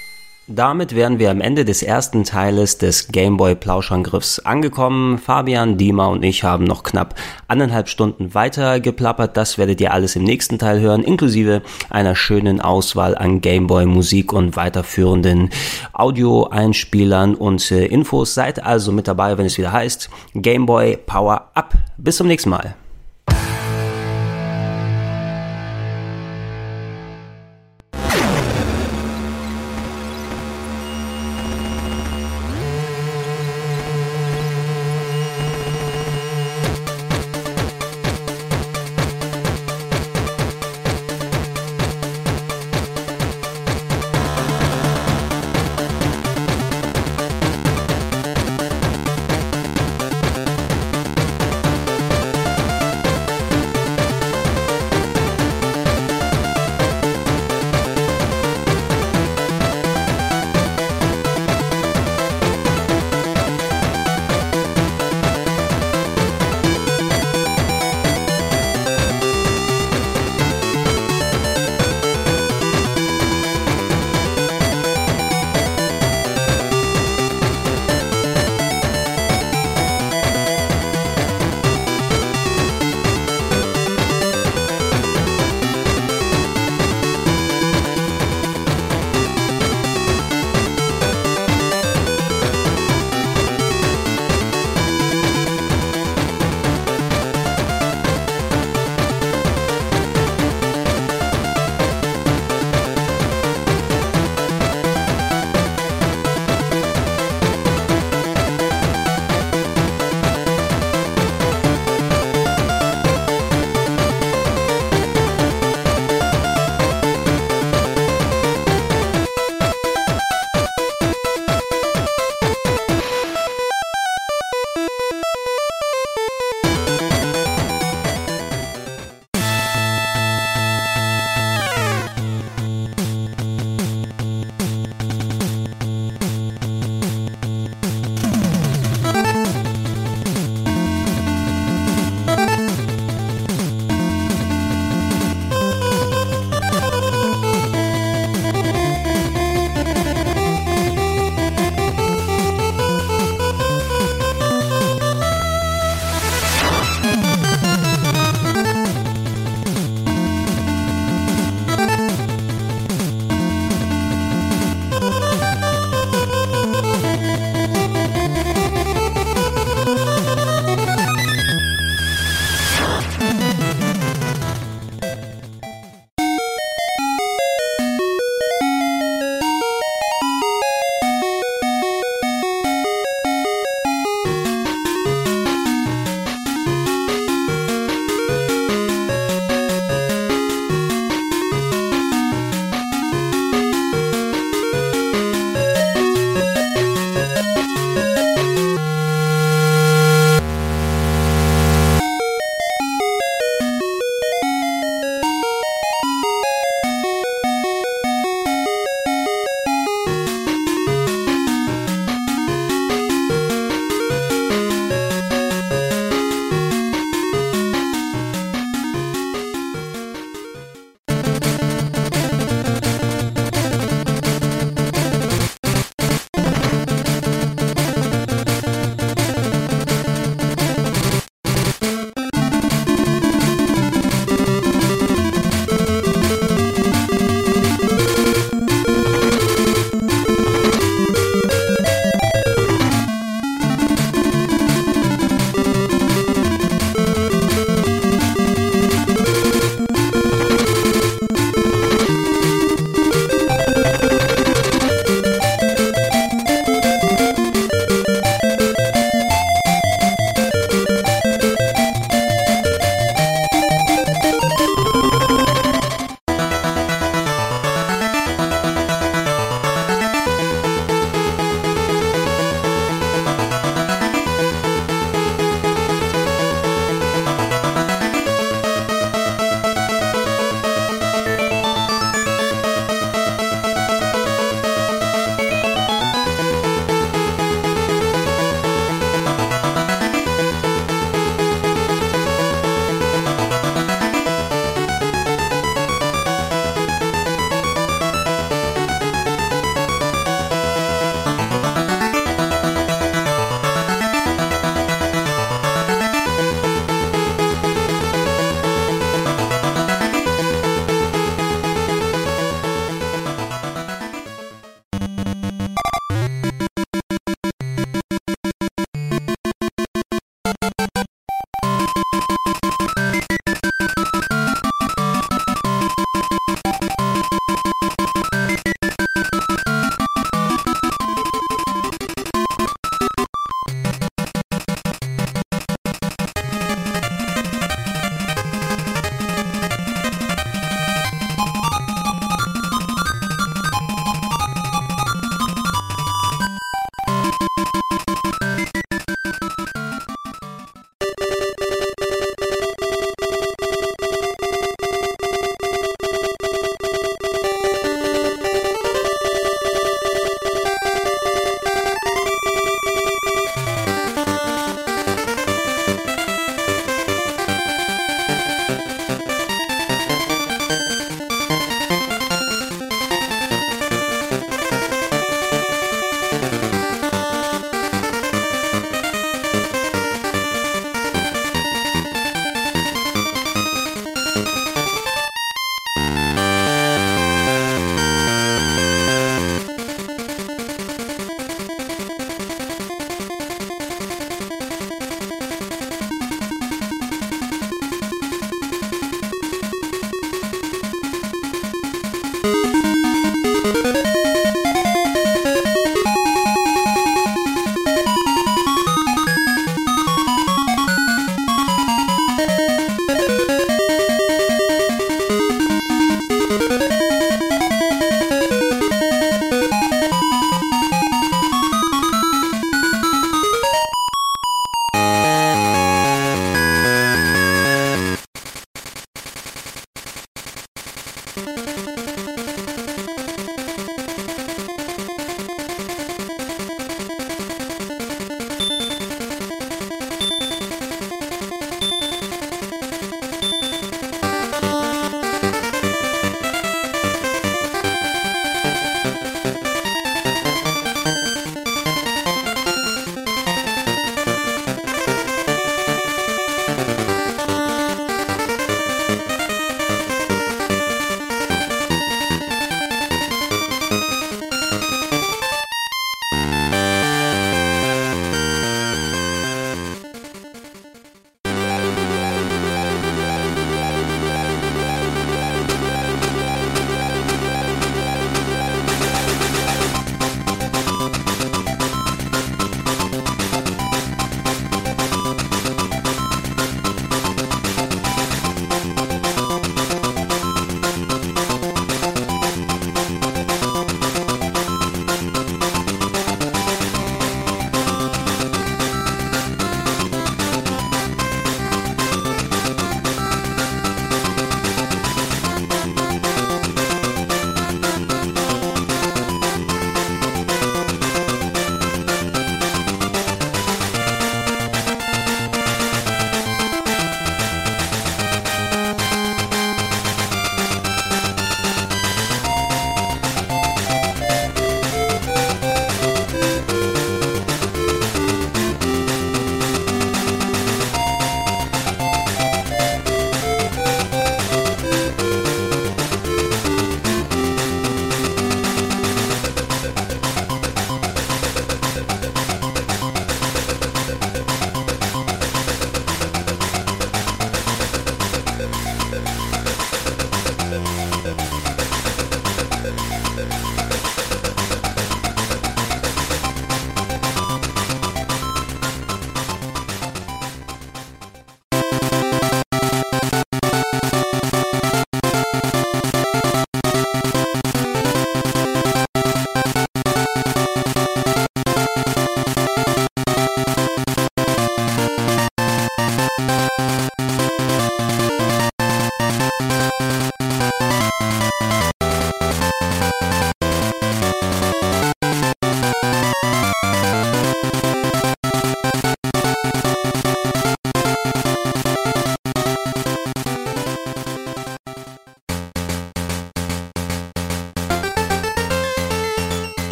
Damit wären wir am Ende des ersten Teiles des Gameboy-Plauschangriffs angekommen. Fabian, Dima und ich haben noch knapp anderthalb Stunden weiter geplappert. Das werdet ihr alles im nächsten Teil hören, inklusive einer schönen Auswahl an Gameboy-Musik und weiterführenden Audio-Einspielern und äh, Infos. Seid also mit dabei, wenn es wieder heißt Gameboy Power Up. Bis zum nächsten Mal.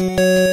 Tschüss.